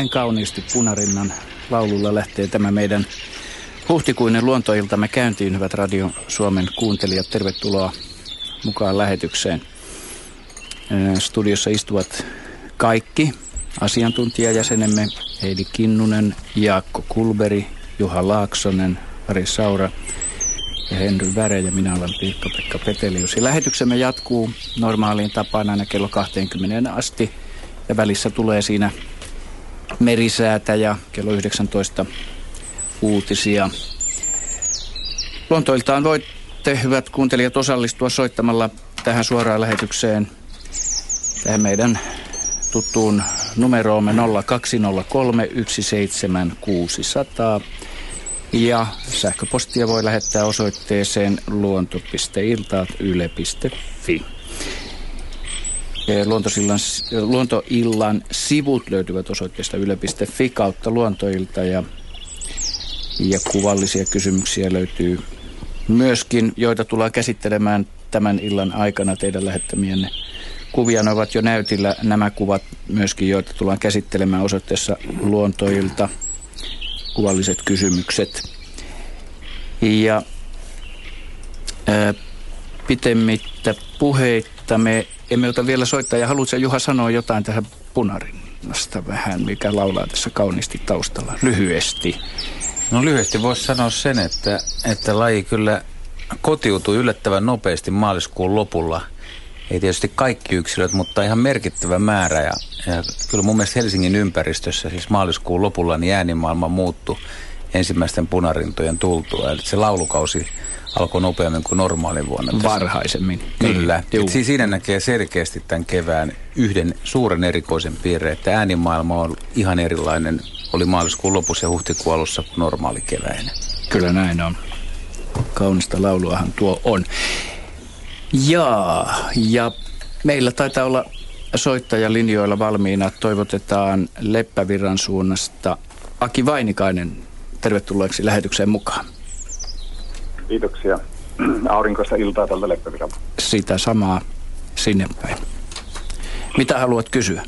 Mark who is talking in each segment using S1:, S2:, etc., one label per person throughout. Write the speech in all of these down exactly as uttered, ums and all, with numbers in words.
S1: Näin kauniisti Punarinnan laululla lähtee tämä meidän huhtikuinen luontoiltamme käyntiin, hyvät Radio Suomen kuuntelijat. Tervetuloa mukaan lähetykseen. Studiossa istuvat kaikki asiantuntijajäsenemme: Heidi Kinnunen, Jaakko Kulberi, Juha Laaksonen, Ari Saura ja Henry Väre, ja minä olen Pirkka-Pekka Petelius. Lähetyksemme jatkuu normaaliin tapaan aina kello kaksikymmentä asti, ja välissä tulee siinä merisäätä ja kello yhdeksäntoista uutisia. Luontoiltaan voitte, hyvät kuuntelijat, osallistua soittamalla tähän suoraan lähetykseen, tähän meidän tuttuun numeroomme nolla kaksi nolla kolme yksi seitsemän kuusi nolla nolla, ja sähköpostia voi lähettää osoitteeseen luonto piste iltaat yle piste fi. Luontoillan, luontoillan sivut löytyvät osoitteesta yle piste fi kautta luontoilta, ja, ja kuvallisia kysymyksiä löytyy myöskin, joita tullaan käsittelemään tämän illan aikana. Teidän lähettämienne kuvia, ne ovat jo näytillä, nämä kuvat myöskin, joita tullaan käsittelemään osoitteessa luontoilta, kuvalliset kysymykset. Ja ää, pitemmittä puheitta me emme ota vielä soittaa, ja haluatko Juha sanoa jotain tähän Punarinnasta vähän, mikä laulaa tässä kauniisti taustalla, lyhyesti?
S2: No lyhyesti voisi sanoa sen, että, että laji kyllä kotiutui yllättävän nopeasti maaliskuun lopulla. Ei tietysti kaikki yksilöt, mutta ihan merkittävä määrä. Ja, ja kyllä mun mielestä Helsingin ympäristössä, siis maaliskuun lopulla, niin äänimaailma muuttui ensimmäisten punarintojen tultua. Eli se laulukausi alkoi nopeammin kuin normaalin vuonna.
S1: Varhaisemmin.
S2: Kyllä. Siis siinä näkee selkeästi tämän kevään yhden suuren erikoisen piirreen, että äänimaailma on ihan erilainen. Oli maaliskuun lopussa ja huhtikuun alussa normaali keväinen.
S1: Kyllä näin on. Kaunista lauluahan tuo on. Jaa, ja meillä taitaa olla soittajalinjoilla valmiina. Toivotetaan Leppävirran suunnasta Aki Vainikainen tervetulleeksi lähetykseen mukaan.
S3: Kiitoksia. Aurinkoista iltaa tältä Leppävirralta.
S1: Sitä samaa sinne päin. Mitä haluat kysyä?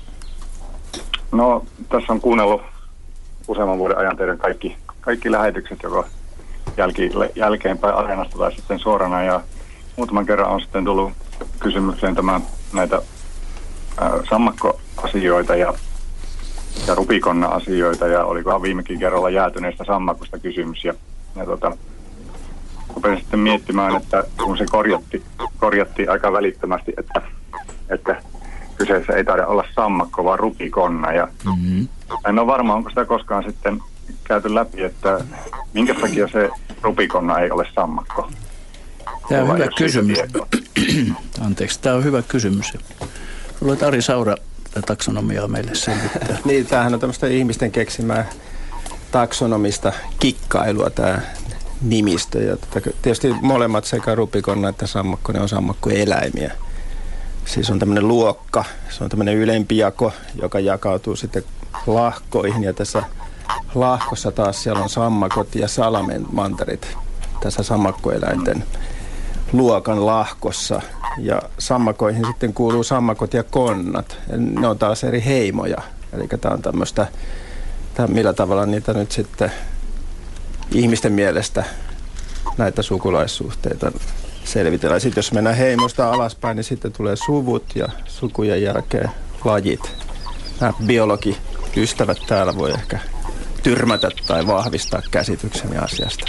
S3: No, tässä on kuunnellut useamman vuoden ajan teidän kaikki, kaikki lähetykset, joko jälki, jälkeenpäin areenasta tai sitten suorana, ja muutaman kerran on sitten tullut kysymykseen tämä, näitä ää, sammakkoasioita ja, ja rupikonna-asioita, ja olikohan viimekin kerralla jäätyneestä sammakosta kysymys. Ja, ja tota, rupesin sitten miettimään, että kun se korjatti, korjatti aika välittömästi, että, että kyseessä ei taida olla sammakko, vaan rupikonna. Ja mm-hmm. en ole varma, onko sitä koskaan sitten käyty läpi, että minkä takia se rupikonna ei ole sammakko.
S1: Tämä on hyvä kysymys. Anteeksi, tämä on hyvä kysymys. Luulet Ari Saura tätä taksonomiaa meille selvittää.
S4: Niin, tämähän on tämmöistä ihmisten keksimää taksonomista kikkailua, tämä nimistö. Ja tietysti molemmat, sekä rupikonna että sammakko, ne on sammakkoeläimiä. Siis on tämmöinen luokka, se on tämmöinen ylempi jako, joka jakautuu sitten lahkoihin. Ja tässä lahkossa taas siellä on sammakot ja salamanterit tässä sammakkoeläinten luokan lahkossa. Ja sammakoihin sitten kuuluu sammakot ja konnat. Ne on taas eri heimoja. Eli tämä on tämmöistä, millä tavalla niitä nyt sitten ihmisten mielestä näitä sukulaissuhteita selvitellään. Sitten jos mennään heimosta alaspäin, niin sitten tulee suvut ja sukujen jälkeen lajit. Nämä biologiystävät täällä voi ehkä tyrmätä tai vahvistaa käsitykseni asiasta.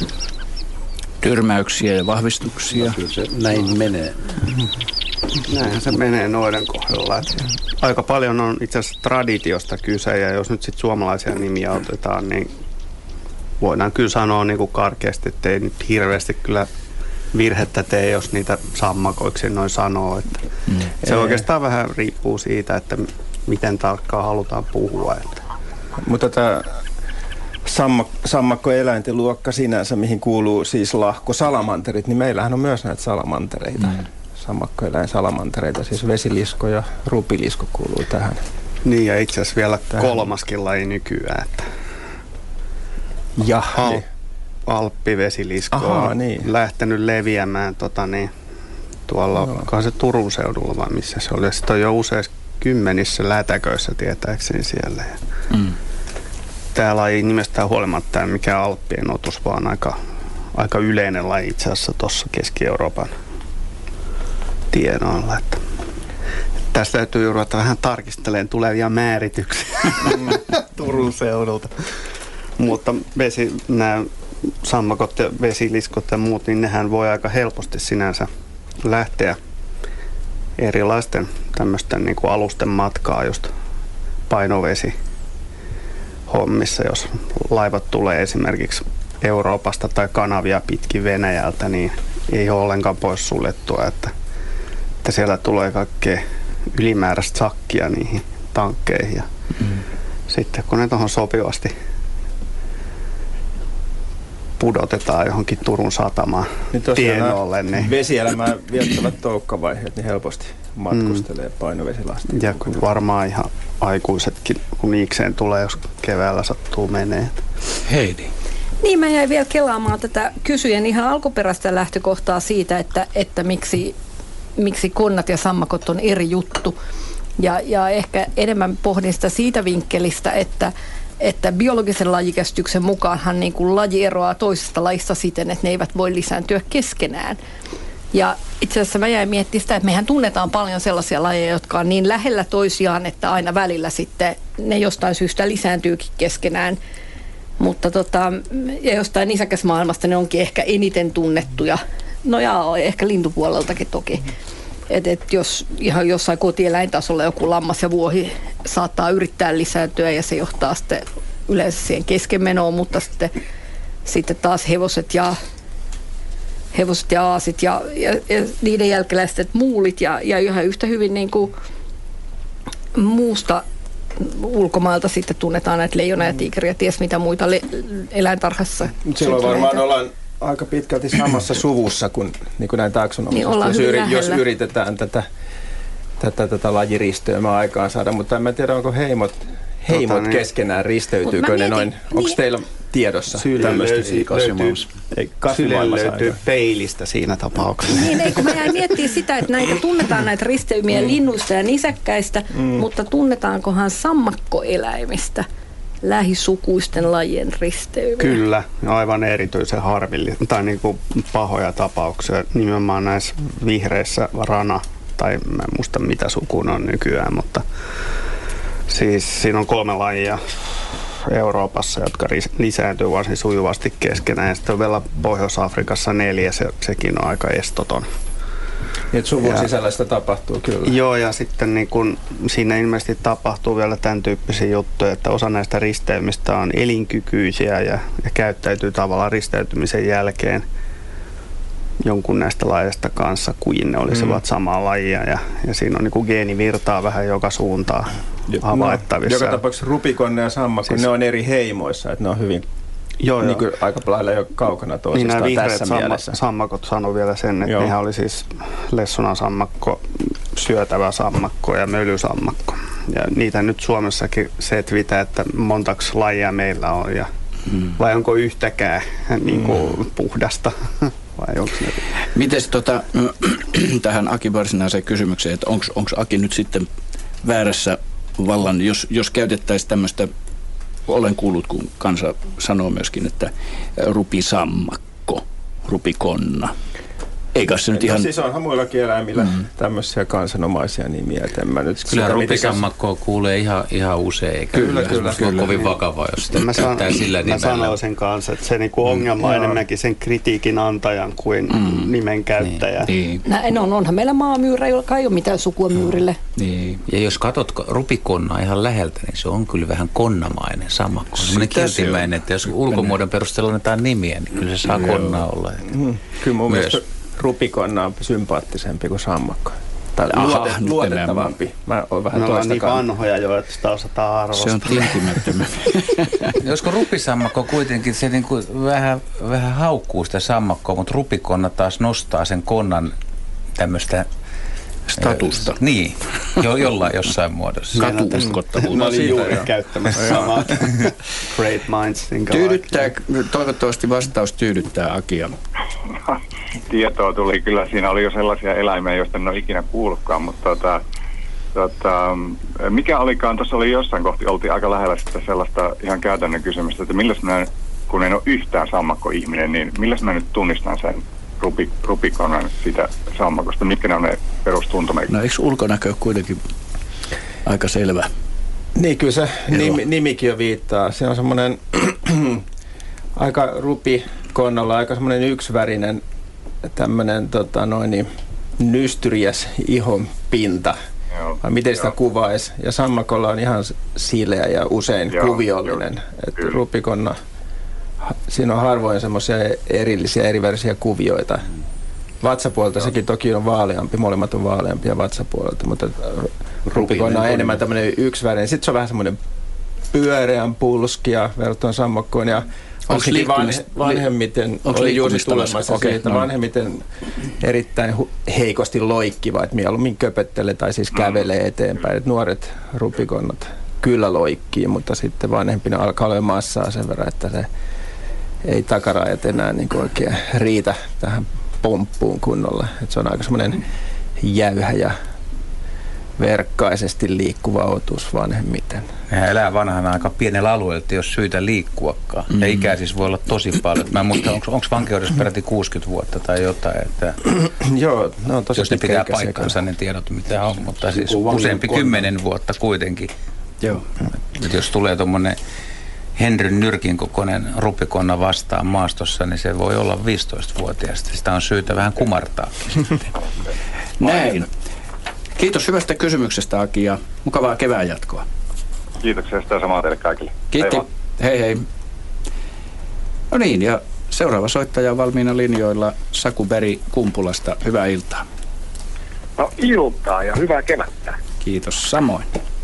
S1: Tyrmäyksiä ja vahvistuksia.
S5: Kyllä se näin menee.
S6: Näinhän se menee noiden kohdalla. Aika paljon on itse asiassa traditiosta kyse, ja jos nyt sitten suomalaisia nimiä otetaan, niin voidaan kyllä sanoa niin kuin karkeasti, että ei nyt hirveästi kyllä virhettä tee, jos niitä sammakoiksi noin sanoo. Että mm. Se oikeastaan vähän riippuu siitä, että miten tarkkaan halutaan puhua. Että.
S4: Mutta tämä sammak- sammakkoeläinten luokka sinänsä, mihin kuuluu siis lahko salamanterit, niin meillähän on myös näitä salamantereita. Mm. Sammakkoeläin salamantereita, siis vesilisko ja rupilisko kuuluu tähän.
S6: Niin, ja itse asiassa vielä tähän kolmaskin laji nykyään. Että
S4: ja
S6: Al-
S4: niin.
S6: Alppivesilisko Aha, on niin. lähtenyt leviämään tota, niin, tuolla, no. onkohan se Turun seudulla vai missä se oli. Sitten on jo useissa kymmenissä lätäköissä tietääkseni siellä.
S1: Mm.
S6: Tämä laji nimestään huolimatta, mikä Alppien otus, vaan aika, aika yleinen laji itse asiassa tuossa Keski-Euroopan tienoilla. Että tästä täytyy ruveta vähän tarkistelemaan tulevia määrityksiä Turun seudulta. Mutta vesi, nämä sammakot ja vesiliskot ja muut, niin nehän voi aika helposti sinänsä lähteä erilaisten tämmöisten niin kuin alusten matkaa just painovesi hommissa. Jos laivat tulee esimerkiksi Euroopasta tai kanavia pitkin Venäjältä, niin ei ole ollenkaan pois suljettua, että, että siellä tulee kaikkea ylimääräistä sakkia niihin tankkeihin. Ja mm. sitten kun ne tuohon sopivasti pudotetaan johonkin Turun satamaan niin tienolle. Niin
S4: vesielämää viettävät toukkavaiheet niin helposti matkustelee mm. painovesilastiin.
S6: Ja varmaan ihan aikuisetkin, kun niikseen tulee, jos keväällä sattuu menee.
S1: Heidi.
S5: Niin, mä jäin vielä kelaamaan tätä kysyjen ihan alkuperäistä lähtökohtaa siitä, että, että miksi, miksi konnat ja sammakot on eri juttu. Ja, ja ehkä enemmän pohdin sitä siitä vinkkelistä, että että biologisen lajikäsityksen mukaanhan niin kuin laji eroaa toisesta lajista siten, että ne eivät voi lisääntyä keskenään. Ja itse asiassa mä jäin miettimään sitä, että mehän tunnetaan paljon sellaisia lajeja, jotka on niin lähellä toisiaan, että aina välillä sitten ne jostain syystä lisääntyykin keskenään. Mutta tota, ja jostain nisäkäsmaailmasta ne onkin ehkä eniten tunnettuja. No ja ehkä lintupuoleltakin toki. Että et jos ihan jossain kotieläintasolla joku lammas ja vuohi saattaa yrittää lisääntyä ja se johtaa sitten yleensä siihen keskenmenoon, mutta sitten, sitten taas hevoset ja, hevoset ja aasit ja, ja, ja niiden jälkeläiset muulit ja, ja yhä yhtä hyvin niin kuin muusta ulkomailta sitten tunnetaan näitä leijona ja tiikeriä, ties mitä muita le- eläintarhassa.
S4: Silloin varmaan ollaan aika pitkälti samassa suvussa kuin, niin kuin näin taksonomisesti, niin jos, yri, jos yritetään tätä, tätä, tätä lajiristöymää aikaan saada, mutta en mä tiedä, onko heimot, heimot tota, keskenään risteytyykö ne noin, niin, onko teillä tiedossa tämmöistä kasvimaailmassa?
S6: Syli löytyy peilistä siinä tapauksessa.
S5: Niin, ei, kun mä jäin miettimään sitä, että näitä tunnetaan näitä risteymiä mm. linnuista ja nisäkkäistä, mm. mutta tunnetaankohan sammakkoeläimistä lähisukuisten lajien risteymiä?
S6: Kyllä, aivan erityisen harvillisia tai niin kuin pahoja tapauksia nimenomaan näissä vihreissä rana, tai mä en muista mitä sukuun on nykyään, mutta siis siinä on kolme lajia Euroopassa, jotka lisääntyy varsin sujuvasti keskenään, ja sitten on vielä Pohjois-Afrikassa neljä, se, sekin on aika estoton.
S4: Niin, suvun sisällä sitä tapahtuu kyllä.
S6: Joo, ja sitten niin kun, siinä ilmeisesti tapahtuu vielä tämän tyyppisiä juttuja, että osa näistä risteymistä on elinkykyisiä ja, ja käyttäytyy tavallaan risteytymisen jälkeen jonkun näistä lajeista kanssa, kuin ne olisivat mm. samaa lajia, ja, ja siinä on niin kuin geenivirtaa vähän joka suuntaan havaittavissa.
S4: No, joka tapauksessa rupikonne ja sammakko, siis, ne on eri heimoissa, että ne on hyvin joo, niin kuin aika lailla jo kaukana toisistaan niin tässä
S6: samma,
S4: mielessä.
S6: Sammakot sanoi vielä sen, että nehän oli siis lessunan sammakko, syötävä sammakko ja mölysammakko. Ja niitä nyt Suomessakin setvitä, että montaks lajia meillä on, ja mm. vai onko yhtäkään niin kuin mm. puhdasta. Vai onko ne?
S1: Mites tota, tähän Akin varsinaiseen kysymykseen, että onko Aki nyt sitten väärässä vallan, jos, jos käytettäisiin tämmöistä, olen kuullut, kun kansa sanoo myöskin, että rupisammakko, rupikonna. Eikä se nyt ihan...
S4: Siis onhan muillakin eläimillä mm. tämmöisiä kansanomaisia nimiä. Mä nyt
S2: kyllä rupisammakkoa mitekäs... kuulee ihan, ihan usein, eikä
S4: kyllä, kyllä,
S2: kyllä,
S4: kyllä.
S2: kovin vakavaa, jos sitä mä käyttää san... sillä nimellä.
S6: Mä sanoisin kanssa, että se niinku ongelma on mm. enemmänkin sen kritiikin antajan kuin mm. nimen käyttäjä.
S5: Niin. Näin on, onhan meillä maamyyrä, joka ei ole mitään sukua myyrille.
S2: Niin. Ja jos katsot rupikonnaa ihan läheltä, niin se on kyllä vähän konnamainen sammakko. Sellainen kiltimäinen, että jos ulkomuodon perusteella annetaan nimiä, niin kyllä se saa konnaa olla.
S4: Mm. Kyllä mun mielestä rupikonna on sympaattisempi kuin sammakko. Tai luote, luotettavampi. Mä oon vähän
S6: no,
S4: toista
S6: niin vanhoja jo, että sitä osataan arvostaa.
S1: Se on tinkimättömän.
S2: Josko rupisammakko kuitenkin, se niin kuin vähän, vähän haukkuu sitä sammakkoa, mutta rupikonna taas nostaa sen konnan tämmöistä
S1: statusta.
S2: Äh, niin, jo, jollain jossain muodossa.
S1: Katuuskottavuutta.
S6: Mä olin juuri käyttämässä samaa. Great minds.
S1: Tyydyttää, toivottavasti vastaus tyydyttää Akia.
S3: Tietoa tuli kyllä. Siinä oli jo sellaisia eläimiä, joista en ole ikinä kuullutkaan, mutta tota, Tota, mikä olikaan, tuossa oli jossain kohti, oltiin aika lähellä sitten sellaista ihan käytännön kysymystä, että milläs mä, kun en ole yhtään sammakko-ihminen, niin milläs mä nyt tunnistan sen rupi, rupikonan sitä sammakosta? Mitkä ne on ne perustuntomerkit?
S1: No eikö ulkonäkö kuitenkin aika selvä?
S4: Niin, kyllä se nimi, nimikin jo viittaa. Se on semmoinen aika rupikonnalla, aika semmoinen yksivärinen tämmöinen tota noin, nystyriäs ihon pinta.
S3: Joo,
S4: vai miten sitä
S3: joo.
S4: kuvaisi. Ja sammakolla on ihan sileä ja usein
S3: Joo,
S4: kuviollinen.
S3: joo,
S4: että
S3: kyllä.
S4: rupikonna, siinä on harvoin semmoisia erillisiä, erivärisiä kuvioita. Vatsapuolelta sekin toki on vaaleampi, molemmat on vaaleampia vatsapuolelta, mutta rupikonna on enemmän tämmöinen yksivärinen. Sitten se on vähän semmoinen pyöreän pulskia verrattuna sammakkoon. Ja varsinkin vanhe, vanhemmiten, oli juuri tulemassa okay, siitä, no. vanhemmiten erittäin hu- heikosti loikkiva, että mieluummin köpöttelee tai siis kävelee eteenpäin. Et nuoret rupikonnat kyllä loikkii, mutta sitten vanhempina alkaa olla massaa sen verran, että se ei takarajat enää niin kuin oikein riitä tähän pomppuun kunnolla. Et se on aika semmoinen jäyhä ja verkkaisesti liikkuva otus vanhemmiten.
S2: Nehän elää vanhana aika pienellä alueella, että jos syytä liikkuakaan. Mm. Ja ikää siis voi olla tosi paljon. Mä en muista, onko vankeudessa peräti kuusikymmentä vuotta tai jotain. Että
S4: joo, ne on tosi
S2: jos ne pitää paikkansa, ne tiedot mitä on, mutta siis useampi kymmenen vuotta kuitenkin.
S1: Joo.
S2: Et jos tulee tuommoinen Henryn nyrkin kokoinen rupikonna vastaan maastossa, niin se voi olla viisitoistavuotiaasta. Sitä on syytä vähän kumartaa.
S1: Näin. Kiitos hyvästä kysymyksestä, Aki, ja mukavaa kevään jatkoa.
S3: Kiitoksia sitä samaa teille kaikille.
S1: Kiitti.
S3: Hei,
S1: hei hei. No niin, ja seuraava soittaja on valmiina linjoilla Saku Beri Kumpulasta. Hyvää iltaa.
S7: No iltaa ja hyvää kevättä.
S1: Kiitos samoin.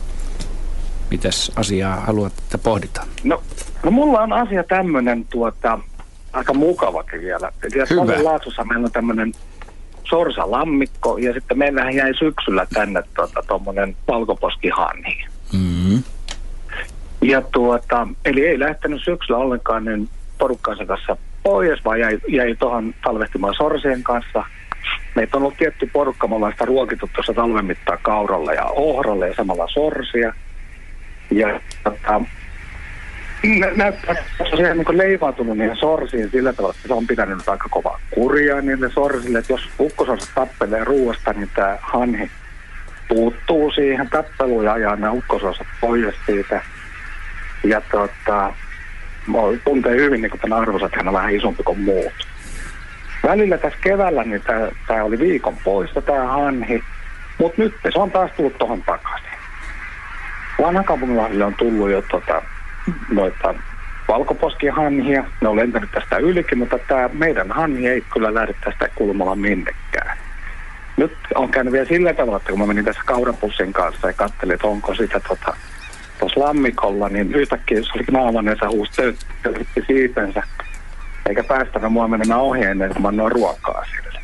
S1: Mites asiaa haluat, että pohditaan?
S7: No, no mulla on asia tämmönen tuota, aika mukavakin vielä.
S1: Hyvä.
S7: Laatussa meillä on tämmönen sorsalammikko ja sitten meillähän jäi syksyllä tänne tuota, tommonen valkoposkihanhi.
S1: Mm-hmm.
S7: Ja tuota, eli ei lähtenyt syksyllä ollenkaan niin porukkaansa kanssa pois, vaan jäi, jäi tuohon talvehtimaan sorsien kanssa. Meitä on ollut tietty porukka, me ollaan sitä ruokittu tuossa talven mittaan kauralle ja ohralle ja samalla sorsia. Ja tota, nä- näyttää tosiaan niin leivautunut niihin sorsiin sillä tavalla, että se on pitänyt aika kovaa kurjaa niille sorsille, että jos ukkosorsat tappelee ruoasta, niin tämä hanhi puuttuu siihen tappeluun ja ajaa nämä ukkosorsat pois siitä. Ja tota, tuntee hyvin niin tämän arvossa, että hän on vähän isompi kuin muut. Välillä tässä keväällä niin tämä oli viikon poissa tämä hanhi, mutta nyt se on taas tullut tuohon takaisin. Vanhakaupunkilahdille on tullut jo tota, noita valkoposkihanhia, ne on lentänyt tästä ylikin, mutta tämä meidän hanhi ei kyllä lähde tästä kulmalla minnekään. Nyt on käynyt vielä sillä tavalla, että kun mä menin tässä kaurapussin kanssa ja katselin, että onko sitä tota, tuossa lammikolla, niin yhtäkkiä se olikin naamanneensa huusi töytti siipensä, eikä päästänyt mua menemään ohi ennen kuin mä annoin ruokaa sille.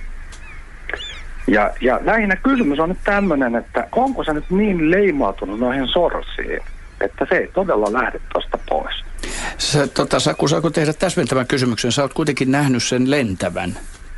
S7: Ja, ja lähinnä kysymys on nyt tämmöinen, että onko se nyt niin leimautunut noihin sorsiin, että se ei todella lähde tuosta pois.
S1: Sä, tota, Saku, saako tehdä täsmentävän kysymyksen? Sä oot kuitenkin nähnyt sen lentävän.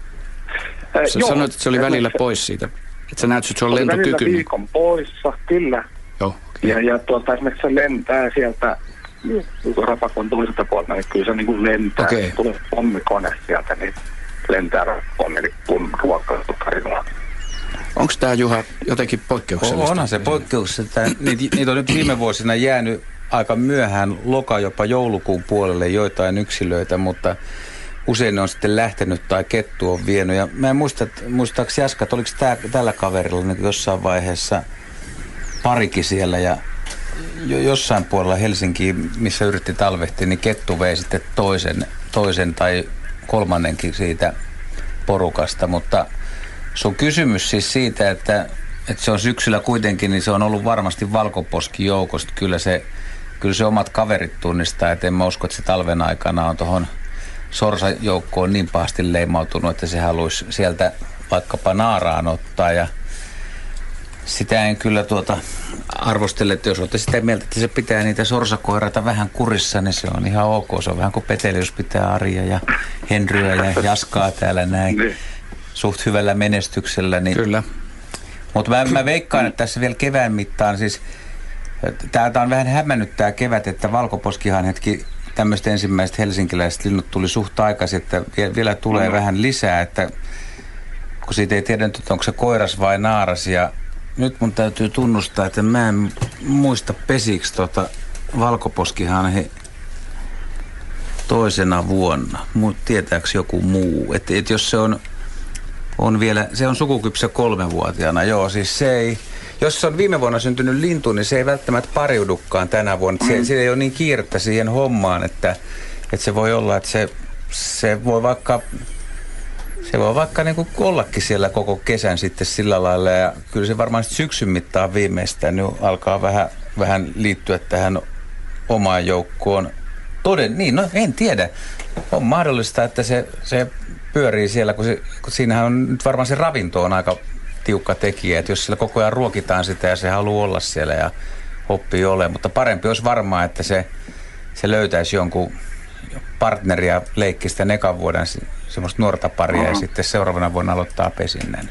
S1: Sä
S7: Joo,
S1: sanoit, että se oli välillä se, pois siitä. Että sä näyt, että se on lentokykyinen.
S7: Välillä viikon poissa, kyllä.
S1: Joo, okay.
S7: Ja, ja tuota, esimerkiksi se lentää sieltä rapakon toiselta puolta, niin kyllä se niin kuin lentää.
S1: Okay.
S7: Tulee pommikone sieltä, niin lentää rapakon, eli kun ruokkailua.
S1: Onko tämä, Juha, jotenkin poikkeuksellista?
S2: Onhan se poikkeuksellista. Niitä, niitä on nyt viime vuosina jäänyt aika myöhään loka jopa joulukuun puolelle joitain yksilöitä, mutta usein ne on sitten lähtenyt tai kettu on vienyt. Ja mä en muista, muistaakseni Jaska, että oliko tää, tällä kaverilla niin jossain vaiheessa parikin siellä ja jo, jossain puolella Helsinkiin, missä yritti talvehtia, niin kettu vei sitten toisen, toisen tai kolmannenkin siitä porukasta, mutta sun kysymys siis siitä, että, että se on syksyllä kuitenkin, niin se on ollut varmasti valkoposkijoukosta. Kyllä se, kyllä se omat kaverit tunnistaa, että en mä usko, että se talven aikana on tuohon sorsajoukkoon niin pahasti leimautunut, että se haluaisi sieltä vaikkapa naaraan ottaa. Ja sitä en kyllä tuota arvostele, että jos olette sitä mieltä, että se pitää niitä sorsakoirata vähän kurissa, niin se on ihan ok. Se on vähän kuin Petelius pitää Arja ja Henryä ja Jaskaa täällä näin. Suht hyvällä menestyksellä, niin
S1: kyllä.
S2: Mutta mä, mä veikkaan, että tässä vielä kevään mittaan, siis täältä on vähän hämännyt tämä kevät, että valkoposkihanhetkin, tämmöiset ensimmäiset helsinkiläiset linnut tuli suht aikaisin, että vielä tulee mm. vähän lisää, että kun siitä ei tiedä nyt, onko se koiras vai naaras. Ja nyt mun täytyy tunnustaa, että mä en muista pesiksi tota valkoposkihanhi toisena vuonna. Mut tietääks joku muu? Että et jos se on, on vielä, se on sukukypsä kolmevuotiaana, joo, siis se ei, jos se on viime vuonna syntynyt lintu, niin se ei välttämättä pariudukaan tänä vuonna. Se, se ei ole niin kiirettä siihen hommaan, että, että se voi olla, että se, se voi vaikka, se voi vaikka niin kuin ollakin siellä koko kesän sitten sillä lailla. Ja kyllä se varmaan syksyn mittaan viimeistään nyt alkaa vähän, vähän liittyä tähän omaan joukkoon. Toden, niin, no en tiedä. On mahdollista, että se, se pyörii siellä, kun, se, kun siinähän on nyt varmaan se ravinto on aika tiukka tekijä, että jos sillä koko ajan ruokitaan sitä ja se haluaa olla siellä ja oppii ole, mutta parempi olisi varmaan, että se, se löytäisi jonkun partneria leikkistä ekan vuoden semmoista nuorta paria uh-huh. ja sitten seuraavana vuonna aloittaa pesinnän.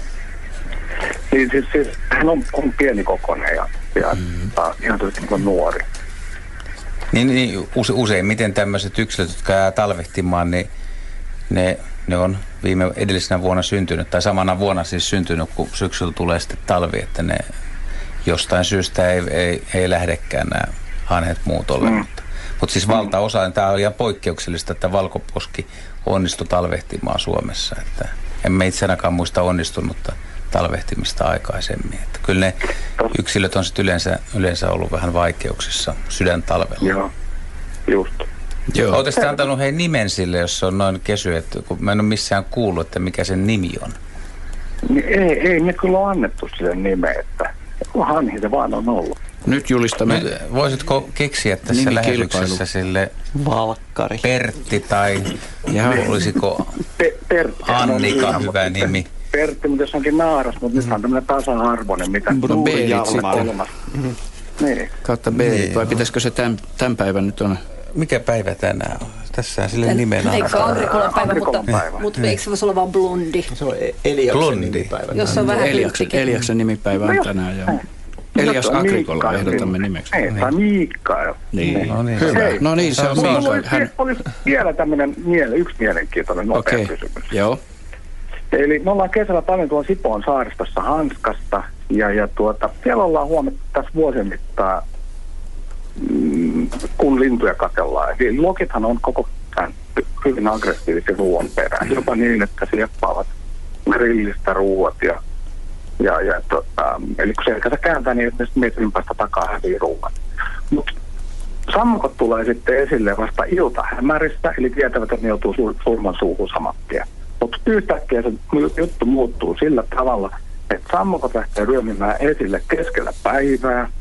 S7: Niin siis, siis hän on, on pienikokoinen ja, ja mm. ihan niin nuori.
S2: Niin, niin use, useimmiten tämmöiset yksilöt, jotka jää talvehtimaan, niin ne, ne on viime edellisenä vuonna syntynyt, tai samana vuonna siis syntynyt, kun syksyllä tulee sitten talvi, että ne jostain syystä ei, ei, ei lähdekään nämä hanhet muut ole. Mm. Mutta, mutta siis valtaosa, mm. tämä on ihan poikkeuksellista, että valkoposki onnistui talvehtimaan Suomessa. Että emme itse ainakaan muista onnistunutta talvehtimista aikaisemmin. Että kyllä ne yksilöt on sitten yleensä, yleensä ollut vähän vaikeuksissa sydäntalvella.
S7: Joo, just.
S2: Oletko sitten antanut hei nimen sille, jos se on noin kesy, että kun mä en ole missään kuullut, että mikä sen nimi on?
S7: Ei, ei me kyllä ole annettu sille nimeä, että hanhi se vaan on ollut.
S1: Nyt julistamme.
S2: Nyt, voisitko keksiä tässä lähetyksessä sille
S6: Valkkari.
S2: Pertti tai olisiko
S7: Pe- Pertti,
S2: Annika no, hyvä nimi?
S7: Pertti, mutta jos onkin naaras, mutta nyt on tämmöinen tasa-arvoinen, mitä
S1: no, Beerit sitten.
S7: Mm-hmm. Niin.
S1: Kautta Beerit, niin, vai pitäisikö se tämän, tämän päivän nyt on?
S2: Mikä päivä tänään on? Tässä sille nimen
S5: eikö se ole Agrikolan päivä, mutta,
S7: päivä.
S5: mutta eikö se voisi olla vaan blondi?
S4: Se on Eliaksen nimipäivä.
S5: Jos on vähän
S1: Eliaksen, Eliaksen nimipäivä on tänään, joo. Elias Agrikola ehdotamme nimeksi.
S7: Ei, tämä Mikael.
S1: Niin. No niin, hyvä. Hei, no niin, se on Mikael.
S7: Hän... Olisi vielä tämmöinen miele, yksi mielenkiintoinen nopea okay. kysymys.
S1: Joo.
S7: Eli me ollaan kesällä paljon tuolla Sipoon saaristossa Hanskasta, ja, ja tuota, siellä ollaan huomattu tässä vuosien mittaan, mm, kun lintuja katsellaan. Eli lokithan on koko tämän hyvin aggressiivisia ruoan perään, jopa niin, että sieppaavat grillistä ruuat ja Ja, ja tota, eli kun selkänsä kääntää, niin ne metrin päästä takaa hävii ruuan. Mutta sammakot tulee sitten esille vasta iltahämäristä, eli tietävät, että ne joutuu sur- surman suuhun samattia. Mutta yhtäkkiä se juttu muuttuu sillä tavalla, että sammakot lähtee ryömimään esille keskellä päivää.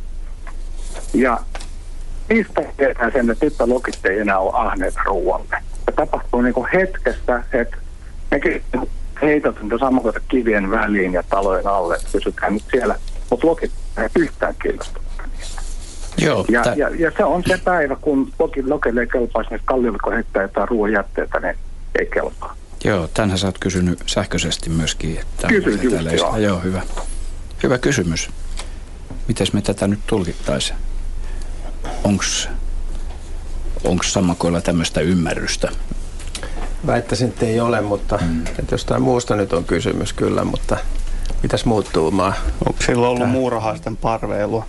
S7: Ja niistä tietää sen, että nyt lokit ei enää ole ahneita ruualle. Se tapahtuu niin kuin hetkessä, että nekin heitot niitä sammakota kivien väliin ja talojen alle, että pysytään nyt siellä, mutta lokit ei yhtään kiinnostunutta niistä.
S1: Joo,
S7: ja,
S1: tä...
S7: ja, ja se on se päivä, kun lokille ei kelpaisi, niin kalliolle kun heittää jotain ruoanjätteitä, niin ei kelpaa.
S1: Joo, tänhän sä oot kysynyt sähköisesti myöskin. Että
S7: Kysyn just, joo.
S1: Joo, hyvä. Hyvä kysymys. Mites me tätä nyt tulkittaisiin? Onks, onks sammakoilla tämmöistä ymmärrystä?
S4: Väittäisin, että ei ole, mutta mm. että jostain muusta nyt on kysymys kyllä, mutta mitäs muuttuu maa?
S6: Onko sillä ollut muurahaisten parveilua?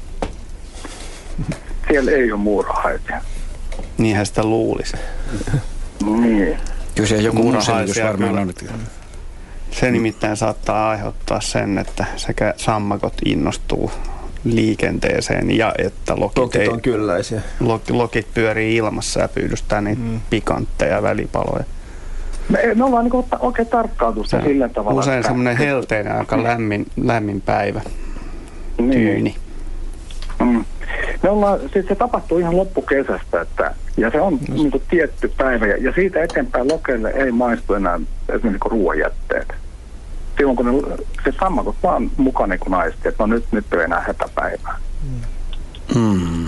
S7: Siellä ei ole muurahaisia.
S6: Niinhän sitä luulisi.
S7: Niin.
S1: Kyllä siellä joku muurahaisia varmaan on.
S6: Se nimittäin saattaa aiheuttaa sen, että sekä sammakot innostuu liikenteeseen ja että lokit,
S4: lokit
S6: ei,
S4: on kylläisiä.
S6: Lok, lokit pyörii ilmassa ja pyydystää niitä mm. pikantteja välipaloja.
S7: Me, me ollaan niin oikein tarkkautu sitä sillä tavalla.
S6: Usein semmoinen helteinen, aika lämmin, lämmin päivä. Niin. Tyyni.
S7: Mm. Me ollaan, siis se tapahtuu ihan loppukesästä, että, ja se on mm. niin kuin tietty päivä, ja, ja siitä eteenpäin lokeille ei maistu enää esimerkiksi niin ruoanjätteet. Silloin kun ne, se sammakot vaan mukana niin kuin naisti, että no nyt, nyt ei enää hätäpäivää.
S1: Mm.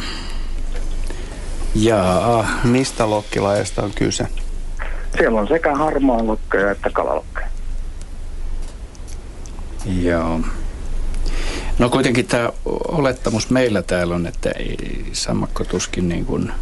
S1: Jaa.
S6: Mistä lokkilajeista on kyse?
S7: Siellä on sekä harmaan lokkeja että kalalokkeja.
S1: Joo. No kuitenkin tämä olettamus meillä täällä on, että ei sammakko tuskin niin kuin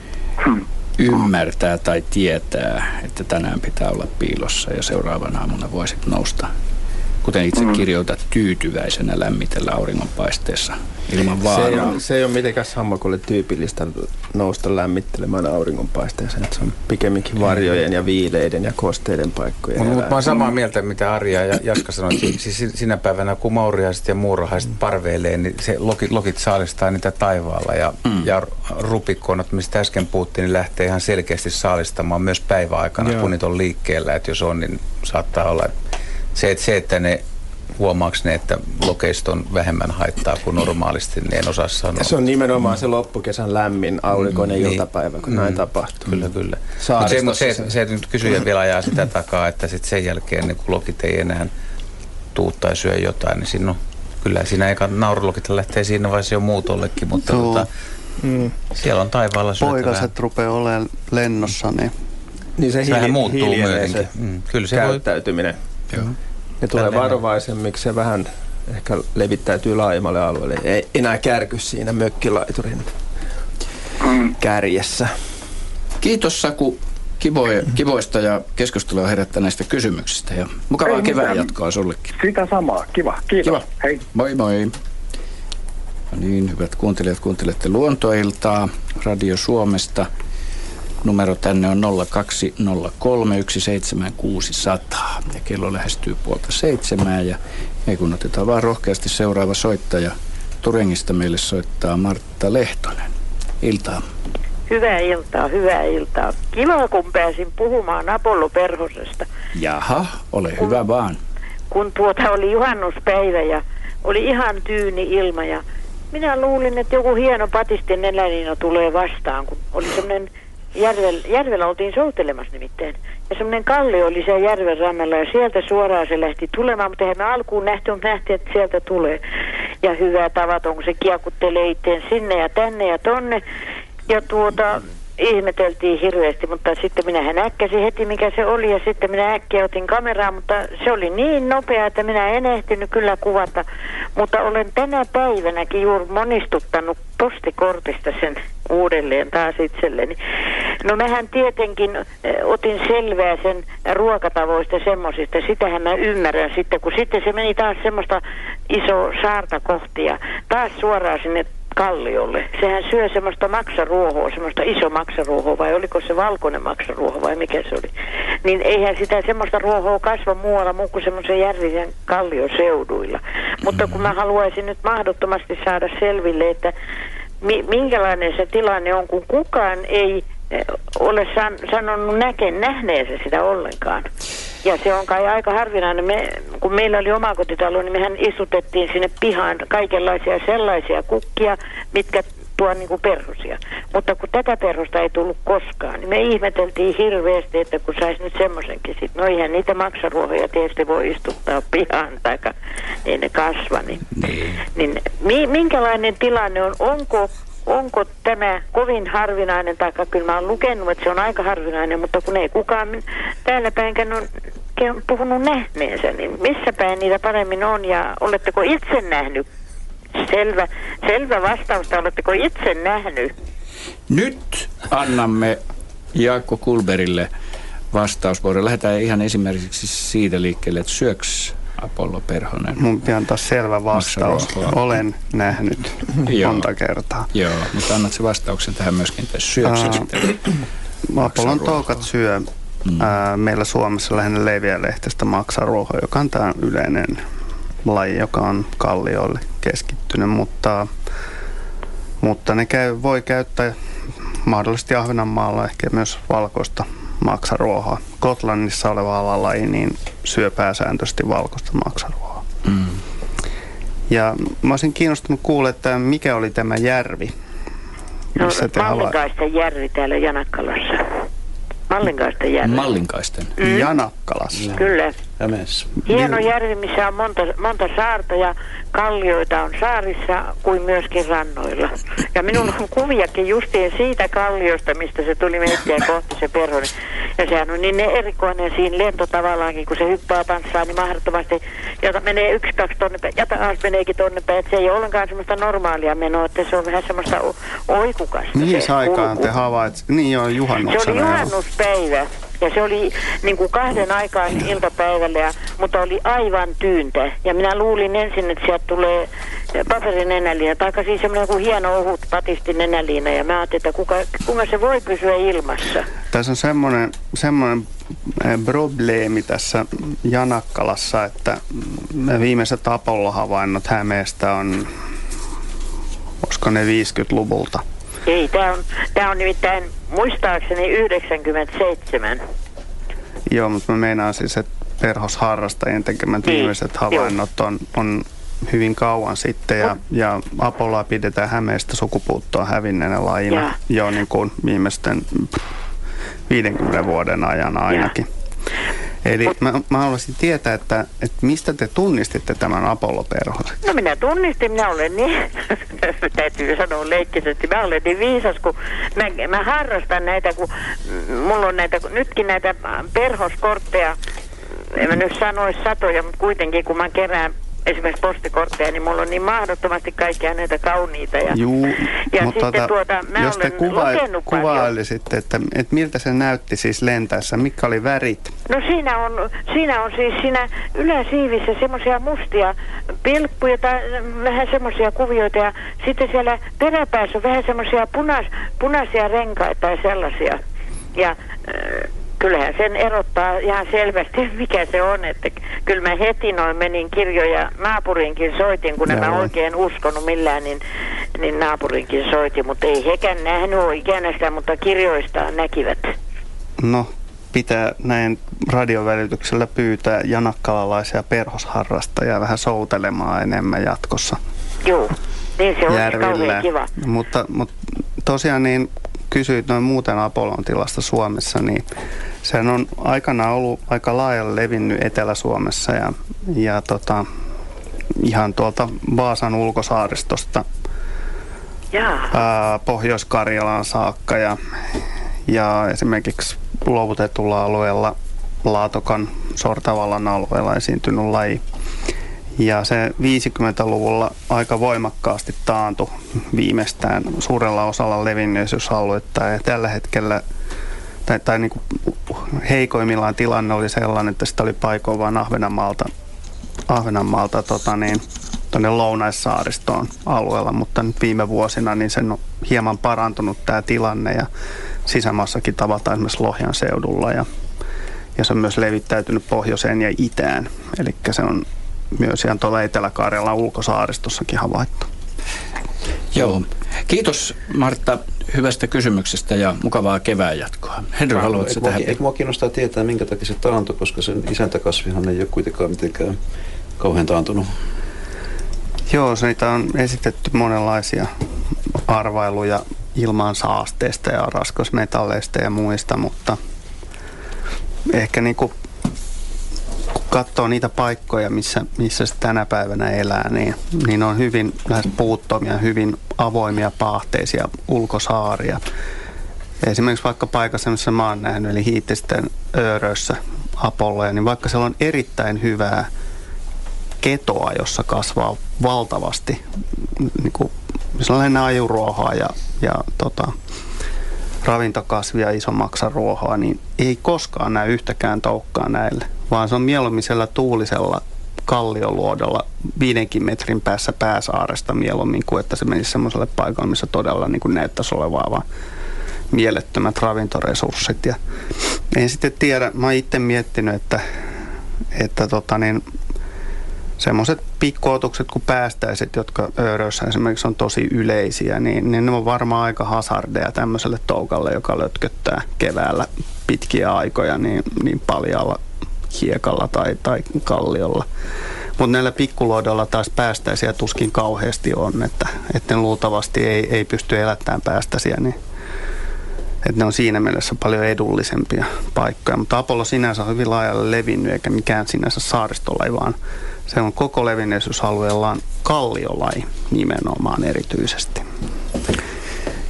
S1: ymmärtää tai tietää, että tänään pitää olla piilossa ja seuraavana aamuna voisit nousta, kuten itse kirjoitat, tyytyväisenä lämmitellä auringonpaisteessa ilman vaaraa.
S4: Se ei ole, se ei ole mitenkään sammakolle tyypillistä nousta lämmittelemään auringonpaisteessa. Se on pikemminkin varjojen ja viileiden ja kosteiden paikkojen.
S2: Mutta mä oon samaa mieltä, mitä Arja ja Jaska sanoi. Siis sinä päivänä, kun mauriaiset ja muurahaiset parveilee, niin se lokit, lokit saalistaa niitä taivaalla. Ja, mm. ja rupikonot, mistä äsken puhuttiin, niin lähtee ihan selkeästi saalistamaan myös päiväaikana, Joo. kun niitä on liikkeellä. Että jos on, niin saattaa olla, että Se, että, se, että ne huomaaks ne, että lokeista on vähemmän haittaa kuin normaalisti, niin en osaa sanoa.
S4: Se on nimenomaan mm. se loppukesän lämmin aurinkoinen mm, iltapäivä, kun mm. näin tapahtuu.
S2: Kyllä, kyllä. Mutta se, mut se, se, se nyt kysyjä vielä ajaa sitä takaa, että sit sen jälkeen, niin kun lokit ei enää tuu tai syö jotain, niin siinä on, kyllä siinä eikä naurulokit lähtee siinä vaiheessa jo muutollekin, mutta tota, mm. siellä on taivaalla syötävää.
S6: Poikaset rupeaa olemaan lennossa, niin,
S4: niin se
S2: hiili, muuttuu
S4: myöskin. Mm, kyllä se käyttäytyminen. Joo. Ne tulee varovaisemmiksi, se vähän ehkä levittäytyy laajemmalle alueelle. Ei enää kärky siinä mökkilaiturin kärjessä.
S1: Kiitos Saku kivoja, kivoista ja keskustelua herättäneistä kysymyksistä. Ja mukavaa kevään jatkoa sullekin.
S7: Sitä samaa. Kiva. Kiitos.
S1: Kiva.
S7: Hei.
S1: Moi moi. No niin, hyvät kuuntelijat, kuuntelette Luontoiltaa Radio Suomesta. Numero tänne on nolla kaksi nolla kolme yksi seitsemän kuusi nolla nolla ja kello lähestyy puolta seitsemään ja ei kun otetaan vaan rohkeasti seuraava soittaja. Turengista meille soittaa Martta Lehtonen. Iltaa.
S8: Hyvää iltaa, hyvää iltaa. Kiva, kun pääsin puhumaan Apollo Perhosesta.
S1: Jaha, ole kun, hyvä vaan.
S8: Kun tuota oli juhannuspäivä ja oli ihan tyyni ilma ja minä luulin, että joku hieno patistin eläinina tulee vastaan, kun oli semmoinen Järvel, järvellä oltiin soutelemassa nimittäin. Ja semmoinen kallio oli siellä järven rannalla ja sieltä suoraan se lähti tulemaan, mutta eihän me alkuun nähty, mutta nähtiin, että sieltä tulee. Ja hyvä tavaton, kun se kiekuttelee itteen sinne ja tänne ja tonne. Ja tuota, ihmeteltiin hirveästi, mutta sitten minähän äkkäsin heti, mikä se oli. Ja sitten minä äkkiä otin kameraa, mutta se oli niin nopea, että minä en ehtinyt kyllä kuvata. Mutta olen tänä päivänäkin juuri monistuttanut postikortista sen uudelleen taas itselleni. No mähän tietenkin äh, otin selvää sen ruokatavoista semmosista. Sitähän mä ymmärrän sitten, kun sitten se meni taas semmoista iso saarta kohti ja taas suoraan sinne kalliolle. Sehän syö semmoista maksaruohoa, semmoista iso maksaruohoa, vai oliko se valkoinen maksaruoho vai mikä se oli. Niin eihän sitä semmoista ruohoa kasva muualla muu kuin semmoisen järvisen kallioseuduilla. Mutta kun mä haluaisin nyt mahdottomasti saada selville, että mi- minkälainen se tilanne on, kun kukaan ei ole san- sanonut näke, nähneensä sitä ollenkaan. Ja se on kai aika harvinainen. Me, kun meillä oli omakotitalo, niin mehän istutettiin sinne pihaan kaikenlaisia sellaisia kukkia, mitkä tuo niin kuin perhosia. Mutta kun tätä perhosta ei tullut koskaan, niin me ihmeteltiin hirveästi, että kun saisi nyt semmoisenkin sit. No eihän niitä maksaruohoja tietysti voi istuttaa pihaan, taikka ei ne kasva. Niin, niin. niin mi- minkälainen tilanne on? Onko... Onko tämä kovin harvinainen, tai kyllä mä oon lukenut, että se on aika harvinainen, mutta kun ei kukaan täällä päinkään on puhunut nähneensä, niin missä päin niitä paremmin on ja oletteko itse nähnyt? Selvä, selvä vastausta, oletteko itse nähnyt?
S1: Nyt annamme Jaakko Kulberille vastausvuoron. Lähdetään ihan esimerkiksi siitä liikkeelle, että syöks Apollo Perhonen?
S6: Mun pitää antaa selvä vastaus. Olen nähnyt monta kertaa.
S1: Joo, mutta annat se vastauksen tähän myöskin, että syöksä sitten?
S6: Apollon toukat syö mm. ää, meillä Suomessa lähinnä leviälehteistä maksaruohoa, joka on tämä yleinen laji, joka on kallioille keskittynyt, mutta, mutta ne käy, voi käyttää mahdollisesti Ahvenanmaalla ehkä myös valkoista maksaruohoa. Gotlannissa oleva alalaji niin syö pääsääntöisesti valkoista maksaruohoa. Mm. Ja mä olisin kiinnostunut kuulla, että mikä oli tämä järvi?
S8: No, Mallinkaisten järvi täällä Janakkalassa. Mallinkaisten järvi.
S1: Mallinkaisten?
S6: Mm. Janakkalassa.
S8: Kyllä. Hieno järvi, missä on monta, monta saarta ja kallioita on saarissa kuin myöskin rannoilla. Ja minulla on kuviakin justiin siitä kalliosta, mistä se tuli metsiä kohti se Perhonen. Ja sehän on niin erikoinen siinä lento tavallaankin, kun se hyppää tanssaa niin mahdottomasti, jota menee yksi, kaksi tonne päin, ja taas meneekin tonne päin. Että se ei ole ollenkaan semmoista normaalia menoa, että se on vähän semmoista o- oikukasta.
S6: Mihin se aikaan te havait? Niin joo, juhannuksena.
S8: Se oli juhannuspäivä. Ja se oli niin kuin kahden aikaan iltapäivällä, ja, mutta oli aivan tyyntä. Ja minä luulin ensin, että sieltä tulee paperinenäliina, tai siis semmoinen joku hieno ohut patistinenäliina. Ja mä ajattelin, että kuka, kuinka se voi pysyä ilmassa.
S6: Tässä on semmoinen, semmoinen probleemi tässä Janakkalassa, että viimeiset Apollo-havainnot Hämeestä on, olisiko ne viisikymmentäluvulta?
S8: Ei, tämä on, tää on nimittäin muistaakseni yhdeksänkymmentäseitsemän.
S6: Joo, mutta mä meinaan siis, että perhosharrastajien tekemät niin, viimeiset havainnot on, on hyvin kauan sitten. Ja, ja Apolloa pidetään Hämeestä sukupuuttoa hävinneenä lajina ja. jo niin kuin viimeisten viidenkymmenen vuoden ajan ainakin. Ja. Eli mä, mä haluaisin tietää, että, että mistä te tunnistitte tämän Apollo-perhosen?
S8: No minä tunnistin, minä olen niin, täytyy sanoa leikkisesti, mä olen niin viisas, kun mä, mä harrastan näitä, kun mulla on näitä, nytkin näitä perhoskortteja, en mä nyt sanoisi satoja, mutta kuitenkin kun mä kerään esimerkiksi postikortteja, niin mulla on niin mahdottomasti kaikkia näitä kauniita. Ja,
S6: Juu,
S8: ja
S6: mutta
S8: sitten
S6: tota,
S8: tuota, mä
S6: jos te
S8: olen
S6: kuva-
S8: lukenut
S6: kuvailisitte, että, että miltä se näytti siis lentäessä, mitkä oli värit?
S8: No siinä on, siinä on siis siinä yläsiivissä semmoisia mustia pilkkuja tai vähän semmoisia kuvioita ja sitten siellä peräpäässä on vähän semmoisia punas, punaisia renkaita tai sellaisia. Ja äh, kyllähän sen erottaa ihan selvästi, mikä se on, että kyllä mä heti noin menin kirjoja naapurinkin soitin, kun en mä oikein uskonut millään, niin, niin naapurinkin soitin, mutta ei hekään nähnyt ole ikänä sitä, mutta kirjoistaan näkivät.
S6: No, pitää näin radion välityksellä pyytää janakkalalaisia perhosharrastajia vähän soutelemaan enemmän jatkossa.
S8: Joo, niin se on kauhean kiva.
S6: Mutta, mutta tosiaan niin kysyit noin muuten Apollon tilasta Suomessa, niin sehän on aikanaan ollut aika laajalle levinnyt Etelä-Suomessa ja, ja tota, ihan tuolta Vaasan ulkosaaristosta ää, Pohjois-Karjalaan saakka ja, ja esimerkiksi luovutetulla alueella Laatokan Sortavallan alueella esiintynyt laji. Ja se viisikymmentäluvulla aika voimakkaasti taantui viimeistään suurella osalla levinneisyysaluetta ja tällä hetkellä tai, tai niin kuin heikoimmillaan tilanne oli sellainen, että sitä oli paikoin vain Ahvenanmaalta, Ahvenanmaalta tota niin, tuonne Lounaissaaristoon alueella, mutta nyt viime vuosina niin sen on hieman parantunut tämä tilanne ja sisämaassakin tavataan esimerkiksi Lohjan seudulla ja, ja se on myös levittäytynyt pohjoiseen ja itään, eli se on myös ihan tuolla Etelä-Karjalan ulkosaaristossakin havaittu.
S1: Joo. Kiitos Martta hyvästä kysymyksestä ja mukavaa kevään jatkoa. Henry, haluatko tähän?
S9: Eikö mua kiinnostaa tietää, minkä takia se taantui, koska sen isäntäkasvihan ei ole kuitenkaan mitenkään kauhean taantunut.
S6: Joo, siitä on esitetty monenlaisia arvailuja ilman saasteista ja raskasmetalleista ja muista, mutta ehkä niin kuin kun katsoo niitä paikkoja, missä, missä se tänä päivänä elää, niin, niin on hyvin lähes puuttomia, hyvin avoimia, paahteisia ulkosaaria. Esimerkiksi vaikka paikassa, missä mä oon nähnyt, eli Hiittisten Öörössä Apolloja, niin vaikka siellä on erittäin hyvää ketoa, jossa kasvaa valtavasti niin kuin sellainen ajuruohoa ja, ja tota, ravintokasvia, isomaksaruohoa, niin ei koskaan näy yhtäkään toukkaa näille, vaan se on mieluummin siellä tuulisella kallioluodolla viidenkin metrin päässä pääsaaresta mieluummin kuin että se menisi semmoiselle paikalle, missä todella niin kuin näyttäisi olevaa vaan mielettömät ravintoresurssit. Ja en sitten tiedä, mä oon itse miettinyt, että, että tota niin, semmoiset pikkuotukset kuin päästäiset, jotka Öörössä esimerkiksi on tosi yleisiä, niin, niin ne on varmaan aika hazardeja tämmöiselle toukalle, joka lötköttää keväällä pitkiä aikoja niin, niin paljalla hiekalla tai, tai kalliolla. Mutta näillä pikkuluodoilla taas päästäisiä tuskin kauheasti on, että, että ne luultavasti ei, ei pysty elättämään päästäisiä, niin että ne on siinä mielessä paljon edullisempia paikkoja. Mutta Apollo sinänsä on hyvin laajalle levinnyt, eikä mikään sinänsä saaristolaji, vaan se on koko levinneisyysalueellaan kalliolaji nimenomaan erityisesti.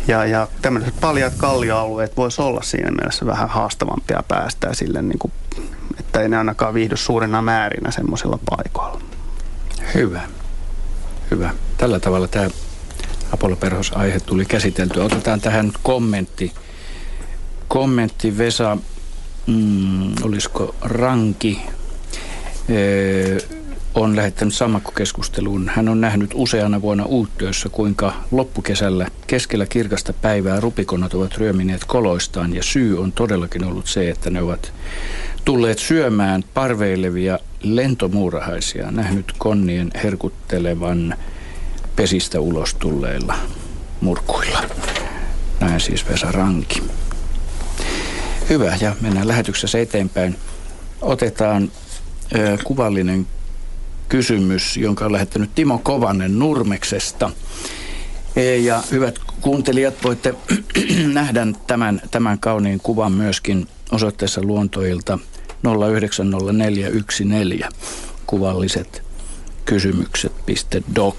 S6: Ja, ja tämmöiset paljaat kallioalueet voisi olla siinä mielessä vähän haastavampia päästää sille, niin kuin, että ei ne ainakaan viihdy suurina määrinä semmoisilla paikoilla.
S1: Hyvä. Hyvä. Tällä tavalla tämä Apollo-perhosaihe tuli käsiteltyä. Otetaan tähän kommentti. Kommentti Vesa, mm, olisiko Ranki, ee, on lähettänyt sammakkokeskusteluun. Hän on nähnyt useana vuonna Uuttöössä, kuinka loppukesällä keskellä kirkasta päivää rupikonnat ovat ryömineet koloistaan, ja syy on todellakin ollut se, että ne ovat tulleet syömään parveilevia lentomuurahaisia. Nähnyt konnien herkuttelevan pesistä ulos tulleilla murkuilla. Näin siis Vesa Ranki. Hyvä, ja mennään lähetyksessä eteenpäin. Otetaan ö, kuvallinen kysymys, jonka on lähettänyt Timo Kovanen Nurmeksesta. E, ja hyvät kuuntelijat, voitte nähdä tämän, tämän kauniin kuvan myöskin osoitteessa luontoilta nolla yhdeksän nolla neljä yksi neljä kuvalliset kysymykset.doc.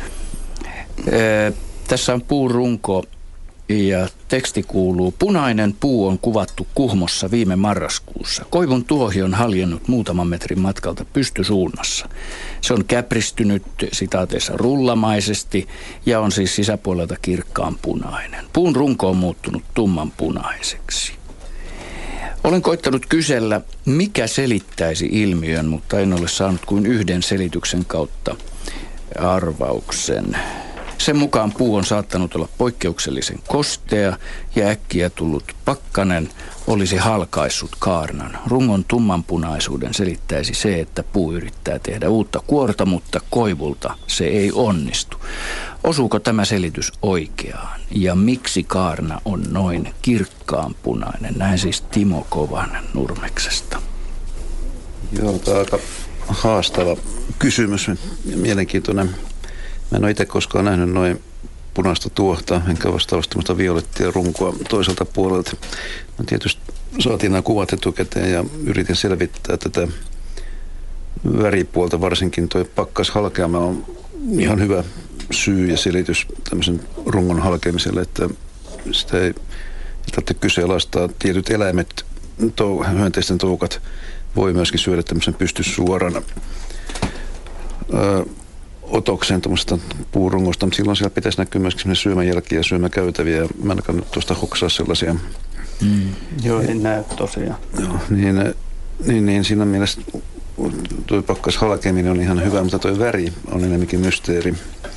S1: E, tässä on puurunko ja teksti kuuluu: punainen puu on kuvattu Kuhmossa viime marraskuussa. Koivun tuohi on haljennut muutaman metrin matkalta pystysuunnassa. Se on käpristynyt sitaateissa rullamaisesti ja on siis sisäpuolelta kirkkaan punainen. Puun runko on muuttunut tumman punaiseksi. Olen koittanut kysellä, mikä selittäisi ilmiön, mutta en ole saanut kuin yhden selityksen kautta arvauksen. Sen mukaan puu on saattanut olla poikkeuksellisen kostea ja äkkiä tullut pakkanen olisi halkaissut kaarnan. Rungon tummanpunaisuuden selittäisi se, että puu yrittää tehdä uutta kuorta, mutta koivulta se ei onnistu. Osuuko tämä selitys oikeaan? Ja miksi kaarna on noin kirkkaan punainen? Näin siis Timo Kovanen Nurmeksesta.
S9: Joo, tämä on aika haastava kysymys. Mielenkiintoinen. Mä en ole itse koskaan nähnyt noin punaista tuohta, enkä vastaavasti tämmöistä violettia runkoa toiselta puolelta. Mä tietysti saatiin nämä kuvat etukäteen ja yritin selvittää tätä väripuolta, varsinkin tuo pakkashalkeama on ihan hyvä syy ja selitys tämmöisen rungon halkeamiselle, että sitä ei tarvitse kyseenalaistaa. Tietyt eläimet, tou, hyönteisten toukat, voi myöskin syödä tämmöisen pystyssuorana öö, otokseen tuommoista puurungosta, mutta silloin siellä pitäisi näkyä myöskin syömäjälkiä ja syömäkäytäviä. Mä en kannata tuosta hoksaa sellaisia.
S6: Mm. Joo, ei näy tosiaan.
S9: Joo, niin, niin, niin siinä mielessä tuo pakkas halkeaminen on ihan hyvä, mutta tuo väri on enemmänkin mysteeri.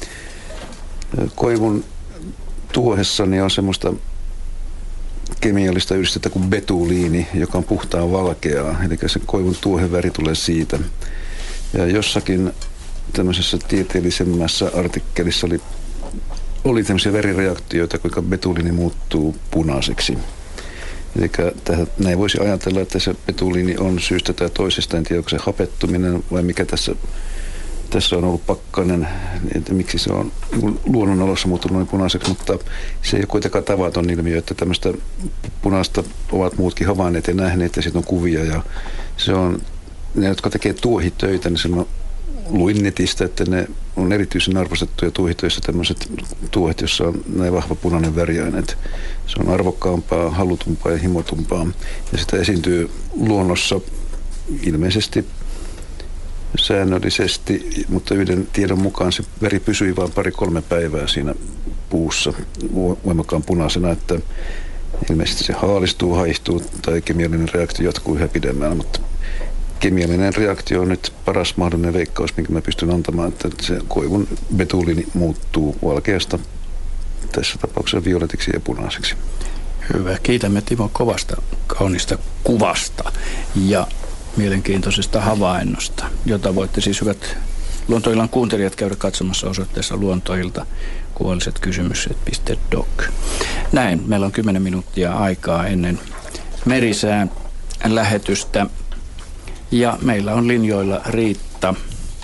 S9: Koivun tuohessa niin on semmoista kemiallista yhdistettä kuin betuliini, joka on puhtaan valkeaa. Eli se koivun tuohen väri tulee siitä. Ja jossakin tämmöisessä tieteellisemmässä artikkelissa oli, oli tämmöisiä verireaktioita, kuinka betuliini muuttuu punaiseksi. Eli näin voisi ajatella, että se betuliini on syystä tai toisesta, en tiedä, onko se hapettuminen vai mikä tässä, tässä on ollut pakkanen, että miksi se on luonnonolossa muuttunut noin punaiseksi, mutta se ei ole kuitenkaan tavaton ilmiö, että tämmöistä punaista ovat muutkin havainneet ja nähneet ja siitä on kuvia ja se on, ne jotka tekee tuohitöitä, niin se on luin netistä, että ne on erityisen arvostettuja tuohitöissä tämmöiset tuohet, jossa on näin vahva punainen väriaine. Se on arvokkaampaa, halutumpaa ja himotumpaa. Ja sitä esiintyy luonnossa ilmeisesti säännöllisesti, mutta yhden tiedon mukaan se väri pysyi vain pari-kolme päivää siinä puussa voimakkaan punaisena, että ilmeisesti se haalistuu, haihtuu tai kemiallinen reaktio jatkuu yhä pidemmään, mutta kemiallinen reaktio on nyt paras mahdollinen veikkaus, minkä mä pystyn antamaan, että se koivun betuliini muuttuu valkeasta, tässä tapauksessa violetiksi ja punaiseksi.
S1: Hyvä. Kiitämme Timo kovasta kaunista kuvasta ja mielenkiintoisesta havainnosta, jota voitte siis hyvät Luontoillan kuuntelijat käydä katsomassa osoitteessa luontoilta kuvalliset kysymykset.doc. Näin, meillä on kymmenen minuuttia aikaa ennen merisään lähetystä. Ja meillä on linjoilla Riitta.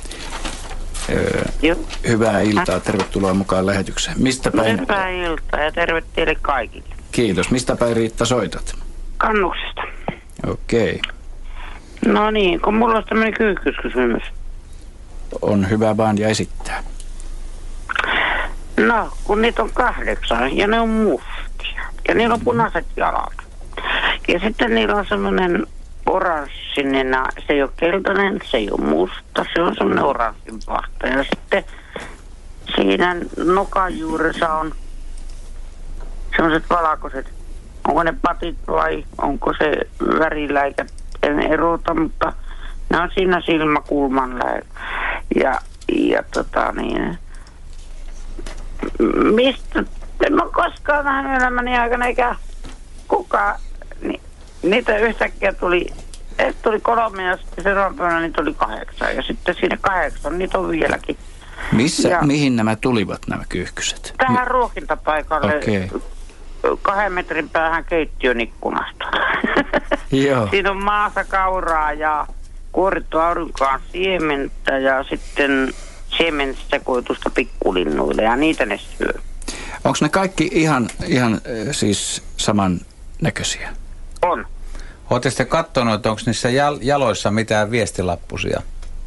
S1: Öö, hyvää iltaa, tervetuloa mukaan lähetykseen. Mistä päin?
S10: Hyvää iltaa ja terve teille kaikille.
S1: Kiitos. Mistä päin Riitta soitat?
S10: Kannuksesta.
S1: Okei. Okay.
S10: No niin, kun mulla on tämmöinen kyyhkyskysymys.
S1: On hyvä vaan ja esittää.
S10: No, kun niitä on kahdeksan ja ne on mustia. Ja niillä on punaiset jalat. Ja sitten niillä on semmoinen oranssinen, se ei ole keltainen, se ei ole musta, se on semmoinen oranssin pahta. Ja sitten siinä nokan juuressa on semmoiset valkoiset. Onko ne patit vai onko se väriläikä, en erota, mutta ne on siinä silmäkulman lähellä. Ja, ja tota niin, mistä, en mä koskaan nähnyt elämäni aikana eikä kukaan, ni, niitä yhtäkkiä tuli, et tuli kolme ja sitten seuraavan päivänä niitä oli kahdeksan ja sitten siinä kahdeksan, niitä on vieläkin.
S1: Missä,
S10: ja,
S1: mihin nämä tulivat nämä kyyhkyset?
S10: Tähän Mi- ruokintapaikalle.
S1: Okay.
S10: Kahden metrin päähän keittiön ikkunasta.
S1: Joo.
S10: Siinä on maassa kauraa ja kuorittu aurinkoaan siementä ja sitten siemensekoitusta pikkulinnuille ja niitä ne syö.
S1: Onko ne kaikki ihan, ihan siis saman näköisiä?
S10: On.
S2: Oletteko te katsonut, että onko niissä jal- jaloissa mitään viestilappusia?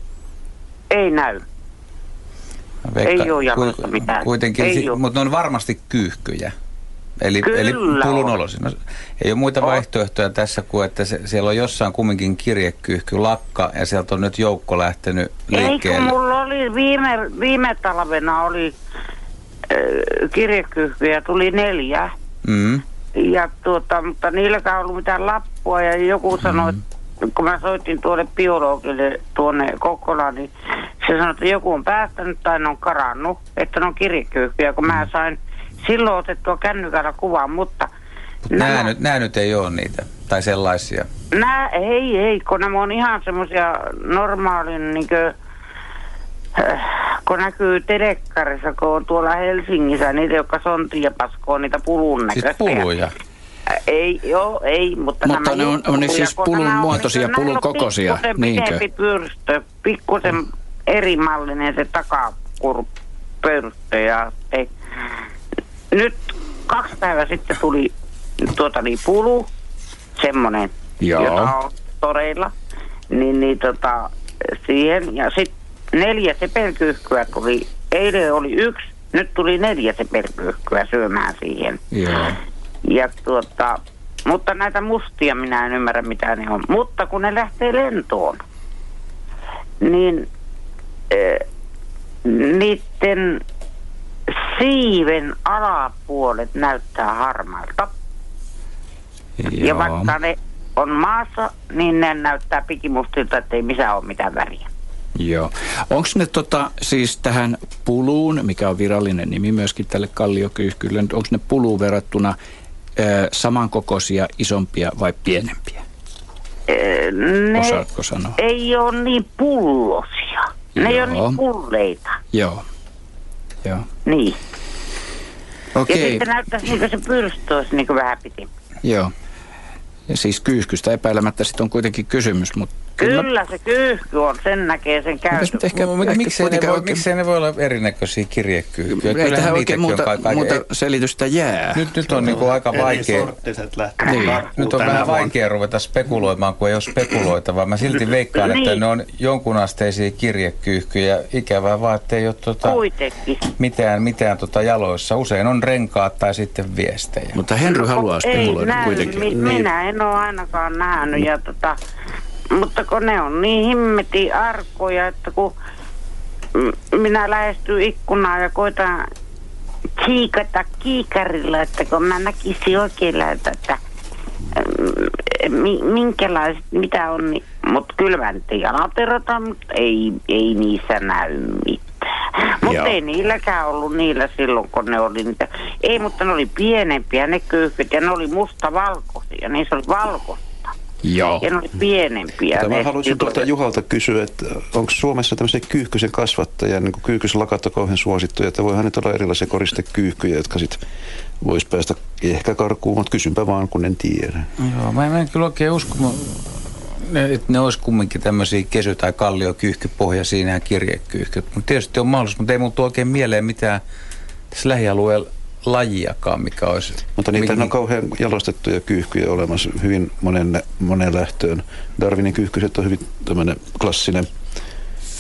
S10: Ei näy.
S2: Veikka,
S10: ei ole jaloissa
S2: ku,
S10: mitään.
S2: Kuitenkin,
S10: ei
S2: si- mutta ne on varmasti kyyhkyjä. Eli, eli pulun olosi. No, ei ole muita on. vaihtoehtoja tässä kuin, että se, siellä on jossain kumminkin kirjekyyhky lakka ja sieltä on nyt joukko lähtenyt liikkeelle.
S10: Ei, kun mulla oli viime, viime talvena oli äh, kirjekyyhkyjä, tuli neljä. Mm. Ja tuota, mutta niilläkään ei ollut mitään lappua ja joku mm. sanoi, kun mä soitin tuolle biologille tuonne Kokkolaan, niin se sanoi, että joku on päästänyt tai ne on karannut, että ne on kirjekyyhkyjä, kun mä sain silloin otettua kännykällä kuvaa, mutta
S2: nämä, nämä, nyt, nämä nyt ei ole niitä, tai sellaisia.
S10: Nämä, ei, ei, kun nämä on ihan semmoisia normaalin, niin kuin, äh, kun näkyy telekkarissa, kun on tuolla Helsingissä, niitä, jotka sontii ja paskoo niitä pulun näköisiä.
S2: Siis puluja?
S10: Äh, ei, joo, ei, mutta,
S1: mutta ne on, on ne siis pulun muotoisia,
S10: niin,
S1: pulun kokoisia, niinkö?
S10: Pikkusen pyrstö, pikkusen mm. erimallinen se takakurpyrstö ja ei. Nyt kaksi päivää sitten tuli tuota niin pulu, semmoinen,
S1: Joo.
S10: jota on toreilla, niin, niin tota, siihen, ja sitten neljä sepelkyyhkyä tuli, eilen oli yksi, nyt tuli neljä sepelkyyhkyä syömään siihen.
S1: Joo.
S10: Ja tuota, mutta näitä mustia minä en ymmärrä mitä ne on, mutta kun ne lähtee lentoon, niin äh, niiden siiven alapuolet näyttää harmaalta.
S1: Joo.
S10: Ja vaikka ne on maassa, niin ne näyttää pikimustilta, että ei missään ole mitään väriä.
S1: Joo. Onko ne tota, siis tähän puluun, mikä on virallinen nimi myöskin tälle kalliokyyhkylle, onko ne puluun verrattuna ö, samankokoisia, isompia vai pienempiä?
S10: Ne
S1: Osaatko sanoa?
S10: Ei ole niin pullosia. Ne Joo. ei ole niin pulleita.
S1: Joo. Joo.
S10: Niin.
S1: Okei.
S10: Ja sitten näyttäisi niin kuin se pyrstö olisi niin kuin vähän pitempi.
S1: Joo. Ja siis kyyhkystä epäilemättä sitten on kuitenkin kysymys, mutta...
S10: Kyllä, kyllä se kyyhky on, sen näkee sen käytön.
S1: Ehkä,
S2: no, mutta miksei ne, voi,
S1: oikein...
S2: miksei ne voi olla erinäköisiä kirjekyyhkyjä?
S1: Ei tähän oikein muuta, kaiken, muuta ei, selitystä jää.
S2: Nyt, nyt on niinku aika vaikea. Niin. Nyt on vähän vaikea ruveta spekuloimaan, kun ei ole spekuloitavaa. Mä silti veikkaan, niin. että ne on jonkunasteisia kirjekyyhkyjä. Ikävää vaan, että ei ole tota mitään, mitään tota jaloissa. Usein on renkaat tai sitten viestejä.
S1: Mutta Henry haluaa spekuloida
S10: näy,
S1: kuitenkin.
S10: Mi- minä en ole ainakaan nähnyt. Ja tota, mutta kun ne on niin himmetin arkoja, että kun minä lähestyn ikkunaan ja koitan kiikata kiikarilla, että kun mä näkisin oikein läheltä, että minkälaiset, mitä on, niin, mutta kyllä mä nyt jalat erotan, mutta ei, ei niissä näy mitään. Mutta ei niilläkään ollut niillä silloin, kun ne oli niitä. Ei, mutta ne oli pienempiä ne kyyhkyt ja ne oli mustavalkoisia, niissä oli valkoista.
S1: Joo.
S10: Ja ne oli pienempiä.
S9: Mä haluaisin tuolta Juhalta kysyä, että onko Suomessa tämmöisiä kyyhkysen kasvattajia, niin kuin kyyhkyslakat on kauhean suosittuja, että voihan nyt olla erilaisia koristekyyhkyjä, jotka sitten vois päästä ehkä karkuun, mutta kysynpä vaan, kun en tiedä.
S2: Joo, mä en kyllä oikein usko, että ne olisi kumminkin tämmöisiä kesy- tai kalliokyyhkypohjaisia nämä kirjekyyhkyt. Mutta tietysti on mahdollisuus, mutta ei mun tule oikein mieleen mitään tässä lähialueella lajiakaan, mikä olisi...
S9: Mutta niitä mikä... on kauhean jalostettuja kyyhkyjä olemassa hyvin monen, monen lähtöön. Darwinin kyyhkyset on hyvin tämmöinen klassinen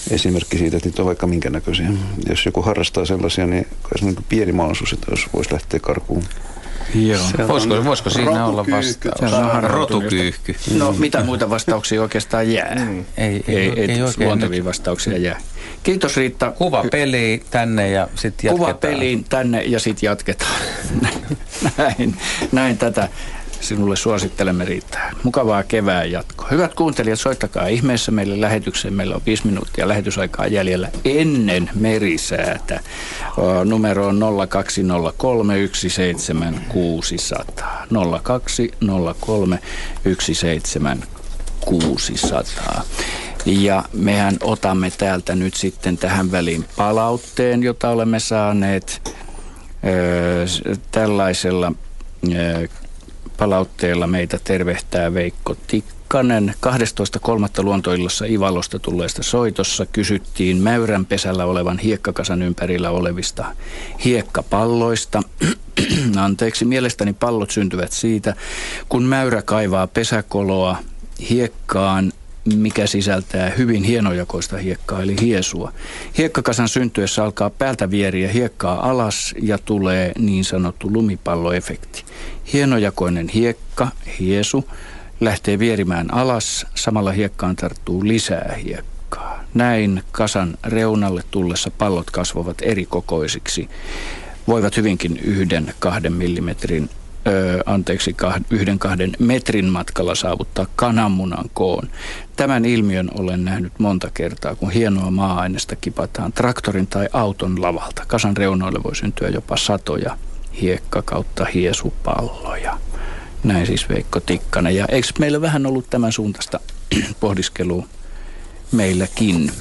S9: esimerkki siitä, että niitä on vaikka minkä näköisiä. Jos joku harrastaa sellaisia, niin kai se on pieni mahdollisuus, että jos voisi lähteä karkuun.
S2: Joo. Voisiko, voisiko siinä olla vastaus? Rotukyyhky.
S1: No mitä muita vastauksia oikeastaan jää?
S2: Mm. Ei, ei,
S1: ei, ei,
S2: ei
S1: luontevia
S2: nyt.
S1: vastauksia jää. Kiitos Riitta.
S2: Kuva peliin tänne ja sitten jatketaan.
S1: Kuva peliin tänne ja sitten jatketaan. näin, näin tätä sinulle suosittelemme, Riittää. Mukavaa kevään jatkoa. Hyvät kuuntelijat, soittakaa ihmeessä meille lähetykseen. Meillä on viisi minuuttia lähetysaikaa jäljellä ennen merisäätä. Numero on nolla kaksi nolla kolme yksi seitsemän kuusi nolla nolla. nolla kaksi nolla kolme yksi seitsemän kuusi nolla nolla. Ja mehän otamme täältä nyt sitten tähän väliin palautteen, jota olemme saaneet öö, tällaisella öö, palautteella meitä tervehtää Veikko Tikkanen. kahdestoista kolmatta luontoillassa Ivalosta tulleesta soitossa kysyttiin Mäyränpesällä olevan hiekkakasan ympärillä olevista hiekkapalloista. Anteeksi, mielestäni pallot syntyvät siitä, kun mäyrä kaivaa pesäkoloa hiekkaan, mikä sisältää hyvin hienojakoista hiekkaa, eli hiesua. Hiekkakasan syntyessä alkaa päältä vieriä hiekkaa alas ja tulee niin sanottu lumipalloefekti. Hienojakoinen hiekka, hiesu, lähtee vierimään alas, samalla hiekkaan tarttuu lisää hiekkaa. Näin kasan reunalle tullessa pallot kasvavat eri kokoisiksi. Voivat hyvinkin yhden kahden millimetrin Öö, anteeksi, kah, yhden kahden metrin matkalla saavuttaa kananmunan koon. Tämän ilmiön olen nähnyt monta kertaa, kun hienoa maa-ainesta kipataan traktorin tai auton lavalta. Kasan reunoille voi syntyä jopa satoja hiekka kautta hiesupalloja. Näin siis Veikko Tikkanen. Ja eikö meillä vähän ollut tämän suuntaista pohdiskelua meilläkin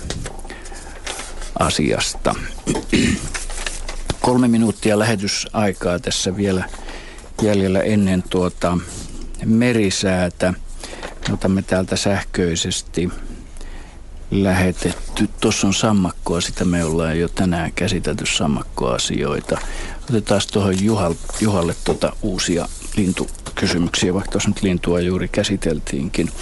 S1: asiasta? Kolme minuuttia lähetysaikaa tässä vielä jäljellä ennen tuota merisäätä. Otamme täältä sähköisesti lähetetty. Tuossa on sammakkoa, sitä me ollaan jo tänään käsitelty sammakkoasioita. Otetaan tuohon Juhal, Juhalle tuota uusia lintukysymyksiä, vaikka tuossa nyt lintua juuri käsiteltiinkin.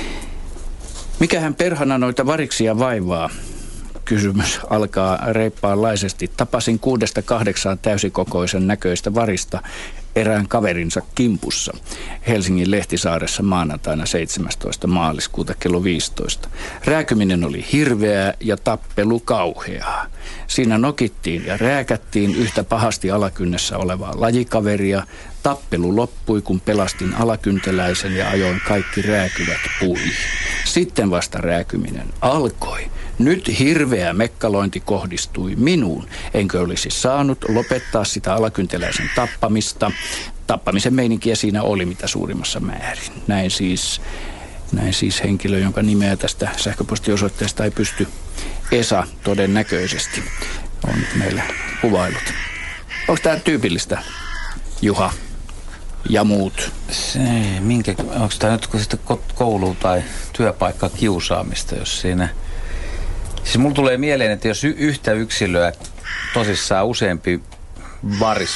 S1: Mikähän perhana noita variksia vaivaa? Kysymys alkaa reippaanlaisesti. Tapasin kuudesta kahdeksaan täysikokoisen näköistä varista erään kaverinsa kimpussa Helsingin Lehtisaaressa maanantaina seitsemästoista maaliskuuta kello viisitoista. Rääkyminen oli hirveää ja tappelu kauheaa. Siinä nokittiin ja rääkättiin yhtä pahasti alakynnessä olevaa lajikaveria. Tappelu loppui, kun pelastin alakynteläisen ja ajoin kaikki rääkyvät puihin. Sitten vasta rääkyminen alkoi. Nyt hirveä mekkalointi kohdistui minuun, enkö olisi saanut lopettaa sitä alakynteläisen tappamista. Tappamisen meininkiä siinä oli mitä suurimmassa määrin. Näin siis, näin siis henkilö, jonka nimeä tästä sähköpostiosoitteesta ei pysty Esa todennäköisesti on meille kuvailut. Onko tämä tyypillistä, Juha ja muut?
S2: Se, minkä, onko tämä nyt sitten koulu- tai työpaikka kiusaamista, jos siinä... Siis mulla tulee mieleen, että jos y- yhtä yksilöä tosissaan useampi varis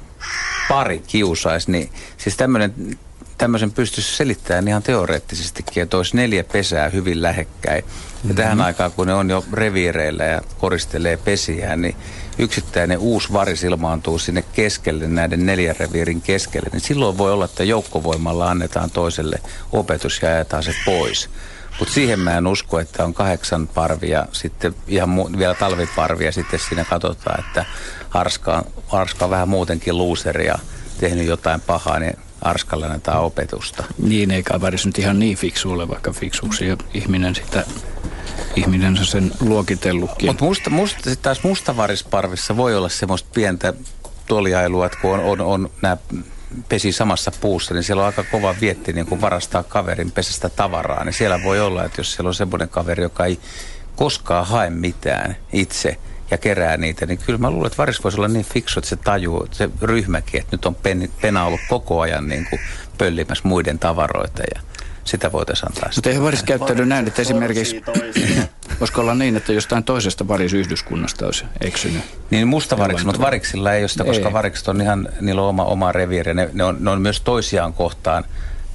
S2: pari kiusaisi, niin siis tämmöinen, tämmöisen pystyisi selittämään ihan teoreettisestikin, että olisi neljä pesää hyvin lähekkäin. Ja mm-hmm. tähän aikaan, kun ne on jo reviireillä ja koristelee pesiään, niin yksittäinen uusi varis ilmaantuu sinne keskelle, näiden neljän reviirin keskelle, niin silloin voi olla, että joukkovoimalla annetaan toiselle opetus ja ajetaan se pois. Mutta siihen mä en usko, että on kahdeksan parvia, sitten ihan mu- vielä talviparvia, sitten siinä katsotaan, että Arska on, Arska on vähän muutenkin luuseri ja tehnyt jotain pahaa, niin Arskalle annetaan opetusta.
S1: Niin, eikä varis nyt ihan niin fiksu ole, vaikka fiksuksi ja ihminen sitä, ihminen sen luokitellutkin.
S2: Mutta musta, musta, sit taas mustavarisparvissa voi olla semmoista pientä toliailua, että kun on, on, on nämä pesi samassa puussa, niin siellä on aika kova vietti niin kuin varastaa kaverin pesästä tavaraa. Niin siellä voi olla, että jos siellä on semmoinen kaveri, joka ei koskaan hae mitään itse ja kerää niitä, niin kyllä mä luulen, että varis voisi olla niin fiksu, että se tajuu, se ryhmäkin, että nyt on pen, pena ollut koko ajan niin kuin pöllimässä muiden tavaroita ja sitä voitaisiin antaa.
S1: Mutta eihän varis käyttänyt näin, että esimerkiksi voisiko olla niin, että jostain toisesta varisyhdyskunnasta olisi eksynyt?
S2: Niin mustavariksi, mutta variksilla ei ole sitä, koska ei. Varikset on ihan, niillä on oma, oma reviiri. Ne, ne, on, ne on myös toisiaan kohtaan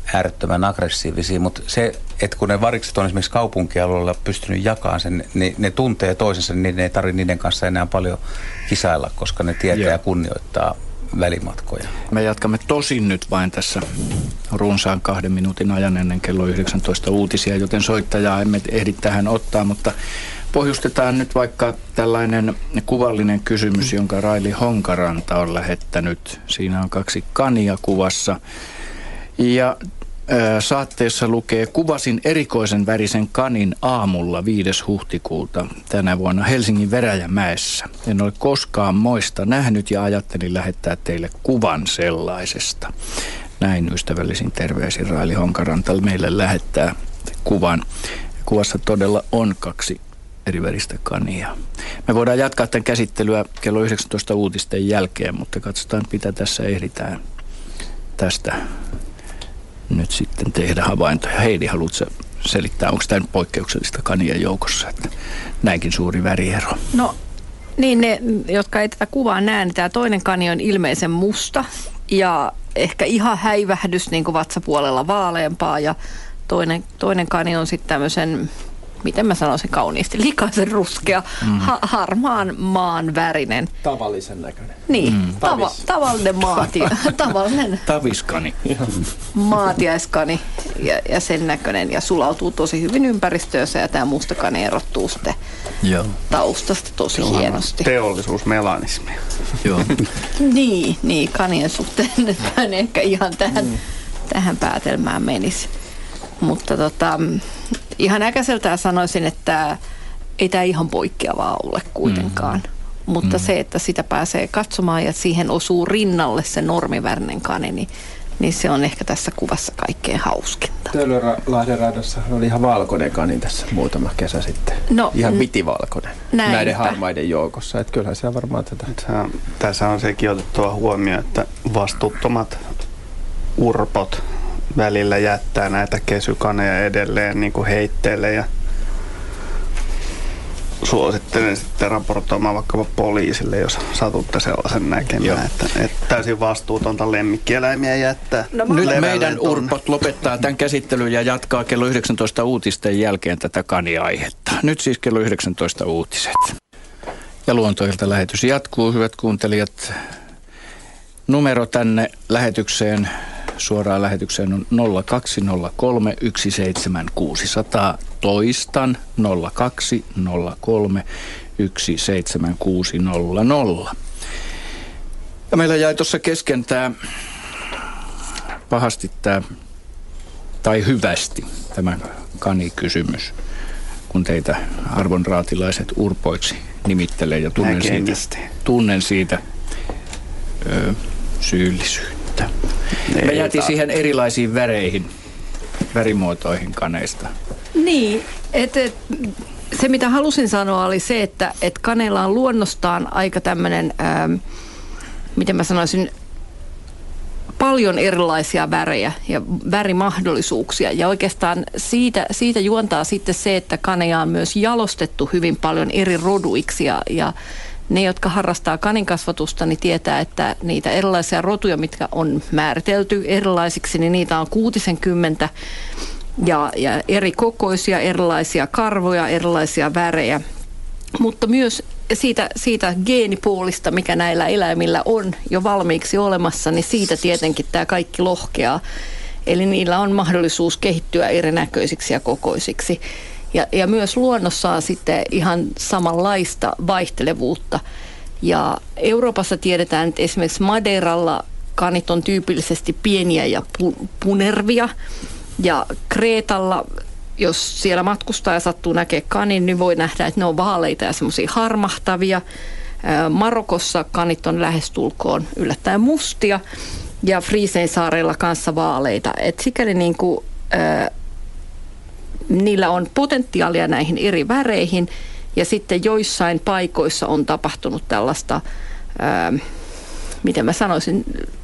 S2: äärettömän aggressiivisia, mutta se, että kun ne varikset on esimerkiksi kaupunkialueella pystynyt jakamaan sen, niin ne tuntee toisensa, niin ne ei tarvitse niiden kanssa enää paljon kisailla, koska ne tietää Joo. ja kunnioittaa välimatkoja.
S1: Me jatkamme tosin nyt vain tässä runsaan kahden minuutin ajan ennen kello yhdeksäntoista uutisia, joten soittajaa emme ehdi tähän ottaa, mutta pohjustetaan nyt vaikka tällainen kuvallinen kysymys, jonka Raili Honkaranta on lähettänyt. Siinä on kaksi kania kuvassa ja ä, saatteessa lukee: kuvasin erikoisen värisen kanin aamulla viides huhtikuuta tänä vuonna Helsingin Veräjämäessä. En ole koskaan moista nähnyt ja ajattelin lähettää teille kuvan sellaisesta. Näin ystävällisin terveisin Raili Honkaranta meille lähettää kuvan. Kuvassa todella on kaksi eri väristä kania. Me voidaan jatkaa tämän käsittelyä kello yhdeksäntoista uutisten jälkeen, mutta katsotaan, mitä tässä ehditään tästä nyt sitten tehdä havaintoja. Heidi, haluatko selittää, onko tämä poikkeuksellista kanien joukossa, että näinkin suuri väriero?
S5: No niin, ne, jotka ei tätä kuvaa näe, niin tämä toinen kani on ilmeisen musta ja ehkä ihan häivähdys niin kuin vatsapuolella vaaleampaa ja toinen, toinen kani on sitten tämmöisen, miten mä sanoisin kauniisti, likaisen ruskea, mm. ha- harmaan maan värinen.
S4: Tavallisen näköinen.
S5: Niin, mm. tava- tavallinen maatia, tavallinen
S1: taviskani.
S5: maatiaiskani ja, ja sen näköinen ja sulautuu tosi hyvin ympäristöönsä ja tämä musta kani erottuu sitten Joo. taustasta tosi Joo. hienosti.
S6: Teollisuusmelanismi.
S1: Joo.
S5: niin, niin, kanien suhteen nyt ehkä ihan tähän, mm. tähän päätelmään menisi. Mutta tota, ihan äkäiseltään sanoisin, että ei tämä ihan poikkeavaa ole kuitenkaan. Mm. Mutta mm. se, että sitä pääsee katsomaan ja siihen osuu rinnalle se normivärinen kani, niin, niin se on ehkä tässä kuvassa kaikkein hauskinta.
S4: Töölönlahden radassa oli ihan valkoinen kani tässä muutama kesä sitten.
S5: No,
S4: ihan vitivalkoinen
S5: näinpä.
S4: Näiden harmaiden joukossa. Että kyllähän siellä varmaan tätä.
S6: Tässä on sekin otettua huomioon, että vastuuttomat urpot välillä jättää näitä kesykaneja edelleen niin kuin heitteille ja suosittelen sitten raportoimaan vaikkapa poliisille, jos satutte sellaisen näkemään, että, että täysin vastuutonta lemmikkieläimiä jättää.
S1: No, nyt meidän urpot lopettaa tämän käsittelyn ja jatkaa kello yhdeksäntoista uutisten jälkeen tätä kaniaihetta. Nyt siis kello yhdeksäntoista uutiset. Ja Luontoilta lähetys jatkuu, hyvät kuuntelijat. Numero tänne lähetykseen, suoraan lähetykseen on nolla kaksi nolla kolme yksi seitsemän kuusi nolla nolla. Toistan nolla kaksi nolla kolme yksi seitsemän kuusi nolla nolla. Ja meillä jäi tuossa kesken tämä pahasti tämä, tai hyvästi tämä kanikysymys, kun teitä arvonraatilaiset urpoiksi nimittelee ja tunnen siitä, tunnen siitä ö, syyllisyyttä. Me jäätiin siihen erilaisiin väreihin, värimuotoihin kaneista.
S5: Niin, että et, se mitä halusin sanoa oli se, että et kaneilla on luonnostaan aika tämmöinen, ähm, miten mä sanoisin, paljon erilaisia värejä ja värimahdollisuuksia. Ja oikeastaan siitä, siitä juontaa sitten se, että kaneja on myös jalostettu hyvin paljon eri roduiksi ja, ja ne, jotka harrastaa kaninkasvatusta, niin tietää, että niitä erilaisia rotuja, mitkä on määritelty erilaisiksi, niin niitä on kuutisenkymmentä ja, ja eri kokoisia, erilaisia karvoja, erilaisia värejä. Mutta myös siitä, siitä geenipuolista, mikä näillä eläimillä on jo valmiiksi olemassa, niin siitä tietenkin tämä kaikki lohkeaa. Eli niillä on mahdollisuus kehittyä erinäköisiksi ja kokoisiksi. Ja, ja myös luonnossa on sitten ihan samanlaista vaihtelevuutta. Ja Euroopassa tiedetään, että esimerkiksi Madeiralla kanit on tyypillisesti pieniä ja pu- punervia. Ja Kreetalla, jos siellä matkustaa ja sattuu näkee kanin, niin voi nähdä, että ne on vaaleita ja semmoisia harmahtavia. Marokossa kanit on lähestulkoon yllättäen mustia ja Friiseinsaarella kanssa vaaleita. Et sikäli niin kuin, äh, niillä on potentiaalia näihin eri väreihin ja sitten joissain paikoissa on tapahtunut tällaista, äh, miten mä sanoisin,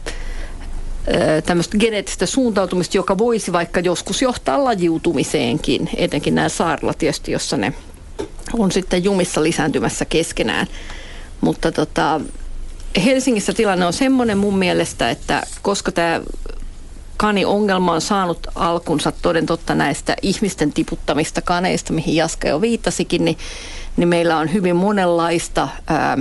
S5: tämmöistä geneettistä suuntautumista, joka voisi vaikka joskus johtaa lajiutumiseenkin, etenkin nämä saarilla tietysti, jossa ne on sitten jumissa lisääntymässä keskenään. Mutta tota, Helsingissä tilanne on semmoinen mun mielestä, että koska tämä kaniongelma on saanut alkunsa toden totta näistä ihmisten tiputtamista kaneista, mihin Jaska jo viittasikin, niin, niin meillä on hyvin monenlaista, ää,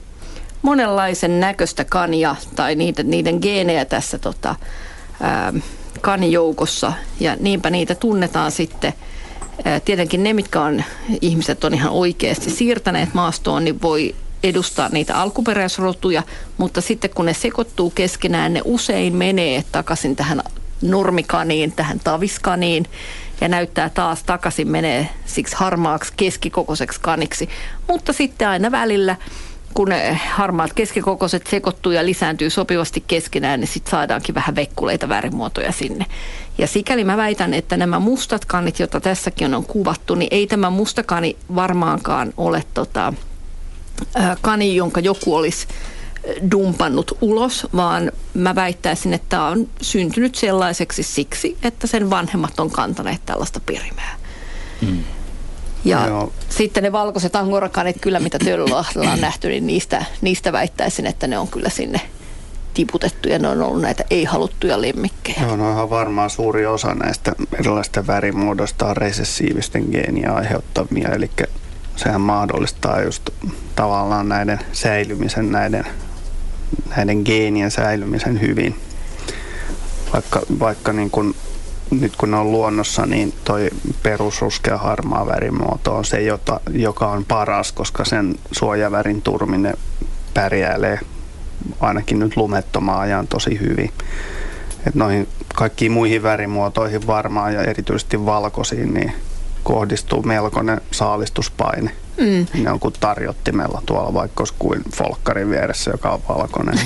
S5: monenlaisen näköistä kania tai niiden, niiden geenejä tässä tota, ää, kanijoukossa, ja niinpä niitä tunnetaan sitten. Ää, tietenkin ne, mitkä on, ihmiset on ihan oikeasti siirtäneet maastoon, niin voi edustaa niitä alkuperäisrotuja, mutta sitten kun ne sekoittuu keskenään, ne usein menee takaisin tähän normikaniin, tähän taviskaniin ja näyttää taas takaisin, menee siksi harmaaksi keskikokoiseksi kaniksi. Mutta sitten aina välillä, kun ne harmaat keskikokoiset sekoittuu ja lisääntyy sopivasti keskenään, niin sitten saadaankin vähän vekkuleita värimuotoja sinne. Ja sikäli mä väitän, että nämä mustat kanit, joita tässäkin on kuvattu, niin ei tämä mustakani varmaankaan ole tota, kani, jonka joku olisi dumpannut ulos, vaan mä väittäisin, että tämä on syntynyt sellaiseksi siksi, että sen vanhemmat on kantaneet tällaista perimää. Mm. Ja Joo. sitten ne valkoiset angorakanit, kyllä mitä Töölölahdella on nähty, niin niistä, niistä väittäisin, että ne on kyllä sinne tiputettu ja ne on ollut näitä ei-haluttuja lemmikkejä.
S6: Joo, no ihan varmaan suuri osa näistä erilaisista värimuodoista on resessiivisten geeniä aiheuttavia, eli sehän mahdollistaa just tavallaan näiden säilymisen, näiden, näiden geenien säilymisen hyvin. Vaikka, vaikka niin kun, nyt kun ne on luonnossa, niin toi perusruskea harmaa värimuoto on se, jota, joka on paras, koska sen suojavärin turminen pärjäilee ainakin nyt lumettomaan ajan tosi hyvin. Et noihin kaikkiin muihin värimuotoihin varmaan ja erityisesti valkoisiin, niin kohdistuu melkoinen saalistuspaine. Mm. Ne on kuin tarjottimella tuolla, vaikka olisi kuin folkkarin vieressä, joka on valkoinen.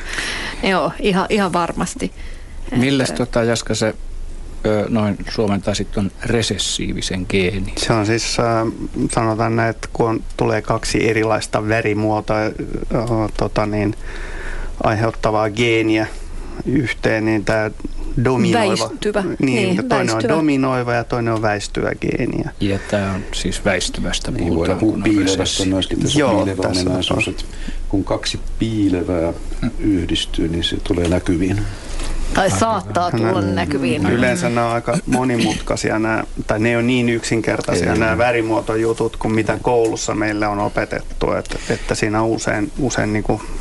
S5: Joo, ihan, ihan varmasti.
S1: Milläs tota, Jaska, se ö, noin suomentaisit on resessiivisen geeni?
S6: Se on siis, äh, sanotaan näin, että kun on, tulee kaksi erilaista värimuotoa äh, tota niin, aiheuttavaa geeniä yhteen, niin tämä dominoiva.
S5: Väistyvä.
S6: Niin,
S5: niin
S6: toinen
S5: väistyvä.
S6: on dominoiva ja toinen on väistyvä geeniä.
S1: Ja tämä on siis väistyvästä
S9: niin
S1: puhutaan.
S9: Voidaan piilevästä myöskin tässä
S6: Joo,
S9: piilevä
S6: tässä
S9: ominaisuus, että kun kaksi piilevää yhdistyy, niin se tulee näkyviin.
S5: Tai saattaa tulla
S6: Nä,
S5: näkyviin.
S6: Yleensä nämä on aika monimutkaisia, nämä, tai ne on niin yksinkertaisia Ei, nämä värimuotojutut, kuin mitä koulussa meille on opetettu, että, että siinä on usein, usein niin kuin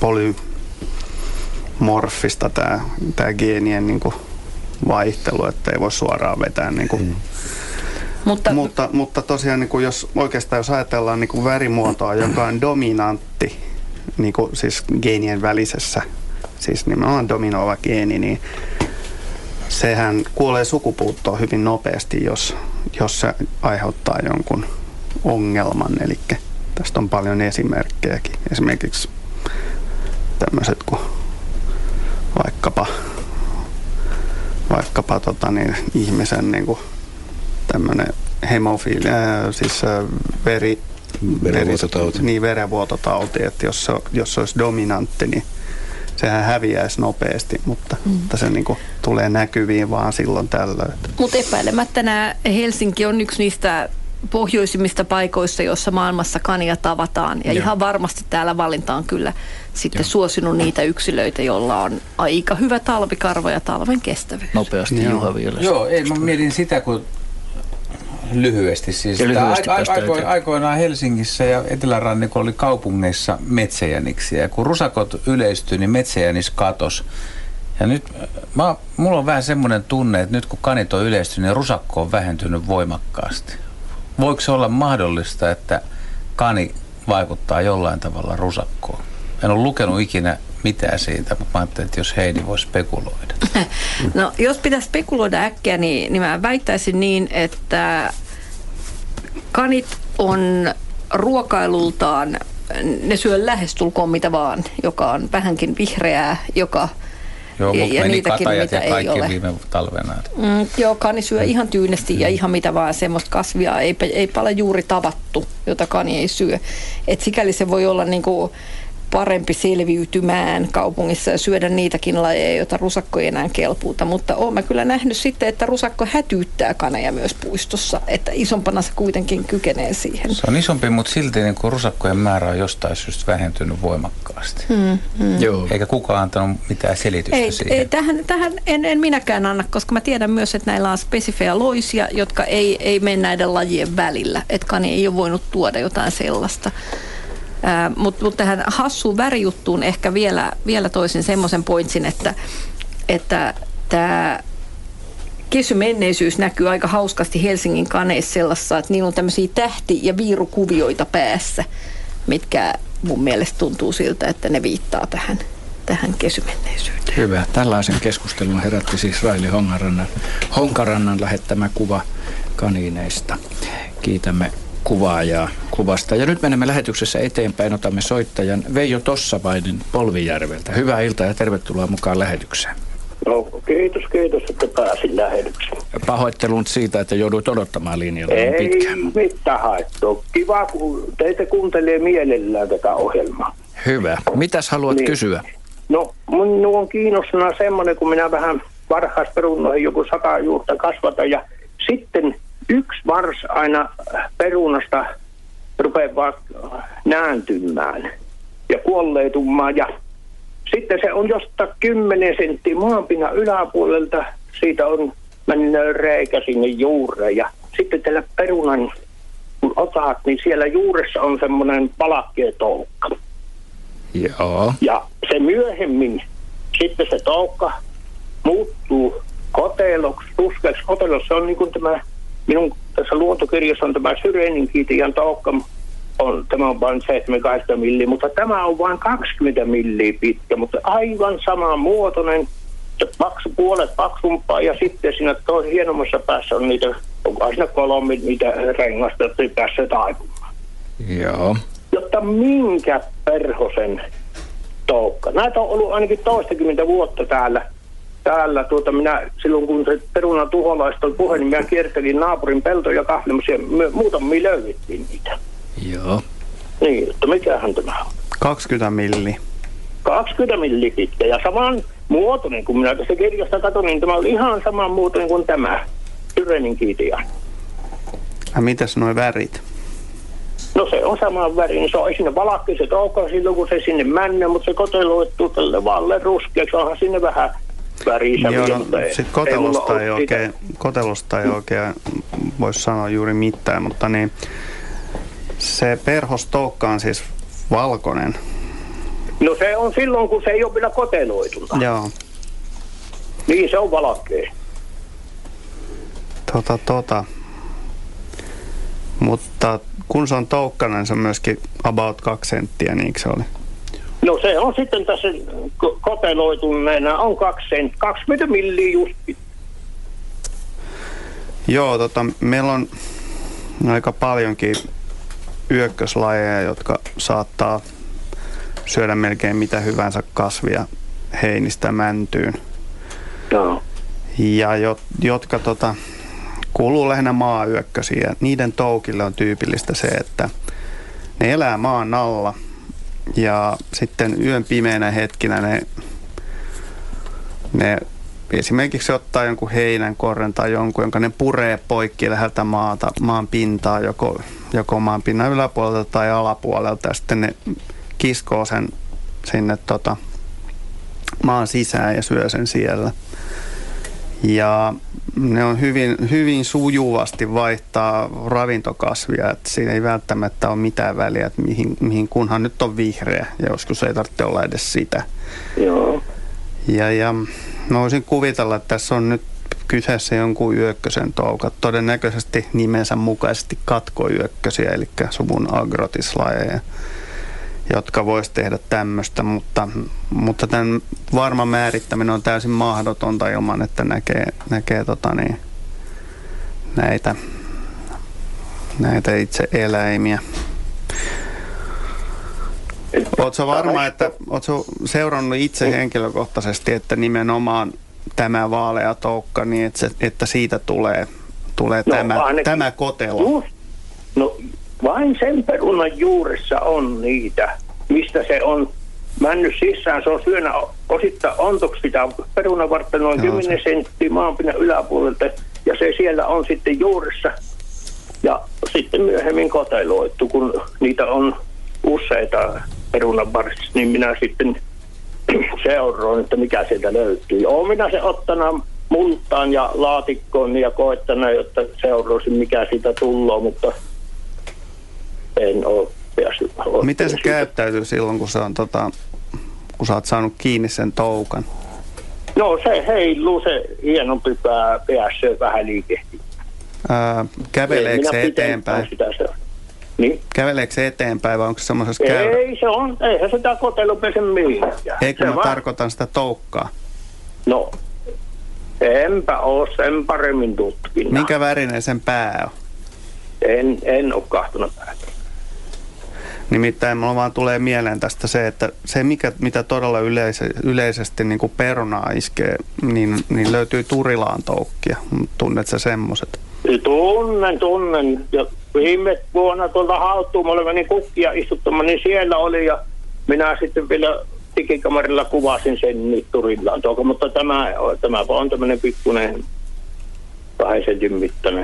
S6: polymorfista tämä, tämä geenien niin kuin vaihtelu, että ei voi suoraan vetää. Niin kuin. Hmm. Mutta, mutta, mutta tosiaan, niin kuin jos, oikeastaan jos ajatellaan niin kuin värimuotoa, joka on dominantti, niin kuin siis geenien välisessä, siis nimenomaan dominoiva geeni, niin sehän kuolee sukupuuttoon hyvin nopeasti, jos, jos se aiheuttaa jonkun ongelman. Eli tästä on paljon esimerkkejäkin. Esimerkiksi tämmöiset kuin vaikkapa, vaikkapa tota niin, ihmisen niin kuin tämmöinen hemofiili, ää, siis ää, veri,
S9: verenvuototauti.
S6: Niin, verenvuototauti, että jos se, jos se olisi dominantti, niin sehän häviäisi nopeasti, mutta, mm. mutta se niin kuin tulee näkyviin vaan silloin tällöin.
S5: Mutta epäilemättä nämä Helsinki on yksi niistä pohjoisimmista paikoista, joissa maailmassa kania tavataan. Ja Joo. ihan varmasti täällä valinta on kyllä sitten Joo. suosinut niitä yksilöitä, joilla on aika hyvä talvikarvo ja talven kestävyys.
S1: Nopeasti
S2: Joo.
S1: Juha vielä.
S2: Joo, ei, mä mietin sitä, kun lyhyesti siis.
S1: lyhyesti
S2: aiko, aiko, aikoinaan Helsingissä ja Etelärannikolla oli kaupungeissa metsäjäniksiä. Ja kun rusakot yleistyi, niin metsäjänis katos. Ja nyt mä, mulla on vähän semmoinen tunne, että nyt kun kanit on yleistynyt, niin rusakko on vähentynyt voimakkaasti. Voiko se olla mahdollista, että kani vaikuttaa jollain tavalla rusakkoon? En ole lukenut ikinä mitään siitä, mutta mä ajattelin, että jos Heidi voi spekuloida.
S5: No, jos pitäisi spekuloida äkkiä, niin, niin mä väittäisin niin, että kanit on ruokailultaan, ne syö lähestulkoon mitä vaan, joka on vähänkin vihreää, joka
S2: Joo, mutta
S5: ja
S2: meni
S5: niitäkin,
S2: katajat ja
S5: mitä
S2: kaikki
S5: ei ole.
S2: viime talvena.
S5: Mm, joo, kani syö ihan tyynesti mm. ja ihan mitä vaan, semmoista kasvia ei, ei paljon juuri tavattu, jota kani ei syö. Et sikäli se voi olla niinku parempi selviytymään kaupungissa ja syödä niitäkin lajeja, joita rusakko ei enää kelpuuta. Mutta olen mä kyllä nähnyt sitten, että rusakko hätyyttää kaneja myös puistossa, että isompana se kuitenkin kykenee siihen.
S2: Se on isompi, mutta silti niin kuin rusakkojen määrä on jostain syystä vähentynyt voimakkaasti.
S5: Hmm, hmm.
S2: Joo. Eikä kukaan antanut mitään selitystä
S5: ei,
S2: siihen.
S5: Ei, tähän tähän en, en minäkään anna, koska mä tiedän myös, että näillä on spesifejä loisia, jotka ei, ei mene näiden lajien välillä. Että kani ei ole voinut tuoda jotain sellaista. Äh, Mutta mut tähän hassuun värijuttuun ehkä vielä, vielä toisin semmoisen pointsin, että että tämä kesymenneisyys näkyy aika hauskasti Helsingin kaneissa sellaisessa, että niillä on tämmöisiä tähti- ja viirukuvioita päässä, mitkä mun mielestä tuntuu siltä, että ne viittaa tähän, tähän kesymenneisyyteen.
S1: Hyvä. Tällaisen keskustelun herätti siis Raili Honkarannan, Honkarannan lähettämä kuva kaniineista. Kiitämme kuvaajaa kuvasta. Ja nyt menemme lähetyksessä eteenpäin. Otamme soittajan Veijo Tossavainen Polvijärveltä. Hyvää iltaa ja tervetuloa mukaan lähetykseen.
S11: No, kiitos, kiitos, että pääsin lähetykseen.
S1: Pahoittelun siitä, että joudut odottamaan linjalla
S11: Ei
S1: pitkään.
S11: Ei mitään haittua. Kiva, kun teitä kuuntelee mielellään tätä ohjelmaa.
S1: Hyvä. Mitäs haluat niin kysyä?
S11: No, minun on kiinnostana semmoinen, kun minä vähän varhaisperunoihin joku sata juurta kasvatan ja sitten yksi vars aina perunasta rupeaa vaan nääntymään ja kuolleitumaan ja sitten se on jostain kymmenen senttiä maanpinnan yläpuolelta, siitä on mennyt reikä sinne juureen ja sitten tällä perunan kun otat, niin siellä juuressa on semmoinen palakkeen toukka.
S1: Joo.
S11: Ja se myöhemmin sitten se toukka muuttuu koteloksi, ruskeaksi koteloksi. Se on niin kuin tämä, minun tässä luontokirjassa on tämä syreninkiitian toukka, on, tämä on vain seitsemän kahdeksan milliä, mutta tämä on vain kaksikymmentä milliä pitkä, mutta aivan saman muotoinen, paksu, puolet paksumpaa ja sitten siinä toisen hienommassa päässä on niitä, onko siinä kolme niitä rengasta, että ei pääse taipumaan.
S1: Joo.
S11: Jotta minkä perhosen toukka. Näitä on ollut ainakin toistakymmentä vuotta täällä. Täällä tuota minä, silloin kun se perunan tuholaista oli puhe, niin minä kiertelin naapurin peltoja kahlemisia, muutamia löydettiin niitä.
S1: Joo.
S11: Niin, että mikähän tämä on?
S6: kaksikymmentä milli.
S11: kaksikymmentä milli pitkä ja saman muotoinen, kun minä tässä kirjasta katson, niin tämä oli ihan saman muotoinen kuin tämä syreninkiitian.
S6: Ja mitäs nuo värit?
S11: No se on saman värin, se on sinne valakki se toukka silloin kun se sinne männee, mutta se koteloituu tälle valle ruskeaksi, onhan sinne vähän värissä.
S6: Joo, no, sitten kotelosta ei, ei oikein, kotelosta ei oikein voisi sanoa juuri mitään, mutta niin se perhostoukka on siis valkoinen.
S11: No se on silloin, kun se ei ole vielä koteloitunut.
S6: Joo.
S11: Niin, se on valakkeen.
S6: Tota, tota. Mutta kun se on toukkana, niin se on myöskin about kaksi senttiä, niinkö se oli?
S11: No se on sitten tässä koteloituneena, on kaksi senttiä, kaksikymmentä milliä just.
S6: Joo, tota, meillä on aika paljonkin yökköslajeja, jotka saattaa syödä melkein mitä hyvänsä kasvia heinistä mäntyyn.
S11: Joo.
S6: Ja jot, jotka tota, kuuluu lähinnä maayökkösiä. Niiden toukille on tyypillistä se, että ne elää maan alla ja sitten yön pimeänä hetkinä ne, ne esimerkiksi ottaa jonkun heinän korren tai jonkun, jonka ne puree poikki läheltä maata, maan pintaa, joko, joko maan pinnan yläpuolelta tai alapuolelta ja sitten ne kiskoo sen sinne tota, maan sisään ja syö sen siellä. Ja ne on hyvin, hyvin sujuvasti vaihtaa ravintokasvia, että siinä ei välttämättä ole mitään väliä, että mihin, mihin kunhan nyt on vihreä ja joskus ei tarvitse olla edes sitä.
S11: Joo.
S6: Ja, ja mä voisin kuvitella, että tässä on nyt kyseessä jonkun yökkösen toukat, todennäköisesti nimensä mukaisesti katkoyökkösiä, eli suvun agrotislajeja, jotka vois tehdä tämmöistä, mutta, mutta tämän varma määrittäminen on täysin mahdotonta ilman, että näkee, näkee tota niin, näitä, näitä itse eläimiä. Oletko varma, että oletko seurannut itse henkilökohtaisesti, että nimenomaan tämä vaalea toukka, niin että, se, että siitä tulee, tulee no, tämä, tämä kotelo?
S11: Just, no vain sen perunan juuressa on niitä, mistä se on mennyt sisään. Se on syönä osittain ontoksi sitä perunavartta noin
S6: Joo,
S11: kymmenen
S6: se.
S11: senttiä maanpinnan yläpuolelta. Ja se siellä on sitten juuressa. Ja sitten myöhemmin koteloittu, kun niitä on useita perunavarsia, niin minä sitten seuraan, että mikä sieltä löytyy. Olen minä se ottanut multaan ja laatikkoon ja koettanut, jotta seuraisin, mikä siitä tulee, mutta en ole päässyt.
S6: Miten se käyttäytyy silloin, kun, se on, tota, kun sä oot saanut kiinni sen toukan?
S11: No se heiluu, se hienompi pää päässä vähän liikehtii.
S6: Ää, käveleekö
S11: Minä
S6: se
S11: pitempään
S6: eteenpäin?
S11: Sitä se on. Niin?
S6: Käveleekö se eteenpäin vai onko se semmoisessa käyrä?
S11: Ei se on, eihän sitä kotelu pese mihinkään.
S6: Eikö
S11: Se
S6: mä
S11: vaan-
S6: tarkoitan sitä toukkaa?
S11: No, enpä ole sen paremmin tutkinut.
S6: Minkä värinen sen pää on?
S11: En, en ole kahtunut päätä.
S6: Nimittäin mulla vaan tulee mieleen tästä se, että se mikä, mitä todella yleise, yleisesti niin kuin perunaa iskee, niin, niin löytyy Turilaan toukkia. Tunnet sä semmoset?
S11: Tunnen, tunnen. Ja viime vuonna tuolta Hautuumalle meni kukkia istuttamaan, niin siellä oli ja minä sitten vielä digikamerilla kuvasin sen niin Turillaan toukka, mutta tämä, tämä on tämmöinen pikkuinen kahden sentin mittainen.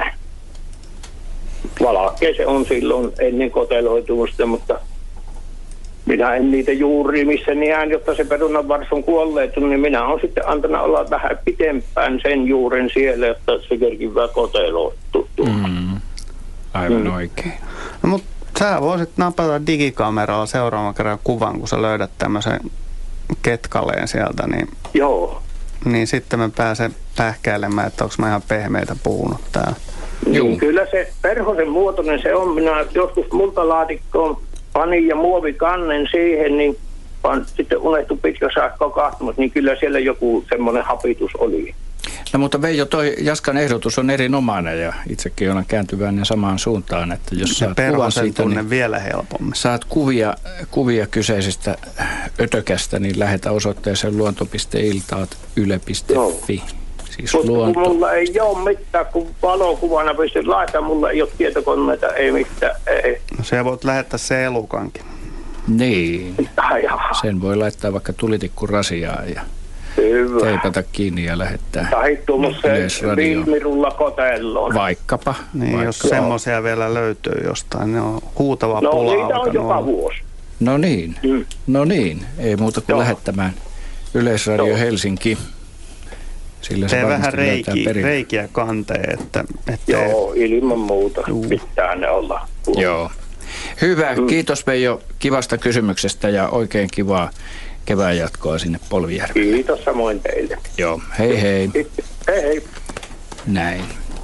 S11: Valkea se on silloin ennen koteloitumusta, mutta minä en niitä juuri missä niään, jotta se perunanvars on kuolleetunut, niin minä olen sitten antanut olla vähän pitempään sen juuren siellä, jotta se kerkivää koteloituu.
S1: Mm. Aivan mm. oikein.
S6: No, mutta sä voisit napata digikameralla seuraavan kerran kuvan, kun sä löydät tämmöisen ketkaleen sieltä, niin,
S11: Joo.
S6: niin sitten mä pääsen pähkäilemään, että onko mä ihan pehmeitä puhunut täällä.
S11: Niin, kyllä se perhosen muotoinen se on. Minä joskus multalaatikkoon panin ja muovikannen siihen, niin vaan sitten unehtui pitkäksi aikaa kahtumassa, niin kyllä siellä joku semmoinen hapitus oli.
S1: No mutta Veijo, toi Jaskan ehdotus on erinomainen ja itsekin olen kääntyväinen samaan suuntaan, että jos saat kuvan siitä, niin
S6: vielä helpommin.
S1: Saat kuvia, kuvia kyseisestä ötökästä, niin lähetä osoitteeseen luonto piste iltaat yle piste fi. Siis
S11: mutta
S1: luonto.
S11: kun mulla ei ole mitään, kun valokuvana pystyn laittamaan, mulla ei ole tietokoneita, ei mitään, ei.
S6: No se voit lähettää se elukankin.
S1: Niin.
S11: Ai,
S1: sen voi laittaa vaikka tulitikkun rasiaan ja
S11: hyvä.
S1: teipata kiinni ja lähettää
S11: Tai tuommoiseen filmirulla kotelloon.
S1: Vaikkapa.
S6: Niin,
S1: vaikka.
S6: jos semmoisia vielä löytyy jostain, ne on huutava
S11: no,
S6: pula.
S11: No niitä on joka nuo. vuosi.
S1: No niin, mm. no niin. Ei muuta kuin
S11: Joo.
S1: lähettämään Yleisradio Joo. Helsinki. Sillä se
S6: tee vähän
S1: reiki,
S6: reikiä kanteen, että... että
S11: Joo, ilman muuta. Juu. Pitää ne olla.
S1: Joo. Hyvä, mm. kiitos Veijo kivasta kysymyksestä ja oikein kivaa kevään jatkoa sinne Polvijärvelle.
S11: Kiitos samoin teille.
S1: Joo, hei hei.
S11: Hei hei.
S1: Näin.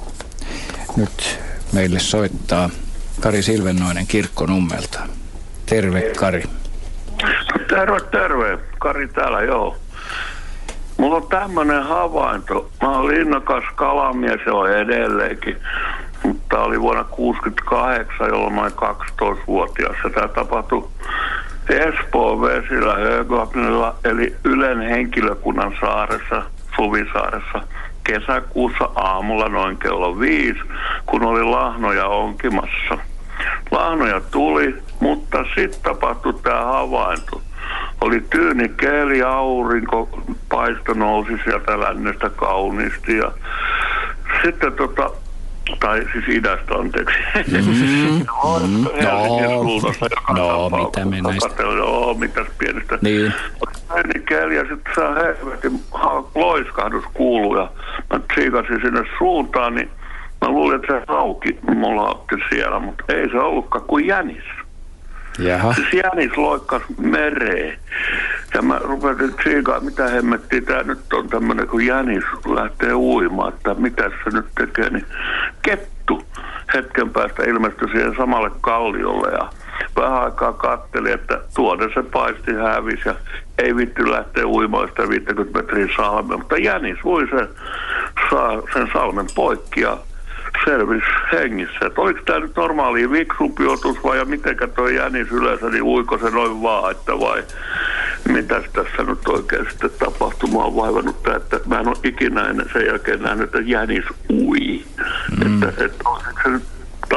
S1: Nyt meille soittaa Kari Silvennoinen Kirkkonummelta. Terve Kari.
S12: Terve, terve. Kari täällä, joo. Mulla on tämmönen havainto. Mä oon innokas kalamies ja on edelleenkin. Mutta oli vuonna kuusikymmentäkahdeksan, jolloin mä olin kaksitoistavuotias. Ja tää tapahtui Espoon vesillä Högapnilla, eli Ylen henkilökunnan saaressa, Suvisaaressa, kesäkuussa aamulla noin kello viisi, kun oli lahnoja onkimassa. Lahnoja tuli, mutta sitten tapahtui tämä havainto. Oli tyyni keli, aurinko, paisto nousi sieltä lännestä kauniisti ja sitten tota, tai siis idästä anteeksi.
S1: Mm-hmm.
S12: Helsingin suunnassa joka
S1: no, mitä me näistä?
S12: Joo, mitäs pienestä.
S1: Niin.
S12: Tyyni keli ja sitten se helvetin loiskahdus kuului ja mä tsiikasin sinne suuntaan, niin mä luulin, että se hauki mulla otti siellä, mutta ei se ollutkaan kuin jänis.
S1: Jaha.
S12: Se jänis loikkas mereen. Ja mä rupesin tsiikaan, mitä hemmettiä tää nyt on tämmönen, kun jänis lähtee uimaan, että mitä se nyt tekee, niin kettu hetken päästä ilmestyi siihen samalle kalliolle ja vähän aikaa katteli, että tuonne se paisti hävisi ja ei vitty lähteä uimaan sitä viisikymmentä metriä salmea, mutta jänis ui sen, sen salmen poikki ja selvisi hengissä. Että oliko tämä nyt normaalia viksupiotus vai ja mitenkä toi jänis yleensä, niin uiko se noin vaan, että vai mitäs tässä nyt oikein sitten tapahtui? Mä oon vaivannut tämä, että mä en ole ikinä ennen sen jälkeen nähnyt, että jänis ui. Mm. Että, että oliko se nyt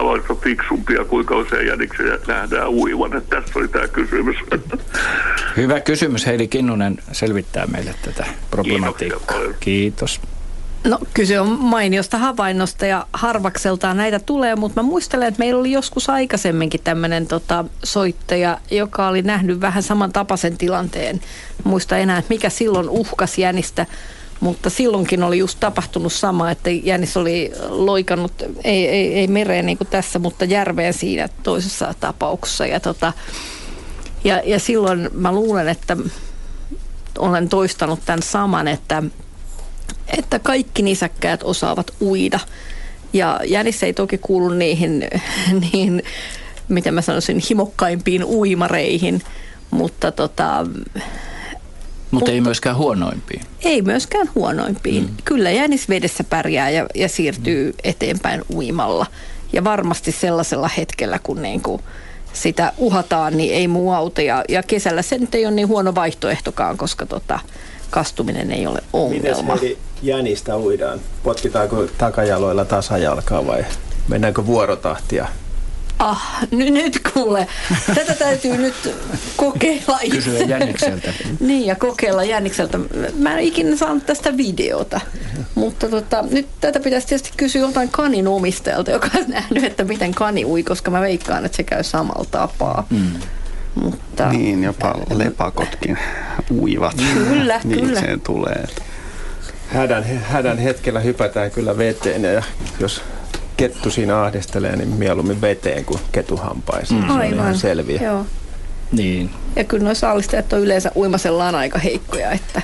S12: kaloista fiksumpia, kuinka usein jäniksiä nähdään uivan. Että tässä oli tämä kysymys.
S1: Hyvä kysymys. Heidi Kinnunen selvittää meille tätä problematiikkaa. Kiitos.
S5: No kyse on mainiosta havainnosta ja harvakseltaan näitä tulee, mutta mä muistelen, että meillä oli joskus aikaisemminkin tämmöinen tota, soittaja, joka oli nähnyt vähän samantapaisen tilanteen. Muista enää, että mikä silloin uhkasi jänistä, mutta silloinkin oli just tapahtunut sama, että jänis oli loikannut, ei, ei, ei mereen niin kuin tässä, mutta järveen siinä toisessa tapauksessa. Ja, tota, ja, ja silloin mä luulen, että olen toistanut tämän saman, että että kaikki nisäkkäät osaavat uida. Ja jänis ei toki kuulu niihin, niihin miten mä sanoisin, himokkaimpiin uimareihin, mutta tota...
S1: Mutta ei myöskään huonoimpiin.
S5: Ei myöskään huonoimpiin. Mm. Kyllä jänis vedessä pärjää ja, ja siirtyy mm. eteenpäin uimalla. Ja varmasti sellaisella hetkellä, kun niinku sitä uhataan, niin ei muu auta. Ja, ja kesällä se nyt ei ole niin huono vaihtoehtokaan, koska tota... kastuminen ei ole ongelma.
S4: Miten jänistä uidaan? Potkitaanko takajaloilla tasajalkaa vai mennäänkö vuorotahtia?
S5: Ah, n- nyt kuule. Tätä täytyy nyt kokeilla itse.
S1: Kysyä jänikseltä.
S5: Niin, ja kokeilla jänikseltä. Mä en ikinä saanut tästä videota. Mutta tota, nyt tätä pitäisi tietysti kysyä joltain kanin omistajalta, joka on nähnyt, että miten kani ui, koska mä veikkaan, että se käy samalla tapaa. Mm. Mutta,
S6: niin, jopa lepakotkin uivat.
S5: Kyllä,
S6: niin
S5: kyllä.
S6: Se tulee.
S4: Hädän, hädän hetkellä hypätään kyllä veteen ja jos kettu siinä ahdistelee, niin mieluummin veteen kuin ketuhampaisiin. Mm. Se on
S5: Aivan.
S4: ihan selviä.
S5: Joo.
S1: Niin.
S5: Ja kyllä noissa allistajat on yleensä uimasellaan aika heikkoja, että...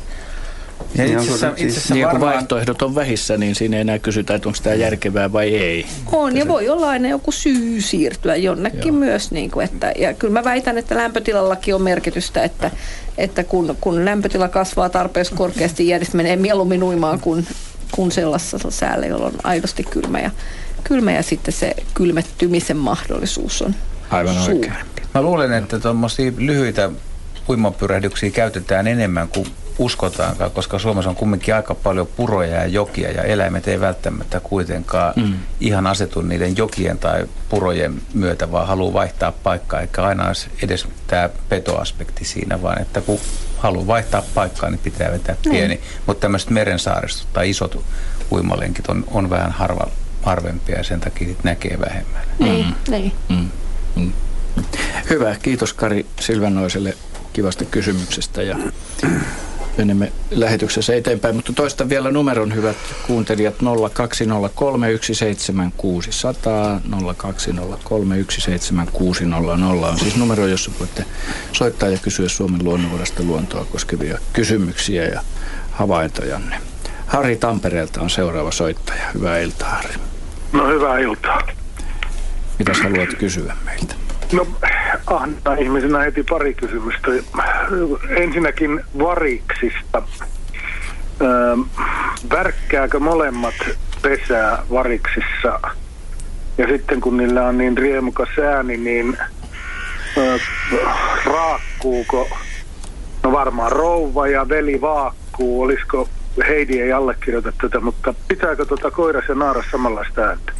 S1: Ja itse asiassa, itse asiassa niin, varmaan... kun vaihtoehdot on vähissä, niin siinä ei enää kysytä, että onko sitä järkevää vai ei.
S5: On, ja voi olla aina joku syy siirtyä jonnekin Joo. myös. Niin kuin, että, ja kyllä mä väitän, että lämpötilallakin on merkitystä, että, että kun, kun lämpötila kasvaa tarpeeksi korkeasti, jänis menee mieluummin uimaan kuin, kuin sellaisessa säällä, jolla on aidosti kylmä. Ja, kylmä ja sitten se kylmettymisen mahdollisuus on
S1: aivan
S5: suurempi.
S1: oikein.
S2: Mä luulen, että tuommoisia lyhyitä uimapyrähdyksiä käytetään enemmän kuin uskotaankaan, koska Suomessa on kumminkin aika paljon puroja ja jokia ja eläimet ei välttämättä kuitenkaan mm. ihan asetu niiden jokien tai purojen myötä, vaan haluaa vaihtaa paikkaa, eikä aina olisi edes tämä petoaspekti siinä, vaan että kun haluaa vaihtaa paikkaa, niin pitää vetää pieni. Mm. Mutta tämmöiset merensaaristot tai isot uimalenkit on, on vähän harva, harvempia ja sen takia näkee vähemmän.
S5: Niin, mm. niin.
S1: Mm. Mm. Hyvä, kiitos Kari Silvennoiselle kivasta kysymyksestä ja menemme lähetyksessä eteenpäin, mutta toista vielä numeron, hyvät kuuntelijat, nolla kaksi nolla kolme yksi seitsemän kuusi nolla nolla, nolla kaksi nolla kolme yksi seitsemän kuusi nolla nolla on siis numero, jossa voitte soittaa ja kysyä Suomen luonnonvarasta luontoa koskevia kysymyksiä ja havaintojanne. Harri Tampereelta on seuraava soittaja. Hyvää iltaa, Harri.
S13: No hyvää iltaa.
S1: Mitäs haluat kysyä meiltä?
S13: No ahna ihmisenä heti pari kysymystä. Ensinnäkin variksista. Öö, värkkääkö molemmat pesää variksissa? Ja sitten kun niillä on niin riemukas ääni, niin öö, raakkuuko? No varmaan rouva ja veli vaakkuu. Olisiko, Heidi ei allekirjoita tätä, mutta pitääkö tuota koiras ja naaras samanlaista ääntä?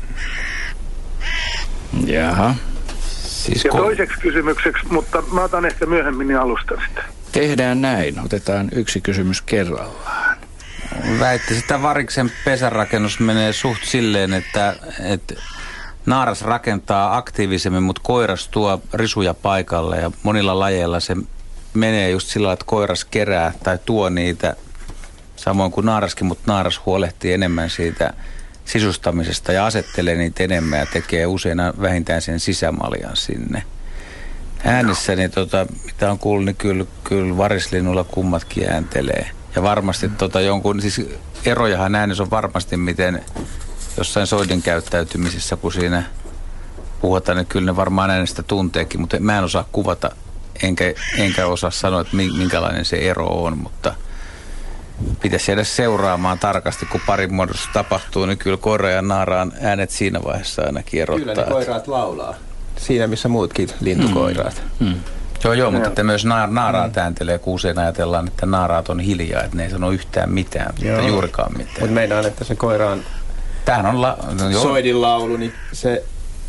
S1: Jaha.
S13: Siis ja toiseksi kysymykseksi, mutta mä otan ehkä myöhemmin niin alustan sitä.
S1: Tehdään näin. Otetaan yksi kysymys kerrallaan.
S2: Väittäisin, että variksen pesärakennus menee suht silleen, että, että naaras rakentaa aktiivisemmin, mutta koiras tuo risuja paikalle. Ja monilla lajeilla se menee just sillä, että koiras kerää tai tuo niitä, samoin kuin naaraskin, mutta naaras huolehtii enemmän siitä sisustamisesta ja asettelee niitä enemmän ja tekee usein vähintään sen sisämaljan sinne. Äänessä, niin tota, mitä on kuullut, niin kyllä, kyllä varislinnulla kummatkin ääntelee. Ja varmasti tota, jonkun, siis erojahan äänessä on varmasti miten jossain soiden käyttäytymisessä, kun siinä puhutaan, niin kyllä ne varmaan äänestä tunteekin, mutta mä en osaa kuvata, enkä, enkä osaa sanoa, että minkälainen se ero on, mutta pitäisi jäädä seuraamaan tarkasti, kun parin muodossa tapahtuu, niin kyllä koira ja naaraan äänet siinä vaiheessa ainakin erottaa.
S4: Kyllä ne koiraat laulaa. Siinä, missä muutkin lintukoiraat.
S2: Mm. Mm. Joo, joo, mutta että myös na- naaraat mm. ääntelee, kun usein ajatellaan, että naaraat on hiljaa, että ne ei sano yhtään mitään, mutta juurikaan mitään.
S4: Mutta meinaan, että se koiraan
S2: Tämähän on la- no,
S4: soidin laulu, niin se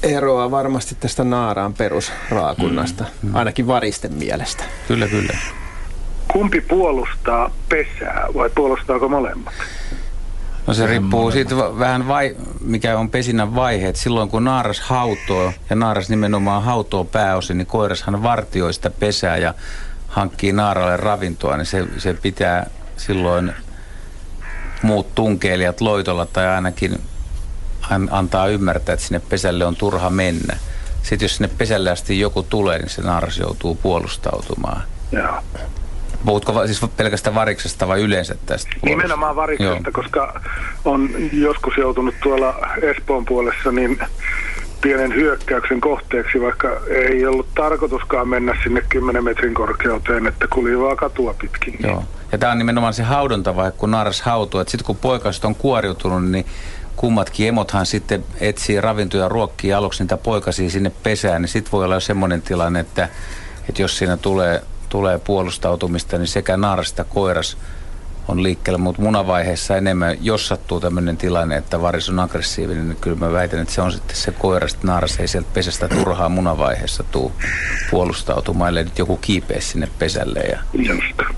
S4: eroaa varmasti tästä naaraan perusraakunnasta, mm. ainakin varisten mielestä.
S2: Kyllä, kyllä.
S13: Kumpi puolustaa pesää vai puolustaako molemmat?
S2: No se riippuu siitä vähän, vai, mikä on pesinnän vaiheet. Silloin kun naaras hautoo, ja naaras nimenomaan hautoo pääosin, niin koirashan vartioi sitä pesää ja hankkii naaralle ravintoa, niin se, se pitää silloin muut tunkeilijat loitolla tai ainakin antaa ymmärtää, että sinne pesälle on turha mennä. Sitten jos sinne pesälle asti joku tulee, niin se naaras joutuu puolustautumaan.
S13: Joo.
S2: Puhutko siis pelkästään variksesta vai yleensä tästä?
S13: Nimenomaan variksesta, Joo. koska on joskus joutunut tuolla Espoon puolessa niin pienen hyökkäyksen kohteeksi, vaikka ei ollut tarkoituskaan mennä sinne kymmenen metrin korkeuteen, että kulji vaan katua pitkin.
S2: Joo. Ja tämä on nimenomaan se haudontavaihe, kun naaras hautuu. Sitten kun poikaset on kuoriutunut, niin kummatkin emothan sitten etsii ravintoja ruokkii aluksi niitä poikasia sinne pesään, niin sitten voi olla semmoinen tilanne, että, että jos siinä tulee, tulee puolustautumista, niin sekä naaras että koiras on liikkeellä, mutta munavaiheessa enemmän, jos sattuu tämmöinen tilanne, että varis on aggressiivinen, niin kyllä mä väitän, että se on sitten se koiras, että naaras ei sieltä pesästä turhaa munavaiheessa tuu puolustautumaan, ellei nyt joku kiipeä sinne pesälle. Ja...
S13: Just.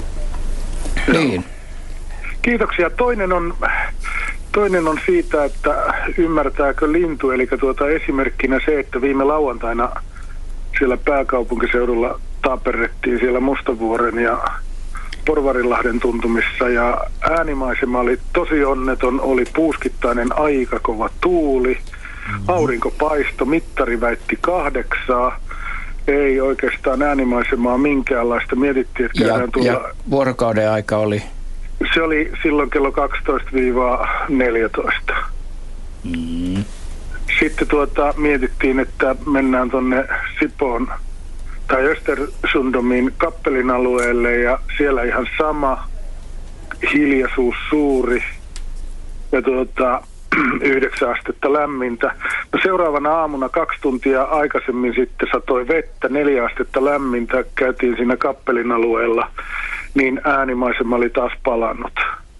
S1: Niin.
S13: Kiitoksia. Toinen on, toinen on siitä, että ymmärtääkö lintu, eli tuota esimerkkinä se, että viime lauantaina siellä pääkaupunkiseudulla taperrettiin siellä Mustavuoren ja Porvarinlahden tuntumissa ja äänimaisema oli tosi onneton, oli puuskittainen aika kova tuuli, aurinko paisto, mittari väitti kahdeksaa, ei oikeastaan äänimaisemaa minkäänlaista, mietittiin, että käydään
S1: ja,
S13: tulla...
S1: Ja vuorokauden aika oli?
S13: Se oli silloin kello kaksitoista neljätoista.
S1: Mm.
S13: Sitten tuota, mietittiin, että mennään tuonne Sipoon tai Östersundomin Kappelin alueelle ja siellä ihan sama hiljaisuus suuri ja tuota, yhdeksän astetta lämmintä. No seuraavana aamuna kaksi tuntia aikaisemmin sitten satoi vettä, neljä astetta lämmintä, käytiin siinä Kappelin alueella, niin äänimaisema oli taas palannut.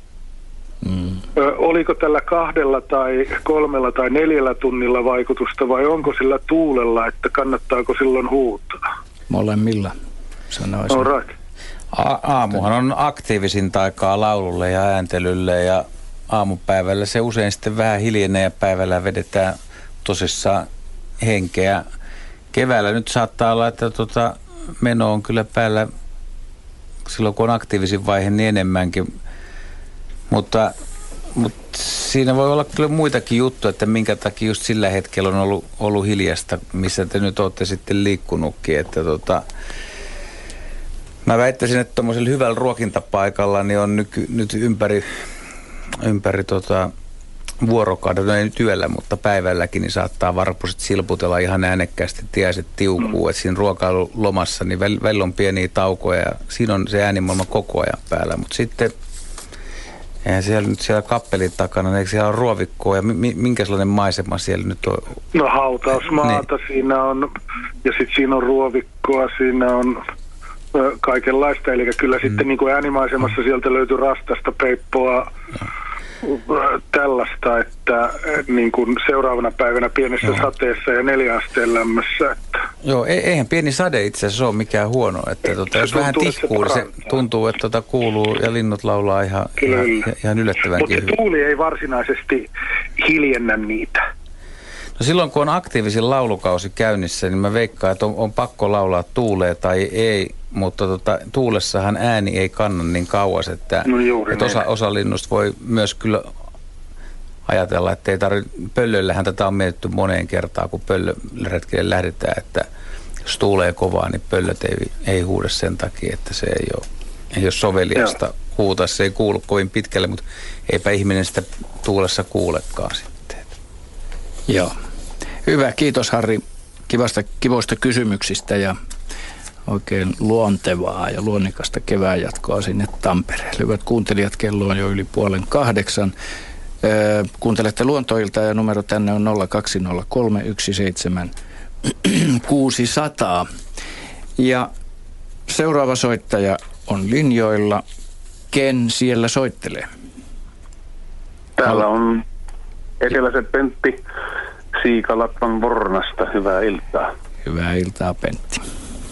S13: Mm. Ö, oliko tällä kahdella tai kolmella tai neljällä tunnilla vaikutusta vai onko sillä tuulella, että kannattaako silloin huutaa?
S1: Molemmilla, sanoisin.
S13: All right.
S2: A- aamuhan on aktiivisinta aikaa laululle ja ääntelylle ja aamupäivällä se usein sitten vähän hiljenee ja päivällä vedetään tosissaan henkeä. Keväällä nyt saattaa olla, että tota, meno on kyllä päällä silloin kun on aktiivisin vaihe niin enemmänkin, mutta, mutta siinä voi olla kyllä muitakin juttuja, että minkä takia just sillä hetkellä on ollut, ollut hiljasta, missä te nyt olette sitten liikkunutkin, että tota, mä väittäisin, että tuommoisella hyvällä ruokintapaikalla niin on nyky, nyt ympäri, ympäri tota, vuorokauden, no ei nyt yöllä, mutta päivälläkin, niin saattaa varpuset silputella ihan äänekkäästi, tiaiset tiukuu, mm. että siinä ruokailulomassa niin välillä on pieniä taukoja ja siinä on se äänimaailma koko ajan päällä, mutta sitten eihän siellä nyt siellä kappelin takana, eikö siellä ole ruovikkoa ja mi- minkä sellainen maisema siellä nyt on?
S13: No hautausmaata niin. Siinä on ja sitten siinä on ruovikkoa, siinä on ö, kaikenlaista, eli kyllä mm. sitten niin kuin äänimaisemassa sieltä löytyy rastasta, peippoa, no. tällaista, että niin kuin seuraavana päivänä pienessä Joo. sateessa ja neljä asteen lämmössä. Että.
S2: Joo, eihän pieni sade itse asiassa ole mikään huono. Että tuota, jos tuntuu, vähän tihkuu, niin se tuntuu, että tuota kuuluu ja linnut laulaa ihan, ihan, ihan yllättävänkin hyvin.
S13: Mutta tuuli ei varsinaisesti hiljennä niitä.
S2: No silloin kun on aktiivisin laulukausi käynnissä, niin mä veikkaan, että on, on pakko laulaa tuulee tai ei. Mutta tota, tuulessahan ääni ei kanna niin kauas, että,
S13: no
S2: että osa, osa linnusta voi myös kyllä ajatella, että ei tarvitse, pöllöillähän tätä on mietitty moneen kertaan, kun pöllöretkelle lähdetään, että jos tuulee kovaa, niin pöllöt ei, ei huuda sen takia, että se ei ole, ei ole soveliasta Joo. huutaa, se ei kuulu kovin pitkälle, mutta eipä ihminen sitä tuulessa kuulekaan sitten.
S1: Joo. Hyvä, kiitos Harri kivasta, kivoista kysymyksistä ja oikein luontevaa ja luonnikasta kevään jatkoa sinne Tampereelle. Hyvät kuuntelijat, kello on jo yli puolen kahdeksan. Öö, kuuntelette Luontoiltaa ja numero tänne on nolla kaksi nolla kolme yksi seitsemän kuusi nolla nolla. Ja seuraava soittaja on linjoilla. Ken siellä soittelee?
S14: Täällä on Eteläisen Pentti
S12: Siika Latvan Vornasta. Hyvää iltaa.
S1: Hyvää iltaa, Pentti.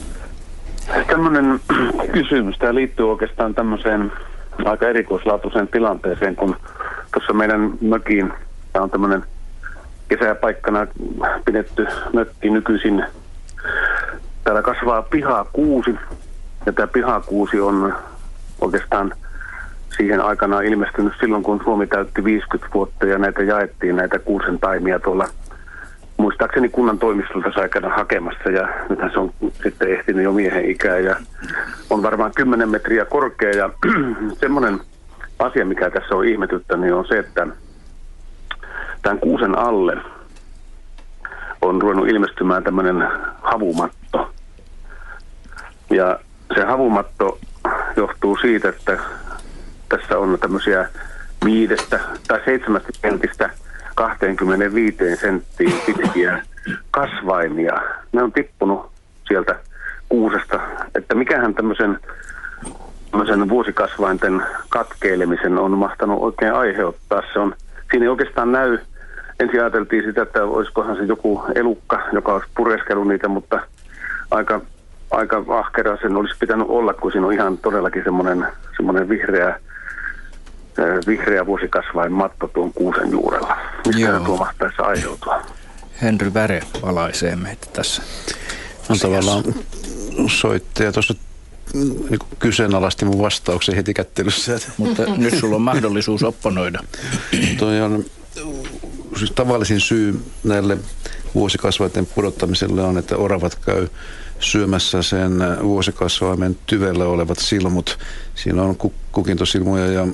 S12: Tämmöinen kysymys. Tämä liittyy oikeastaan tämmöiseen aika erikoislaatuiseen tilanteeseen, kun tuossa meidän mökiin, tämä on tämmöinen kesäpaikkana pidetty mökki nykyisin. Täällä kasvaa pihakuusi, ja tämä pihakuusi on oikeastaan siihen aikanaan ilmestynyt silloin, kun Suomi täytti viisikymmentä vuotta, ja näitä jaettiin, näitä kuusen taimia tuolla muistaakseni kunnan toimistolta sai käydä hakemassa, ja nythän se on sitten ehtinyt jo miehen ikää, ja on varmaan kymmenen metriä korkea, ja semmoinen asia, mikä tässä on ihmetyttänyt, on se, että tämän kuusen alle on ruvennut ilmestymään tämmöinen havumatto. Ja se havumatto johtuu siitä, että tässä on tämmöisiä viidestä tai seitsemästä sentistä kaksikymmentäviisi senttiä pitkiä kasvaimia. Ne on tippunut sieltä kuusesta, että mikähän tämmöisen, tämmöisen vuosikasvainten katkeilemisen on mahtanut oikein aiheuttaa. Se on, siinä ei oikeastaan näy. Ensin ajateltiin sitä, että olisikohan se joku elukka, joka olisi pureskellut niitä, mutta aika, aika ahkera sen olisi pitänyt olla, kun siinä on ihan todellakin semmoinen, semmoinen vihreä, vihreä vuosikasvain matto tuon kuusen juurella. Mistä tuo mahtaisi aiheutua?
S1: Henry Väre valaisee meitä tässä.
S9: On tavallaan soittaja tuossa niin kyseenalaisti mun vastauksen heti kättelyssä.
S1: Mutta nyt sulla on mahdollisuus opponoida.
S9: Toi on siis tavallisin syy näille vuosikasvainten pudottamiselle on, että oravat käy syömässä sen vuosikasvaimen tyvellä olevat silmut. Siinä on kukintosilmuja ja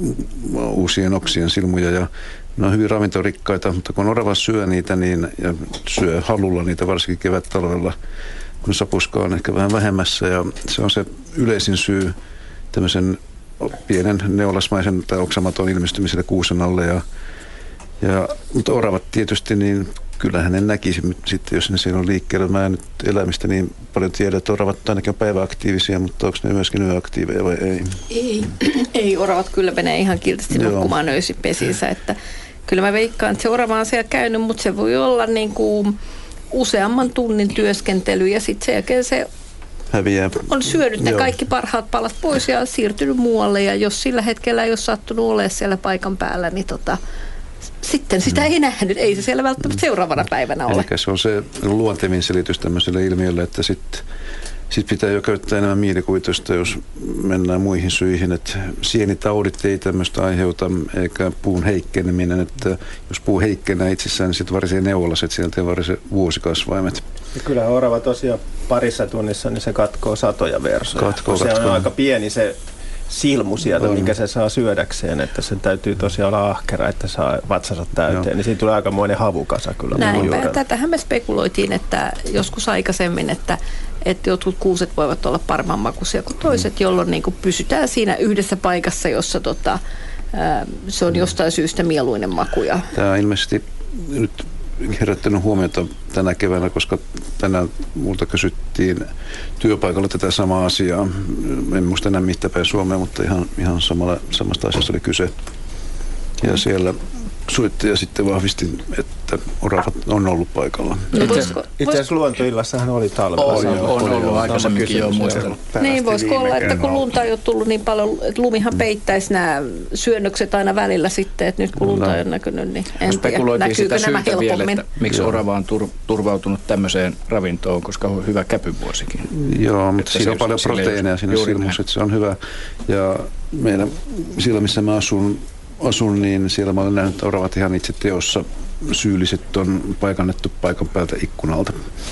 S9: uusien oksien silmuja ja ne on hyvin ravintorikkaita, mutta kun orava syö niitä niin, ja syö halulla niitä varsinkin kevät-talvella, kun sapuska on ehkä vähän vähemmässä ja se on se yleisin syy tämmöisen pienen neulasmaisen tai oksamaton ilmestymiselle kuusen alle ja Ja, mutta oravat tietysti, niin kyllähän ne näkisi sitten, jos ne siellä on liikkeellä. Mä en nyt eläimistä niin paljon tiedä, että oravat ainakin on päiväaktiivisia, mutta onko ne myöskin yöaktiiveja vai ei?
S5: Ei, ei oravat kyllä menee ihan kiltisti nukkumaan öisin pesissä. Että kyllä mä veikkaan, että se orava on siellä käynyt, mutta se voi olla niin kuin useamman tunnin työskentely ja sitten sen jälkeen se
S9: häviää.
S5: On syönyt ne Joo. kaikki parhaat palat pois ja siirtynyt muualle ja jos sillä hetkellä ei ole sattunut olemaan siellä paikan päällä, niin tota... Sitten sitä ei nähnyt, ei se siellä välttämättä seuraavana päivänä ole.
S9: Eli se on se luontevin selitys tämmöiselle ilmiölle, että sitten sit pitää jo käyttää enemmän mielikuvitusta, jos mennään muihin syihin. Että sienitaudit ei tämmöistä aiheuta, eikä puun heikkeneminen. Että jos puu heikkenee itsessään, niin sitten varisee neulaset, sieltä ei varise vuosikasvaimet.
S4: Ja kyllä orava tosiaan parissa tunnissa, niin se katkoo satoja versoja.
S9: Katkoo,
S4: se
S9: katkoo.
S4: on aika pieni se silmu sieltä, minkä se saa syödäkseen, että se täytyy tosiaan olla ahkera, että saa vatsansa täyteen, Joo. niin siitä tulee aikamoinen havukasa kyllä.
S5: Näinpä, tätähän me spekuloitiin, että joskus aikaisemmin, että, että jotkut kuuset voivat olla paremman makuisia kuin toiset, mm. jolloin niin kuin pysytään siinä yhdessä paikassa, jossa tota, ää, se on jostain syystä mieluinen maku. Ja...
S9: Tämä on ilmeisesti nyt herättänyt huomiota tänä keväänä, koska tänään multa kysyttiin työpaikalla tätä samaa asiaa. En muista enää mistä päin Suomea, mutta ihan, ihan samalla, samasta asiasta oli kyse. Ja siellä soittaja sitten vahvisti, että oravat on ollut paikalla.
S4: No, itse, itse asiassa luontoillassahan oli talvella.
S1: On, on, on ollut aikaisemminkin jo muistanut.
S5: Niin, voisiko olla, että kun lunta ei ole tullut niin paljon, että lumihan peittäisi nämä syönnökset aina välillä sitten, että nyt kun lunta no. ei ole näkynyt, niin en tiedä, näkyykö nämä helpommin. Että
S1: miksi Joo. orava on tur- turvautunut tämmöiseen ravintoon, koska on hyvä käpyvuosikin.
S9: Joo, mutta siinä on paljon proteiineja siinä silmussa, että se on hyvä. Ja meidän, siellä missä mä asun, asun, niin siellä mä olen nähnyt, että oravat ihan itse teossa syylliset on paikannettu paikan päältä ikkunalta.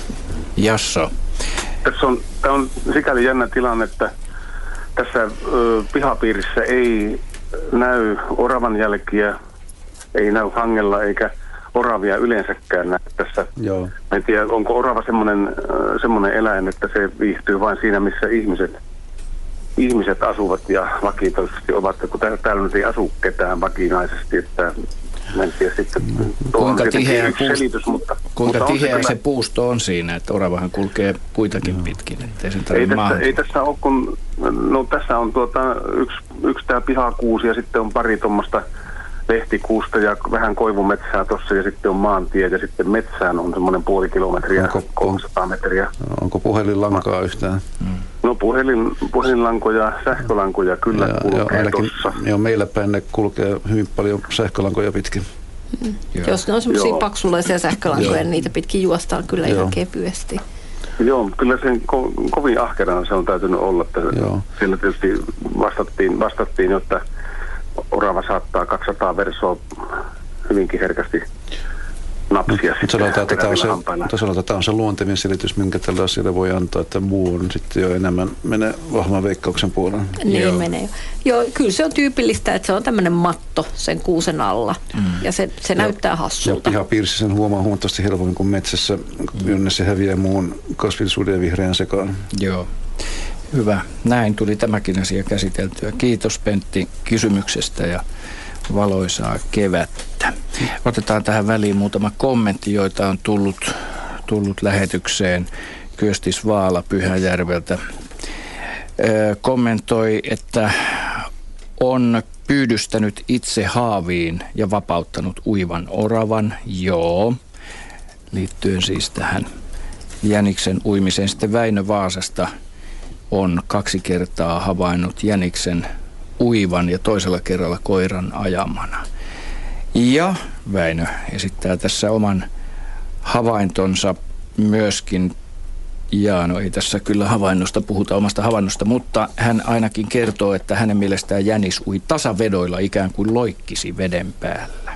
S1: Jasso.
S12: Tässä on, tämä on sikäli jännä tilanne, että tässä ö, pihapiirissä ei näy oravan jälkiä, ei näy hangella eikä oravia yleensäkään näy tässä.
S9: Joo.
S12: En tiedä, onko orava semmoinen, semmoinen eläin, että se viihtyy vain siinä, missä ihmiset ihmiset asuvat ja vakituisesti ovat, kun täällä nyt ei asu ketään vakinaisesti, että en tiedä sitten,
S1: kuinka tiheä, puust-
S12: selitys, mutta,
S1: kuinka
S12: mutta
S1: tiheä
S12: se,
S1: se puusto on siinä, että oravahan kulkee puitakin pitkin, ettei sen
S12: ei tässä, ei tässä ole, kun, no tässä on tuota, yksi, yksi tämä pihakuusi ja sitten on pari tuommoista
S14: lehtikuusta ja vähän koivumetsää tuossa ja sitten on maantie ja sitten metsään on semmoinen puoli kilometriä, onko, kolmesataa metriä.
S9: Onko puhelinlankaa yhtään?
S14: Mm. No puhelin, puhelinlankoja, sähkölankoja kyllä ja, kulkee tuossa.
S9: Joo, meillä päin ne kulkee hyvin paljon sähkölankoja pitkin.
S5: Mm. Jos ne on semmoisia paksuleisia sähkölankoja, niin niitä pitkin juostaan kyllä Joo. ihan kevyesti.
S14: Joo, kyllä sen ko- kovin ahkerana se on täytynyt olla. Että siellä tietysti vastattiin, vastattiin, että orava saattaa kaksisataa versoa hyvinkin herkästi napsia. No,
S9: sanotaan, että tämä on, se, sanotaan, että tämä on se luontevin selitys, minkä tällä asialla voi antaa, että muu on sitten jo enemmän menee vahvan veikkauksen puolella.
S5: Niin Joo. menee jo. Joo, kyllä se on tyypillistä, että se on tämmöinen matto sen kuusen alla mm. ja se, se ja, näyttää hassulta.
S9: Ja pihapiirissä sen huomaa huomattavasti helpommin kuin metsässä, mm. jonne se häviää muun kasvillisuuden ja vihreän sekaan.
S1: Joo. Hyvä. Näin tuli tämäkin asia käsiteltyä. Kiitos Pentti kysymyksestä ja valoisaa kevättä. Otetaan tähän väliin muutama kommentti, joita on tullut, tullut lähetykseen. Kyöstis Vaala Pyhäjärveltä öö, kommentoi, että on pyydystänyt itse haaviin ja vapauttanut uivan oravan. Joo, liittyen siis tähän jäniksen uimiseen. Sitten Väinö Vaasasta on kaksi kertaa havainnut jäniksen uivan ja toisella kerralla koiran ajamana. Ja Väinö esittää tässä oman havaintonsa myöskin. Ja no ei tässä kyllä havainnosta puhuta, omasta havainnosta, mutta hän ainakin kertoo, että hänen mielestään jänis ui tasavedoilla ikään kuin loikkisi veden päällä.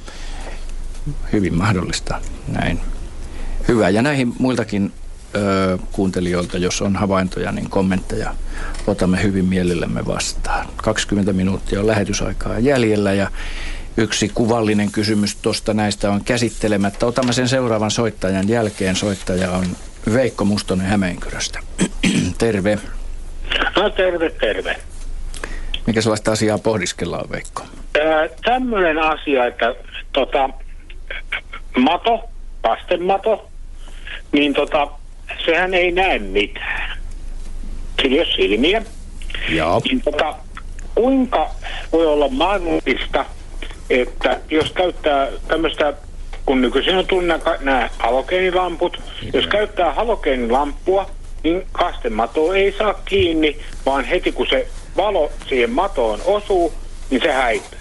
S1: Hyvin mahdollista näin. Hyvä. Ja näihin muiltakin ö, kuuntelijoilta, jos on havaintoja, niin kommentteja otamme hyvin mielellämme vastaan. kaksikymmentä minuuttia on lähetysaikaa jäljellä ja yksi kuvallinen kysymys tuosta näistä on käsittelemättä. Otamme sen seuraavan soittajan jälkeen. Soittaja on Veikko Mustonen Hämeenkyröstä. Terve.
S15: No terve, terve.
S1: Mikä sellaista asiaa pohdiskellaan, Veikko?
S15: Äh, tämmöinen asia, että tota, mato, kastenmato, niin tota, sehän ei näe mitään. Sillä ei ole silmiä. Joo. Niin tota, kuinka voi olla mahdollista, että jos käyttää tämmöistä, kun nykyisin on tullut nämä halogeenilamput, jos käyttää halogeenilampua, niin kastemato ei saa kiinni, vaan heti kun se valo siihen matoon osuu, niin se häipyy.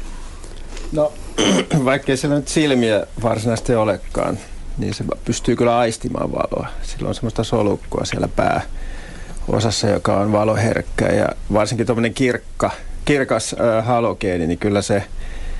S4: No, vaikkei siellä nyt silmiä varsinaisesti olekaan, niin se pystyy kyllä aistimaan valoa. Sillä on semmoista solukkoa siellä pääosassa, joka on valoherkkä, ja varsinkin tuommoinen kirkka, kirkas äh, halogeeni, niin kyllä se,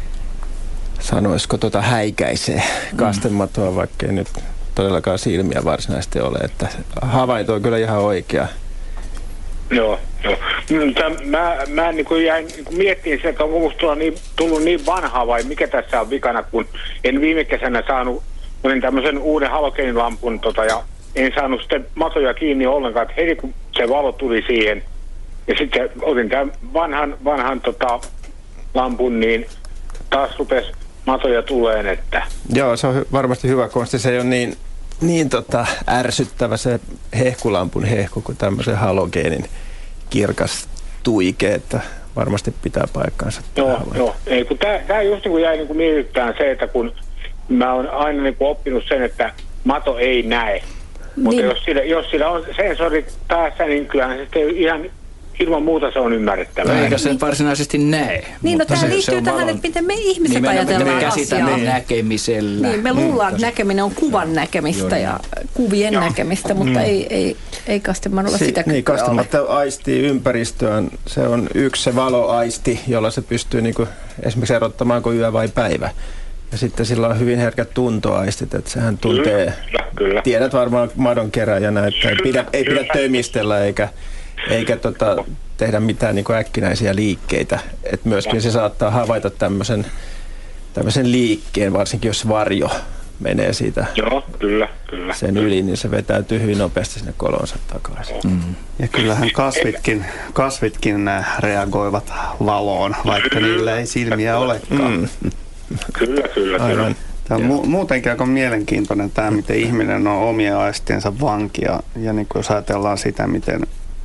S4: sanoisiko tota, häikäisee kastematoa, vaikkei nyt todellakaan silmiä varsinaisesti ole, että havainto on kyllä ihan oikea.
S15: Joo, joo. Mä, mä niin kuin jäin niin kuin miettiin sitä, että onko musta tullut niin, tullut niin vanhaa vai mikä tässä on vikana, kun en viime kesänä saanut, olin tämmöisen uuden halogeenilampun tota, ja en saanut sitten matoja kiinni ollenkaan, että heti kun se valo tuli siihen ja sitten otin tämän vanhan, vanhan tota, lampun, niin taas rupesi matoja tuleen, että...
S4: Joo, se on hy- varmasti hyvä konsti. Se ei ole niin, niin tota, ärsyttävä se hehkulampun hehku kuin tämmöisen halogeenin kirkas tuike, että varmasti pitää paikkansa.
S15: Joo, joo. Ei, kun tää, tää just niin kuin jäi niin kuin mietityttään se, että kun mä oon aina niin kuin oppinut sen, että mato ei näe. Mutta niin. jos, sillä, jos sillä on sensorit päässä, niin kyllähän se sitten ihan... Ilman muuta se on ymmärrettävää.
S1: Eikä se varsinaisesti näe.
S5: Niin, no tämä liittyy tähän, valon... että miten me ihmiset niin, ajatellaan
S1: me asiaa. Me näkemisellä.
S5: Niin, me luullaan, että näkeminen on kuvan näkemistä ja kuvien Joo. näkemistä, mutta mm. ei, ei, ei Kastemanulla si- sitä
S4: Niin, Kastematta aistii ympäristöön. Se on yksi se valoaisti, jolla se pystyy niinku esimerkiksi erottamaan, onko yö vai päivä. Ja sitten sillä on hyvin herkät tuntoaistit, että sehän tuntee, kyllä, kyllä. Tiedät varmaan madon keräjänä, että ei pidä, ei pidä tömistellä eikä... Eikä tota, tehdä mitään niin kuin äkkinäisiä liikkeitä. Et myöskin se saattaa havaita tämmöisen, tämmöisen liikkeen, varsinkin jos varjo menee siitä
S15: Joo, kyllä, kyllä.
S4: sen yli, niin se vetäytyy hyvin nopeasti sinne kolonsa takaisin. Mm-hmm.
S6: Ja kyllähän kasvitkin, kasvitkin reagoivat valoon, vaikka niillä ei silmiä olekaan. Mm.
S15: Kyllä, kyllä. Aivan.
S6: Tämä on mu- muutenkin aika mielenkiintoinen tämä, miten ihminen on omia aistiensa vankia. Ja niin kuin jos ajatellaan sitä, miten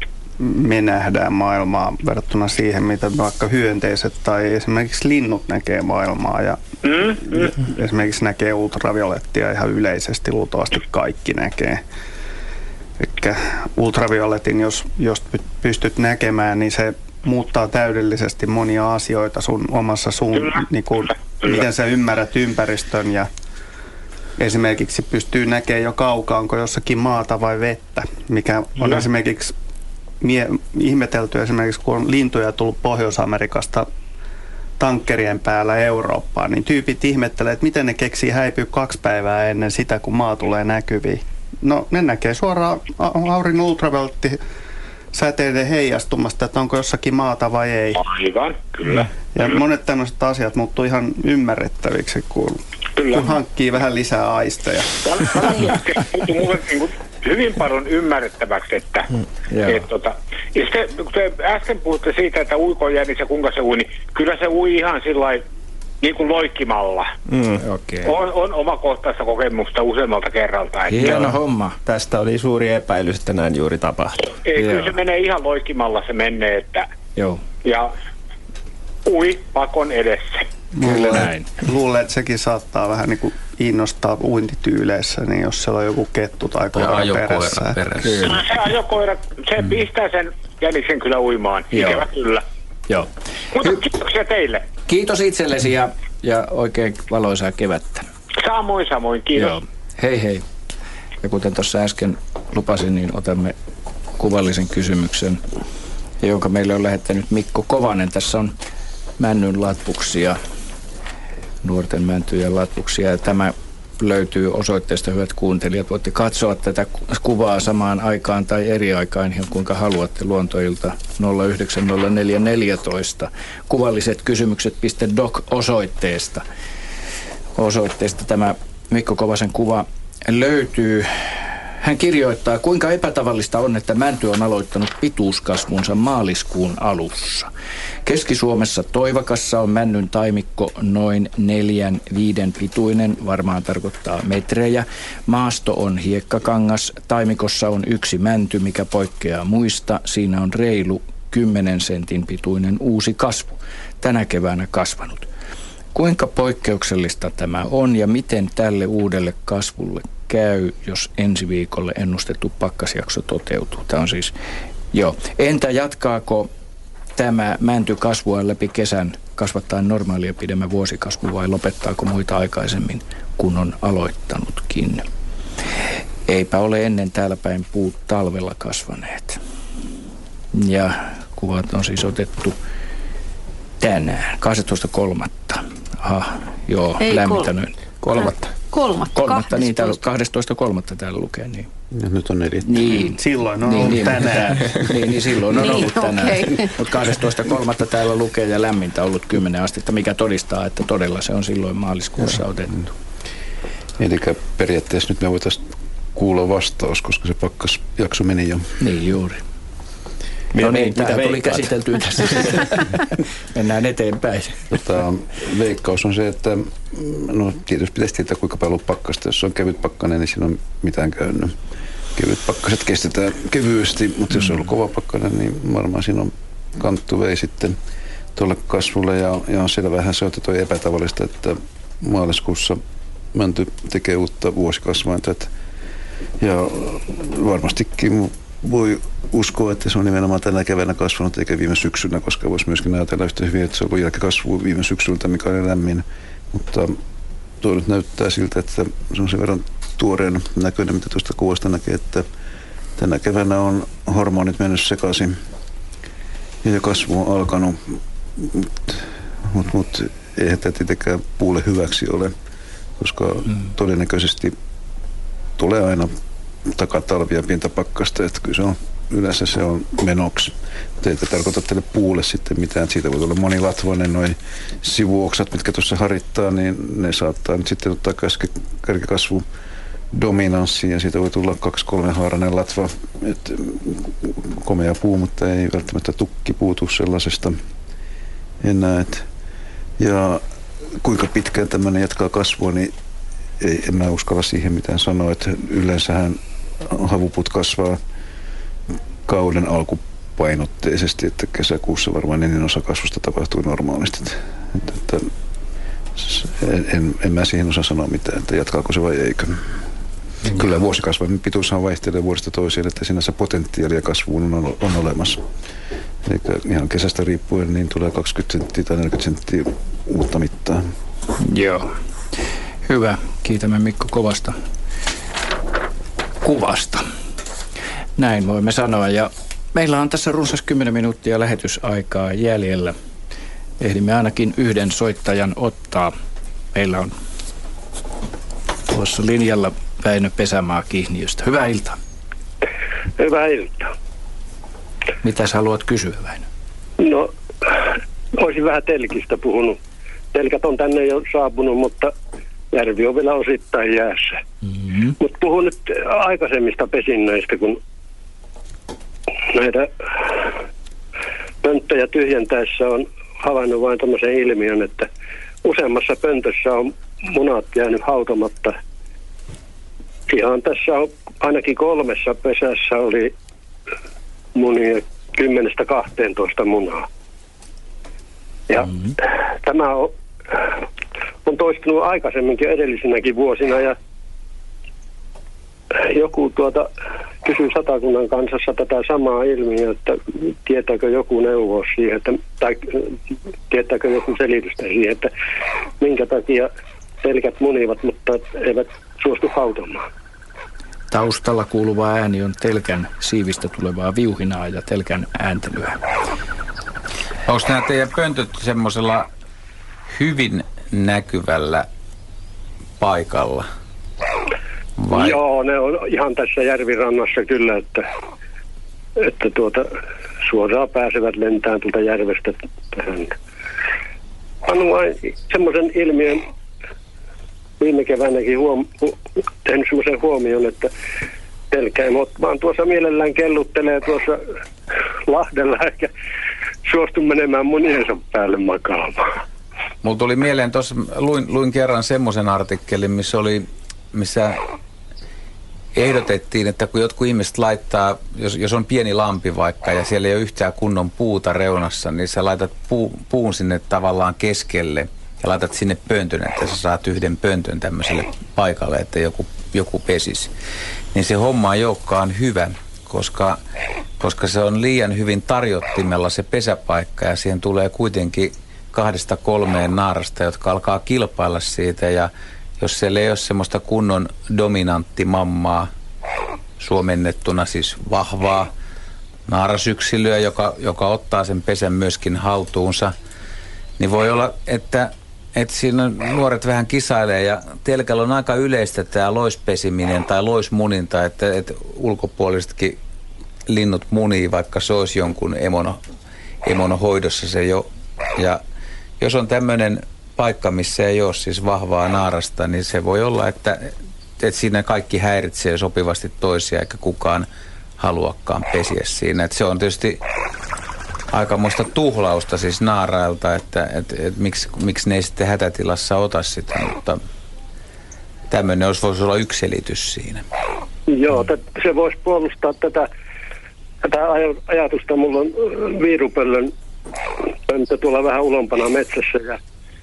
S6: me nähdään maailmaa verrattuna siihen, mitä vaikka hyönteiset tai esimerkiksi linnut näkee maailmaa. Ja mm, mm. esimerkiksi näkee ultraviolettia ihan yleisesti, luultavasti kaikki näkee. Eli ultravioletin, jos, jos pystyt näkemään, niin se muuttaa täydellisesti monia asioita sun omassa suun, niin kuin, miten sä ymmärrät ympäristön ja esimerkiksi pystyy näkemään jo kaukaa, onko jossakin maata vai vettä, mikä on no. esimerkiksi mie- ihmetelty esimerkiksi, kun on lintuja tullut Pohjois-Amerikasta tankkerien päällä Eurooppaan, niin tyypit ihmettelee, että miten ne keksii häipyä kaksi päivää ennen sitä, kun maa tulee näkyviin. No ne näkee suoraan auringon ultravioletti säteiden heijastumasta, että onko jossakin maata vai ei.
S15: Aivan, kyllä.
S6: Ja monet tämmöiset asiat muuttuu ihan ymmärrettäviksi, kun, kun hankkii vähän lisää aisteja.
S15: Muuttuu mulle niin hyvin paljon ymmärrettäväksi, että mm, et, tota, ja sitten, kun te äsken puhutte siitä, että uiko jäänis ja kuinka se ui, niin kyllä se ui ihan sillai niin kuin loikkimalla.
S4: Mm, okay.
S15: on, on omakohtaista kokemusta useammalta kerralta.
S1: Hieno homma.
S4: Tästä oli suuri epäilys, että näin juuri tapahtui.
S15: Ei, kyllä se menee ihan loikkimalla se menee, että
S1: Joo.
S15: ja ui pakon edessä.
S6: Kyllä näin. Luulen, että sekin saattaa vähän niin kuin innostaa uintityyleissä, niin jos siellä on joku kettu tai koira perässä.
S15: perässä. Se ajokoira, se mm. pistää sen jäniksen kyllä uimaan. Ikävä kyllä.
S1: Joo.
S15: Mutta kiitoksia teille.
S1: Kiitos itsellesi ja, ja oikein valoisaa kevättä.
S15: Samoin, samoin. Kiitos.
S1: Joo. Hei hei. Ja kuten tuossa äsken lupasin, niin otamme kuvallisen kysymyksen, jonka meille on lähettänyt Mikko Kovanen. Tässä on männyn latvuksia, nuorten mäntyjen latvuksia, ja tämä löytyy osoitteesta, hyvät kuuntelijat. Voitte katsoa tätä kuvaa samaan aikaan tai eri aikaan, ihan kuinka haluatte. Luontoilta nolla yhdeksän nolla neljä neljätoista. Kuvalliset kysymykset.doc osoitteesta. Osoitteesta tämä Mikko Kovasen kuva löytyy. Hän kirjoittaa, kuinka epätavallista on, että mänty on aloittanut pituuskasvunsa maaliskuun alussa. Keski-Suomessa Toivakassa on männyn taimikko noin neljän viiden pituinen, varmaan tarkoittaa metrejä. Maasto on hiekkakangas, taimikossa on yksi mänty, mikä poikkeaa muista. Siinä on reilu kymmenen sentin pituinen uusi kasvu, tänä keväänä kasvanut. Kuinka poikkeuksellista tämä on ja miten tälle uudelle kasvulle käy, jos ensi viikolle ennustettu pakkasjakso toteutuu? Tämä on siis, joo. Entä jatkaako tämä mänty kasvua läpi kesän kasvattaa normaalia pidemmän vuosikasvu vai lopettaako muita aikaisemmin, kun on aloittanutkin? Eipä ole ennen täällä päin puut talvella kasvaneet. Ja kuvat on siis otettu tänään, kahdeksastoista kolmatta Aha, joo, lämmitänyt.
S5: Kolmatta. Kolmatta.
S1: Kolmatta, niin täällä kahdestoista kolmatta täällä lukee, niin.
S9: Ja nyt on neljä.
S1: Niin.
S6: Silloin on
S1: niin,
S6: ollut
S1: niin,
S6: tänään.
S1: niin, niin, silloin on
S5: niin,
S1: ollut tänään.
S5: Okay.
S1: Mutta kahdestoista kolmatta täällä lukee ja lämmintä ollut kymmenen astetta, mikä todistaa, että todella se on silloin maaliskuussa otettu.
S9: Eli periaatteessa nyt me voitaisiin kuulla vastaus, koska se pakkasjakso meni jo.
S1: Niin juuri. No niin, tämä tuli käsiteltyä tässä. Mennään eteenpäin.
S9: Tota, veikkaus on se, että no tietysti pitäisi tietää, kuinka paljon on pakkasta. Jos on kevyt pakkanen, niin siinä on mitään käynyt. Kevyt pakkaset kestetään kevyesti, mutta jos on ollut kova pakkanen, niin varmaan siinä on kanttu vei sitten tuolle kasvulle. Ja, ja on selvähän se, että toi epätavallista, että maaliskuussa mänty tekee uutta vuosikasvainta. Ja varmastikin voi uskoa, että se on nimenomaan tänä keväänä kasvanut eikä viime syksynä, koska voisi myöskin ajatella yhtä hyvin, että se on ollut jälkikasvu viime syksyltä, mikä on lämmin. Mutta tuo nyt näyttää siltä, että se on sen verran tuoreen näköinen, mitä tuosta kuvasta näkee, että tänä keväänä on hormonit mennyt sekaisin ja kasvu on alkanut, mutta mut, mut, eihän tämä tietenkään puulle hyväksi ole, koska mm. todennäköisesti tulee aina takatalvia pientä pakkasta, että kyllä se on, yleensä se on menoksi. Mutta ei tarkoita tälle puulle sitten mitään. Siitä voi olla monilatvoinen, noi sivuoksat, mitkä tuossa harittaa, niin ne saattaa nyt sitten ottaa kärkikasvu dominanssiin ja siitä voi tulla kaksi kolme haarainen latva. Et komea puu, mutta ei välttämättä tukki puutu sellaisesta enää. Et. Ja kuinka pitkään tämmöinen jatkaa kasvua, niin ei, en mä uskalla siihen mitään sanoa, että yleensähän havuput kasvaa kauden alkupuolella painotteisesti, että kesäkuussa varmaan ennen osa kasvusta tapahtui normaalisti. Että, että, en, en mä siihen osaa sanoa mitään, että jatkaako se vai eikö. Mm. Kyllä vuosikasvainen pituushan vaihtelee vuodesta toiseen, että sinänsä potentiaalia kasvuun on, on olemassa. Eli ihan kesästä riippuen niin tulee kaksikymmentä senttiä tai neljäkymmentä senttiä uutta mittaa.
S1: Joo. Hyvä. Kiitämme Mikko kovasta kuvasta. Näin voimme sanoa. Ja meillä on tässä runsas kymmenen minuuttia lähetysaikaa jäljellä. Ehdimme ainakin yhden soittajan ottaa. Meillä on tuossa linjalla Väinö Pesämaa Kihniöstä. Hyvää iltaa.
S16: Hyvää iltaa.
S1: Mitäs haluat kysyä, Väinö?
S16: No, olisin vähän telkistä puhunut. Telkät on tänne jo saapunut, mutta järvi on vielä osittain jäässä. Mm-hmm. Mutta puhun nyt aikaisemmista pesinnöistä, kun näitä pönttöjä tyhjentäessä on havainnut vain tämmöisen ilmiön, että useammassa pöntössä on munat jäänyt hautomatta. Ihan tässä on ainakin kolmessa pesässä oli munia kymmenestä kahteentoista munaa. Ja mm-hmm. tämä on, on toistunut aikaisemminkin edellisinäkin vuosina ja joku tuota kysyi Satakunnan kansassa tätä samaa ilmiöä, että tietääkö joku neuvoa siihen, että, tai tietääkö joku selitystä siihen, että minkä takia telkät munivat, mutta eivät suostu hautomaan.
S1: Taustalla kuuluva ääni on telkän siivistä tulevaa viuhinaa ja telkän ääntelyä.
S2: Onko nämä teidän pöntöt semmoisella hyvin näkyvällä paikalla? Vai?
S16: Joo, ne on ihan tässä järvirannassa kyllä, että, että tuota, suoraan pääsevät lentämään tuolta järvestä tähän. Annu vain semmoisen ilmiön, viime keväänäkin huom- hu- tehnyt semmoisen huomion, että telkäimot vaan tuossa mielellään kelluttelee tuossa Lahdella eikä suostu menemään muniensa päälle makaamaan.
S2: Mulla tuli mieleen tuossa, luin, luin kerran semmoisen artikkelin, missä oli, missä ehdotettiin, että kun jotkut ihmiset laittaa, jos, jos on pieni lampi vaikka ja siellä ei ole yhtään kunnon puuta reunassa, niin sä laitat puu, puun sinne tavallaan keskelle ja laitat sinne pöntön, että sä saat yhden pöntön tämmöiselle paikalle, että joku, joku pesisi. Niin se homma ei olekaan hyvä, koska, koska se on liian hyvin tarjottimella se pesäpaikka ja siihen tulee kuitenkin kahdesta kolmeen naarasta, jotka alkaa kilpailla siitä ja jos siellä ei ole semmoista kunnon dominanttimammaa, suomennettuna siis vahvaa naarasyksilöä, joka, joka ottaa sen pesän myöskin haltuunsa, niin voi olla, että, että siinä nuoret vähän kisailee ja telkällä on aika yleistä tämä loispesiminen tai loismuninta, että, että ulkopuolisetkin linnut munii, vaikka se olisi jonkun emon, emon hoidossa se jo. Ja jos on tämmöinen paikka, missä ei ole siis vahvaa naarasta, niin se voi olla, että, että siinä kaikki häiritsee sopivasti toisia, eikä kukaan haluakaan pesiä siinä. Että se on tietysti aikamoista tuhlausta siis naarailta, että, että, että miksi, miksi ne ei sitten hätätilassa ota sitä, mutta tämmöinen olisi, voisi olla yksi selitys siinä.
S16: Joo, t- se voisi puolustaa tätä, tätä aj- ajatusta. Mulla on viirupöllön pönttö tuolla vähän ulompana metsässä ja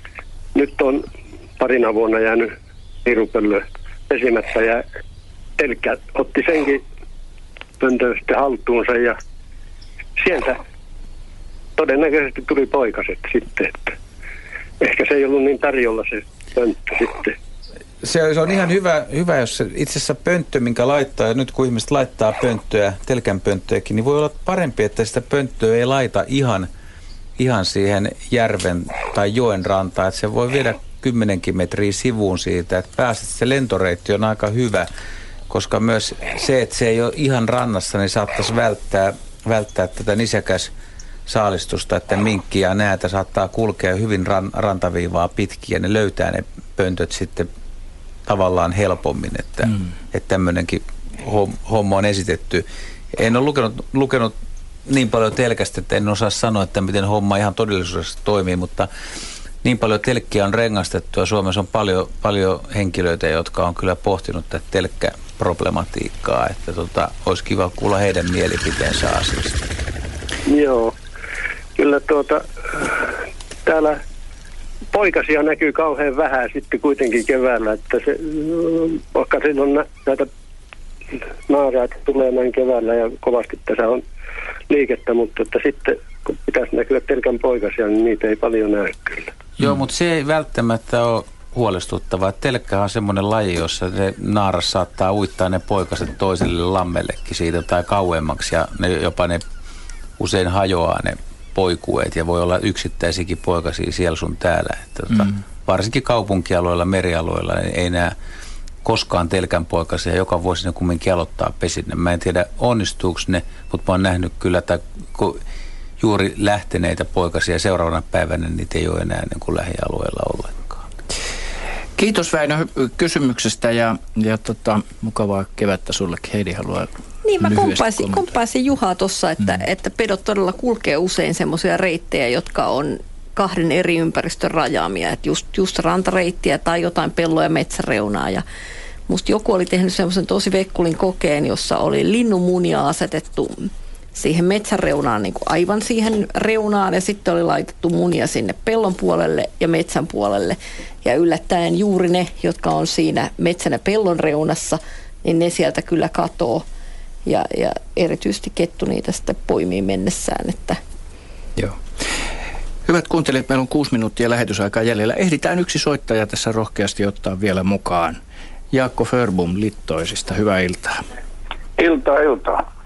S16: nyt on parina vuonna jäänyt viirupöllö pesimättä ja telkkä otti senkin pöntön sitten haltuunsa ja sieltä todennäköisesti tuli poikaset sitten, että ehkä se ei ollut niin tarjolla se pönttö sitten.
S2: Se, se on ihan hyvä, hyvä, jos se itse asiassa pönttö, minkä laittaa, ja nyt kun ihmiset laittaa pönttöä, telkän pönttöäkin, niin voi olla parempi, että sitä pönttöä ei laita ihan, ihan siihen järven tai joen rantaan, että se voi viedä kymmenenkin metriä sivuun siitä, että pääset, se lentoreitti on aika hyvä, koska myös se, että se ei ole ihan rannassa, niin saattaisi välttää, välttää tätä nisäkäs saalistusta, että minkki ja näätä saattaa kulkea hyvin ran, rantaviivaa pitkin ja ne löytää ne pöntöt sitten tavallaan helpommin, että, mm. että tämmöinenkin homma on esitetty. En ole lukenut, lukenut niin paljon telkästä, että en osaa sanoa, että miten homma ihan todellisuudessa toimii, mutta niin paljon telkkiä on rengastettu ja Suomessa on paljon, paljon henkilöitä, jotka on kyllä pohtinut tätä telkkäproblematiikkaa, että tota, olisi kiva kuulla heidän mielipiteensä asiasta.
S16: Joo, kyllä tuota, täällä poikasia näkyy kauhean vähän sitten kuitenkin keväällä, että se, vaikka silloin nä, näitä naaraita tulee näin keväällä ja kovasti tässä on liikettä, mutta että sitten kun pitäisi näkyä telkän poikasia, niin niitä ei paljon näy kyllä.
S2: Joo, mutta se ei välttämättä ole huolestuttavaa. Telkkä on semmoinen laji, jossa ne naaras saattaa uittaa ne poikaset toiselle lammellekin siitä tai kauemmaksi ja ne, jopa ne usein hajoaa ne poikueet ja voi olla yksittäisiäkin poikasia siellä sun täällä. Että, tota, mm. Varsinkin kaupunkialueilla, merialueilla niin ei näe koskaan telkän poikasia. Joka vuosi ne kumminkin aloittaa pesinne. Mä en tiedä onnistuuko ne, mutta mä oon nähnyt kyllä, että kun juuri lähteneitä poikasia seuraavana päivänä niitä ei ole enää niin kuin lähialueella ollenkaan.
S1: Kiitos Väinö kysymyksestä ja, ja tota, mukavaa kevättä sullekin. Heidi haluaa
S5: Niin mä komppaisin, komppaisin Juhaa tuossa, että, mm. että pedot todella kulkee usein semmoisia reittejä, jotka on kahden eri ympäristön rajaamia. Että just, just rantareittiä tai jotain pelloa ja metsäreunaa. Ja musta joku oli tehnyt semmoisen tosi vekkulin kokeen, jossa oli linnunmunia asetettu siihen metsäreunaan, niin kuin aivan siihen reunaan, ja sitten oli laitettu munia sinne pellon puolelle ja metsän puolelle. Ja yllättäen juuri ne, jotka on siinä metsän ja pellon reunassa, niin ne sieltä kyllä katoo. Ja, ja erityisesti kettu niitä sitten poimii mennessään. Että.
S1: Joo. Hyvät kuuntelijat, meillä on kuusi minuuttia lähetysaikaa jäljellä. Ehditään yksi soittaja tässä rohkeasti ottaa vielä mukaan. Jaakko Förbum Littoisista, hyvää iltaa.
S17: Iltaa, iltaa.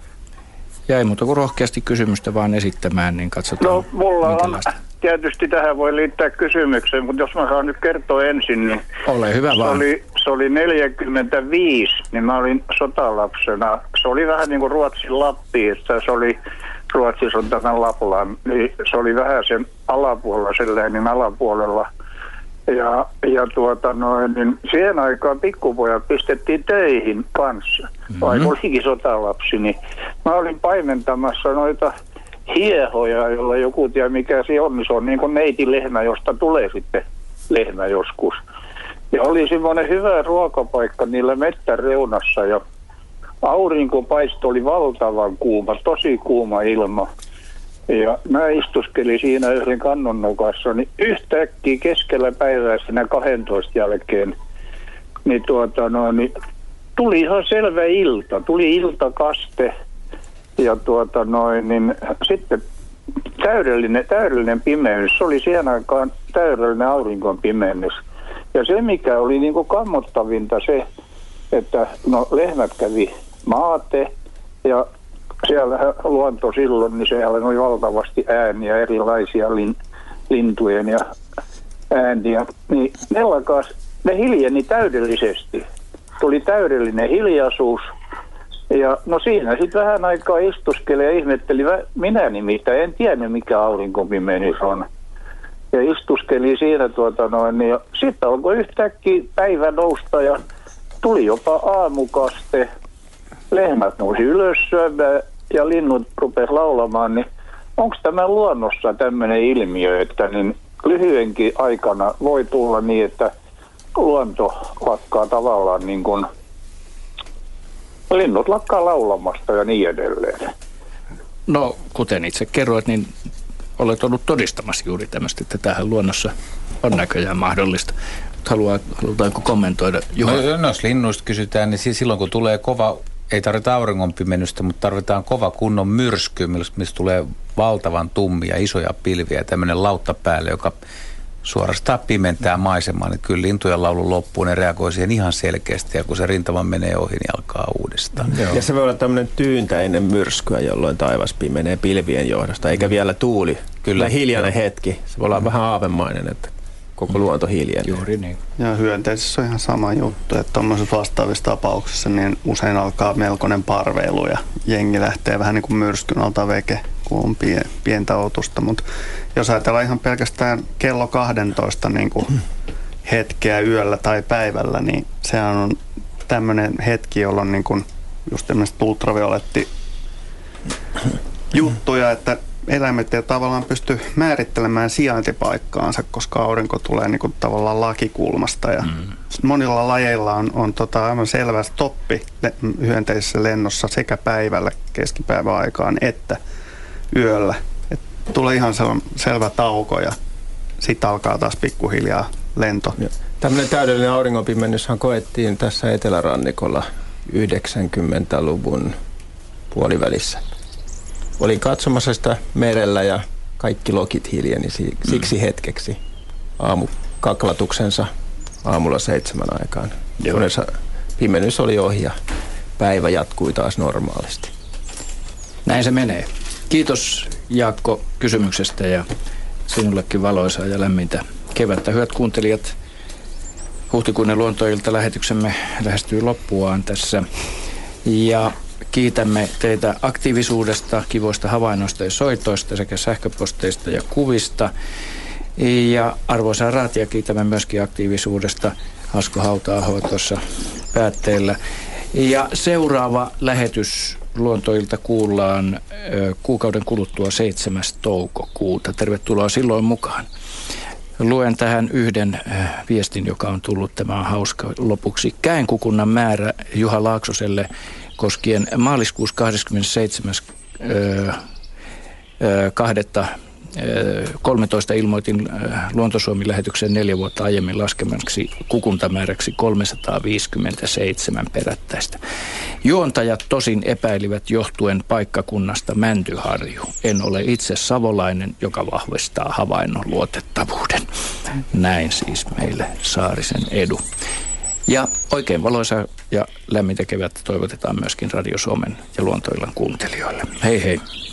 S1: Ja ei muuta kuin rohkeasti kysymystä vaan esittämään, niin katsotaan.
S17: No, mulla on tietysti tähän voi liittää kysymykseen, mutta jos mä saan nyt kertoa ensin, niin
S1: ole hyvä
S17: se
S1: vaan.
S17: Oli, se oli neljäkymmentäviisi, niin mä olin sotalapsena. Se oli vähän niin kuin Ruotsin Lappi, että se oli, Ruotsissa on tämän Lapland, niin se oli vähän sen alapuolella, sen läänin alapuolella. Ja, ja tuota noin, niin siihen aikaan pikkupojat pistettiin töihin kanssa, mm-hmm. vaikka olikin sotalapsi, niin mä olin paimentamassa noita hiehoja, jolla joku tiedä mikä se on, niin se on niin kuin neitilehmä, josta tulee sitten lehmä joskus. Ja oli semmoinen hyvä ruokapaikka niillä mettäreunassa ja aurinkopaisto oli valtavan kuuma, tosi kuuma ilma. Ja mä istuskelin siinä yhden kannon nokassa, niin yhtäkkiä keskellä päivää siinä kahdentoista jälkeen, niin, tuota, no, niin tuli ihan selvä ilta, tuli iltakaste ja tuota, noin, niin sitten täydellinen, täydellinen pimeys, se oli siihen aikaan täydellinen auringon pimeys. Ja se mikä oli niin kuin kammottavinta se, että no lehmät kävi maate ja siellä luonto silloin, niin siellä oli valtavasti ääniä, erilaisia lin, lintujen ja ääniä. Niin ne lakas, ne hiljeni täydellisesti. Tuli täydellinen hiljaisuus. Ja no siinä sitten vähän aikaa istuskeli ja ihmetteli, minä nimittäin en tiennyt mikä aurinkopimeys on. Ja istuskeli siinä tuota noin, ja sitten alkoi yhtäkkiä päivä nousta ja tuli jopa aamukaste. Lehmät nousi ylös syömään ja linnut rupesi laulamaan, niin onko tämä luonnossa tämmöinen ilmiö, että niin lyhyenkin aikana voi tulla niin, että luonto lakkaa tavallaan niin kuin, linnut lakkaa laulamasta ja niin edelleen?
S1: No, kuten itse kerroit, niin olet ollut todistamassa juuri tämmöistä, että tämähän luonnossa on näköjään mahdollista. Haluaa, halutaanko kommentoida, Juha?
S2: No, no, jos linnuista kysytään, niin silloin kun tulee kova, ei tarvita auringonpimennystä, mutta tarvitaan kova kunnon myrsky, mistä tulee valtavan tummia, isoja pilviä ja tämmöinen lautta päälle, joka suorastaan pimentää maisemaa. Niin kyllä lintujen laulun loppuun ne reagoi siihen ihan selkeästi ja kun se rintama menee ohi, niin alkaa uudestaan.
S4: Ja se voi olla tämmöinen tyyntä ennen myrskyä, jolloin taivas pimenee pilvien johdosta, eikä vielä tuuli. Kyllä. Hiljainen hetki. Se voi olla mm. vähän aavemainen, että koko luonto hiljenee.
S1: Juuri niin.
S6: Ja hyönteisissä on ihan sama juttu, että tuommoisessa vastaavissa tapauksissa niin usein alkaa melkoinen parveilu ja jengi lähtee vähän niin kuin myrskyn alta veke, kun on pien, pientä otusta. Mutta jos ajatellaan ihan pelkästään kello kahdentoista niin kuin hetkeä yöllä tai päivällä, niin sehän on tämmöinen hetki, jolloin niin kuin just tämmöiset ultravioletti juttuja, että eläimet ei tavallaan pysty määrittelemään sijaintipaikkaansa, koska aurinko tulee niin kuin tavallaan lakikulmasta. Ja mm. monilla lajeilla on, on tota aivan selvä stoppi hyönteisessä lennossa sekä päivällä keskipäivän aikaan että yöllä. Et tulee ihan sel- selvä tauko ja sitten alkaa taas pikkuhiljaa lento.
S4: Tämmöinen täydellinen auringonpimennyshän koettiin tässä etelärannikolla yhdeksänkymmentäluvun puolivälissä. Olin katsomassa sitä merellä ja kaikki lokit hiljeni siksi hetkeksi aamukaklatuksensa aamulla seitsemän aikaan. Kunnes pimennys oli ohi ja päivä jatkui taas normaalisti.
S1: Näin se menee. Kiitos Jaakko kysymyksestä ja sinullekin valoisaa ja lämmintä kevättä. Hyvät kuuntelijat, huhtikuinen luontoilta lähetyksemme lähestyy loppuaan tässä ja kiitämme teitä aktiivisuudesta, kivoista havainnoista ja soitoista sekä sähköposteista ja kuvista. Ja arvoisaa Raatia kiitämme myöskin aktiivisuudesta. Asko Hauta-aho tuossa päätteellä. Ja seuraava lähetys luontoilta kuullaan ö, kuukauden kuluttua seitsemäs toukokuuta. Tervetuloa silloin mukaan. Luen tähän yhden ö, viestin, joka on tullut. Tämä on hauska lopuksi. Käenkukunnan määrä Juha Laaksoselle koskien maaliskuussa kahdeskymmenesseitsemäs kahdetta kolmetoista ilmoitin Luontosuomi-lähetyksen neljä vuotta aiemmin laskemaksi kukuntamääräksi kolmesataaviisikymmentäseitsemän perättäistä. Juontajat tosin epäilivät johtuen paikkakunnasta Mäntyharju. En ole itse savolainen, joka vahvistaa havainnon luotettavuuden. Näin siis meille Saarisen Edu. Ja oikein valoisa ja lämmintä kevättä toivotetaan myöskin Radio Suomen ja Luontoillan kuuntelijoille. Hei hei!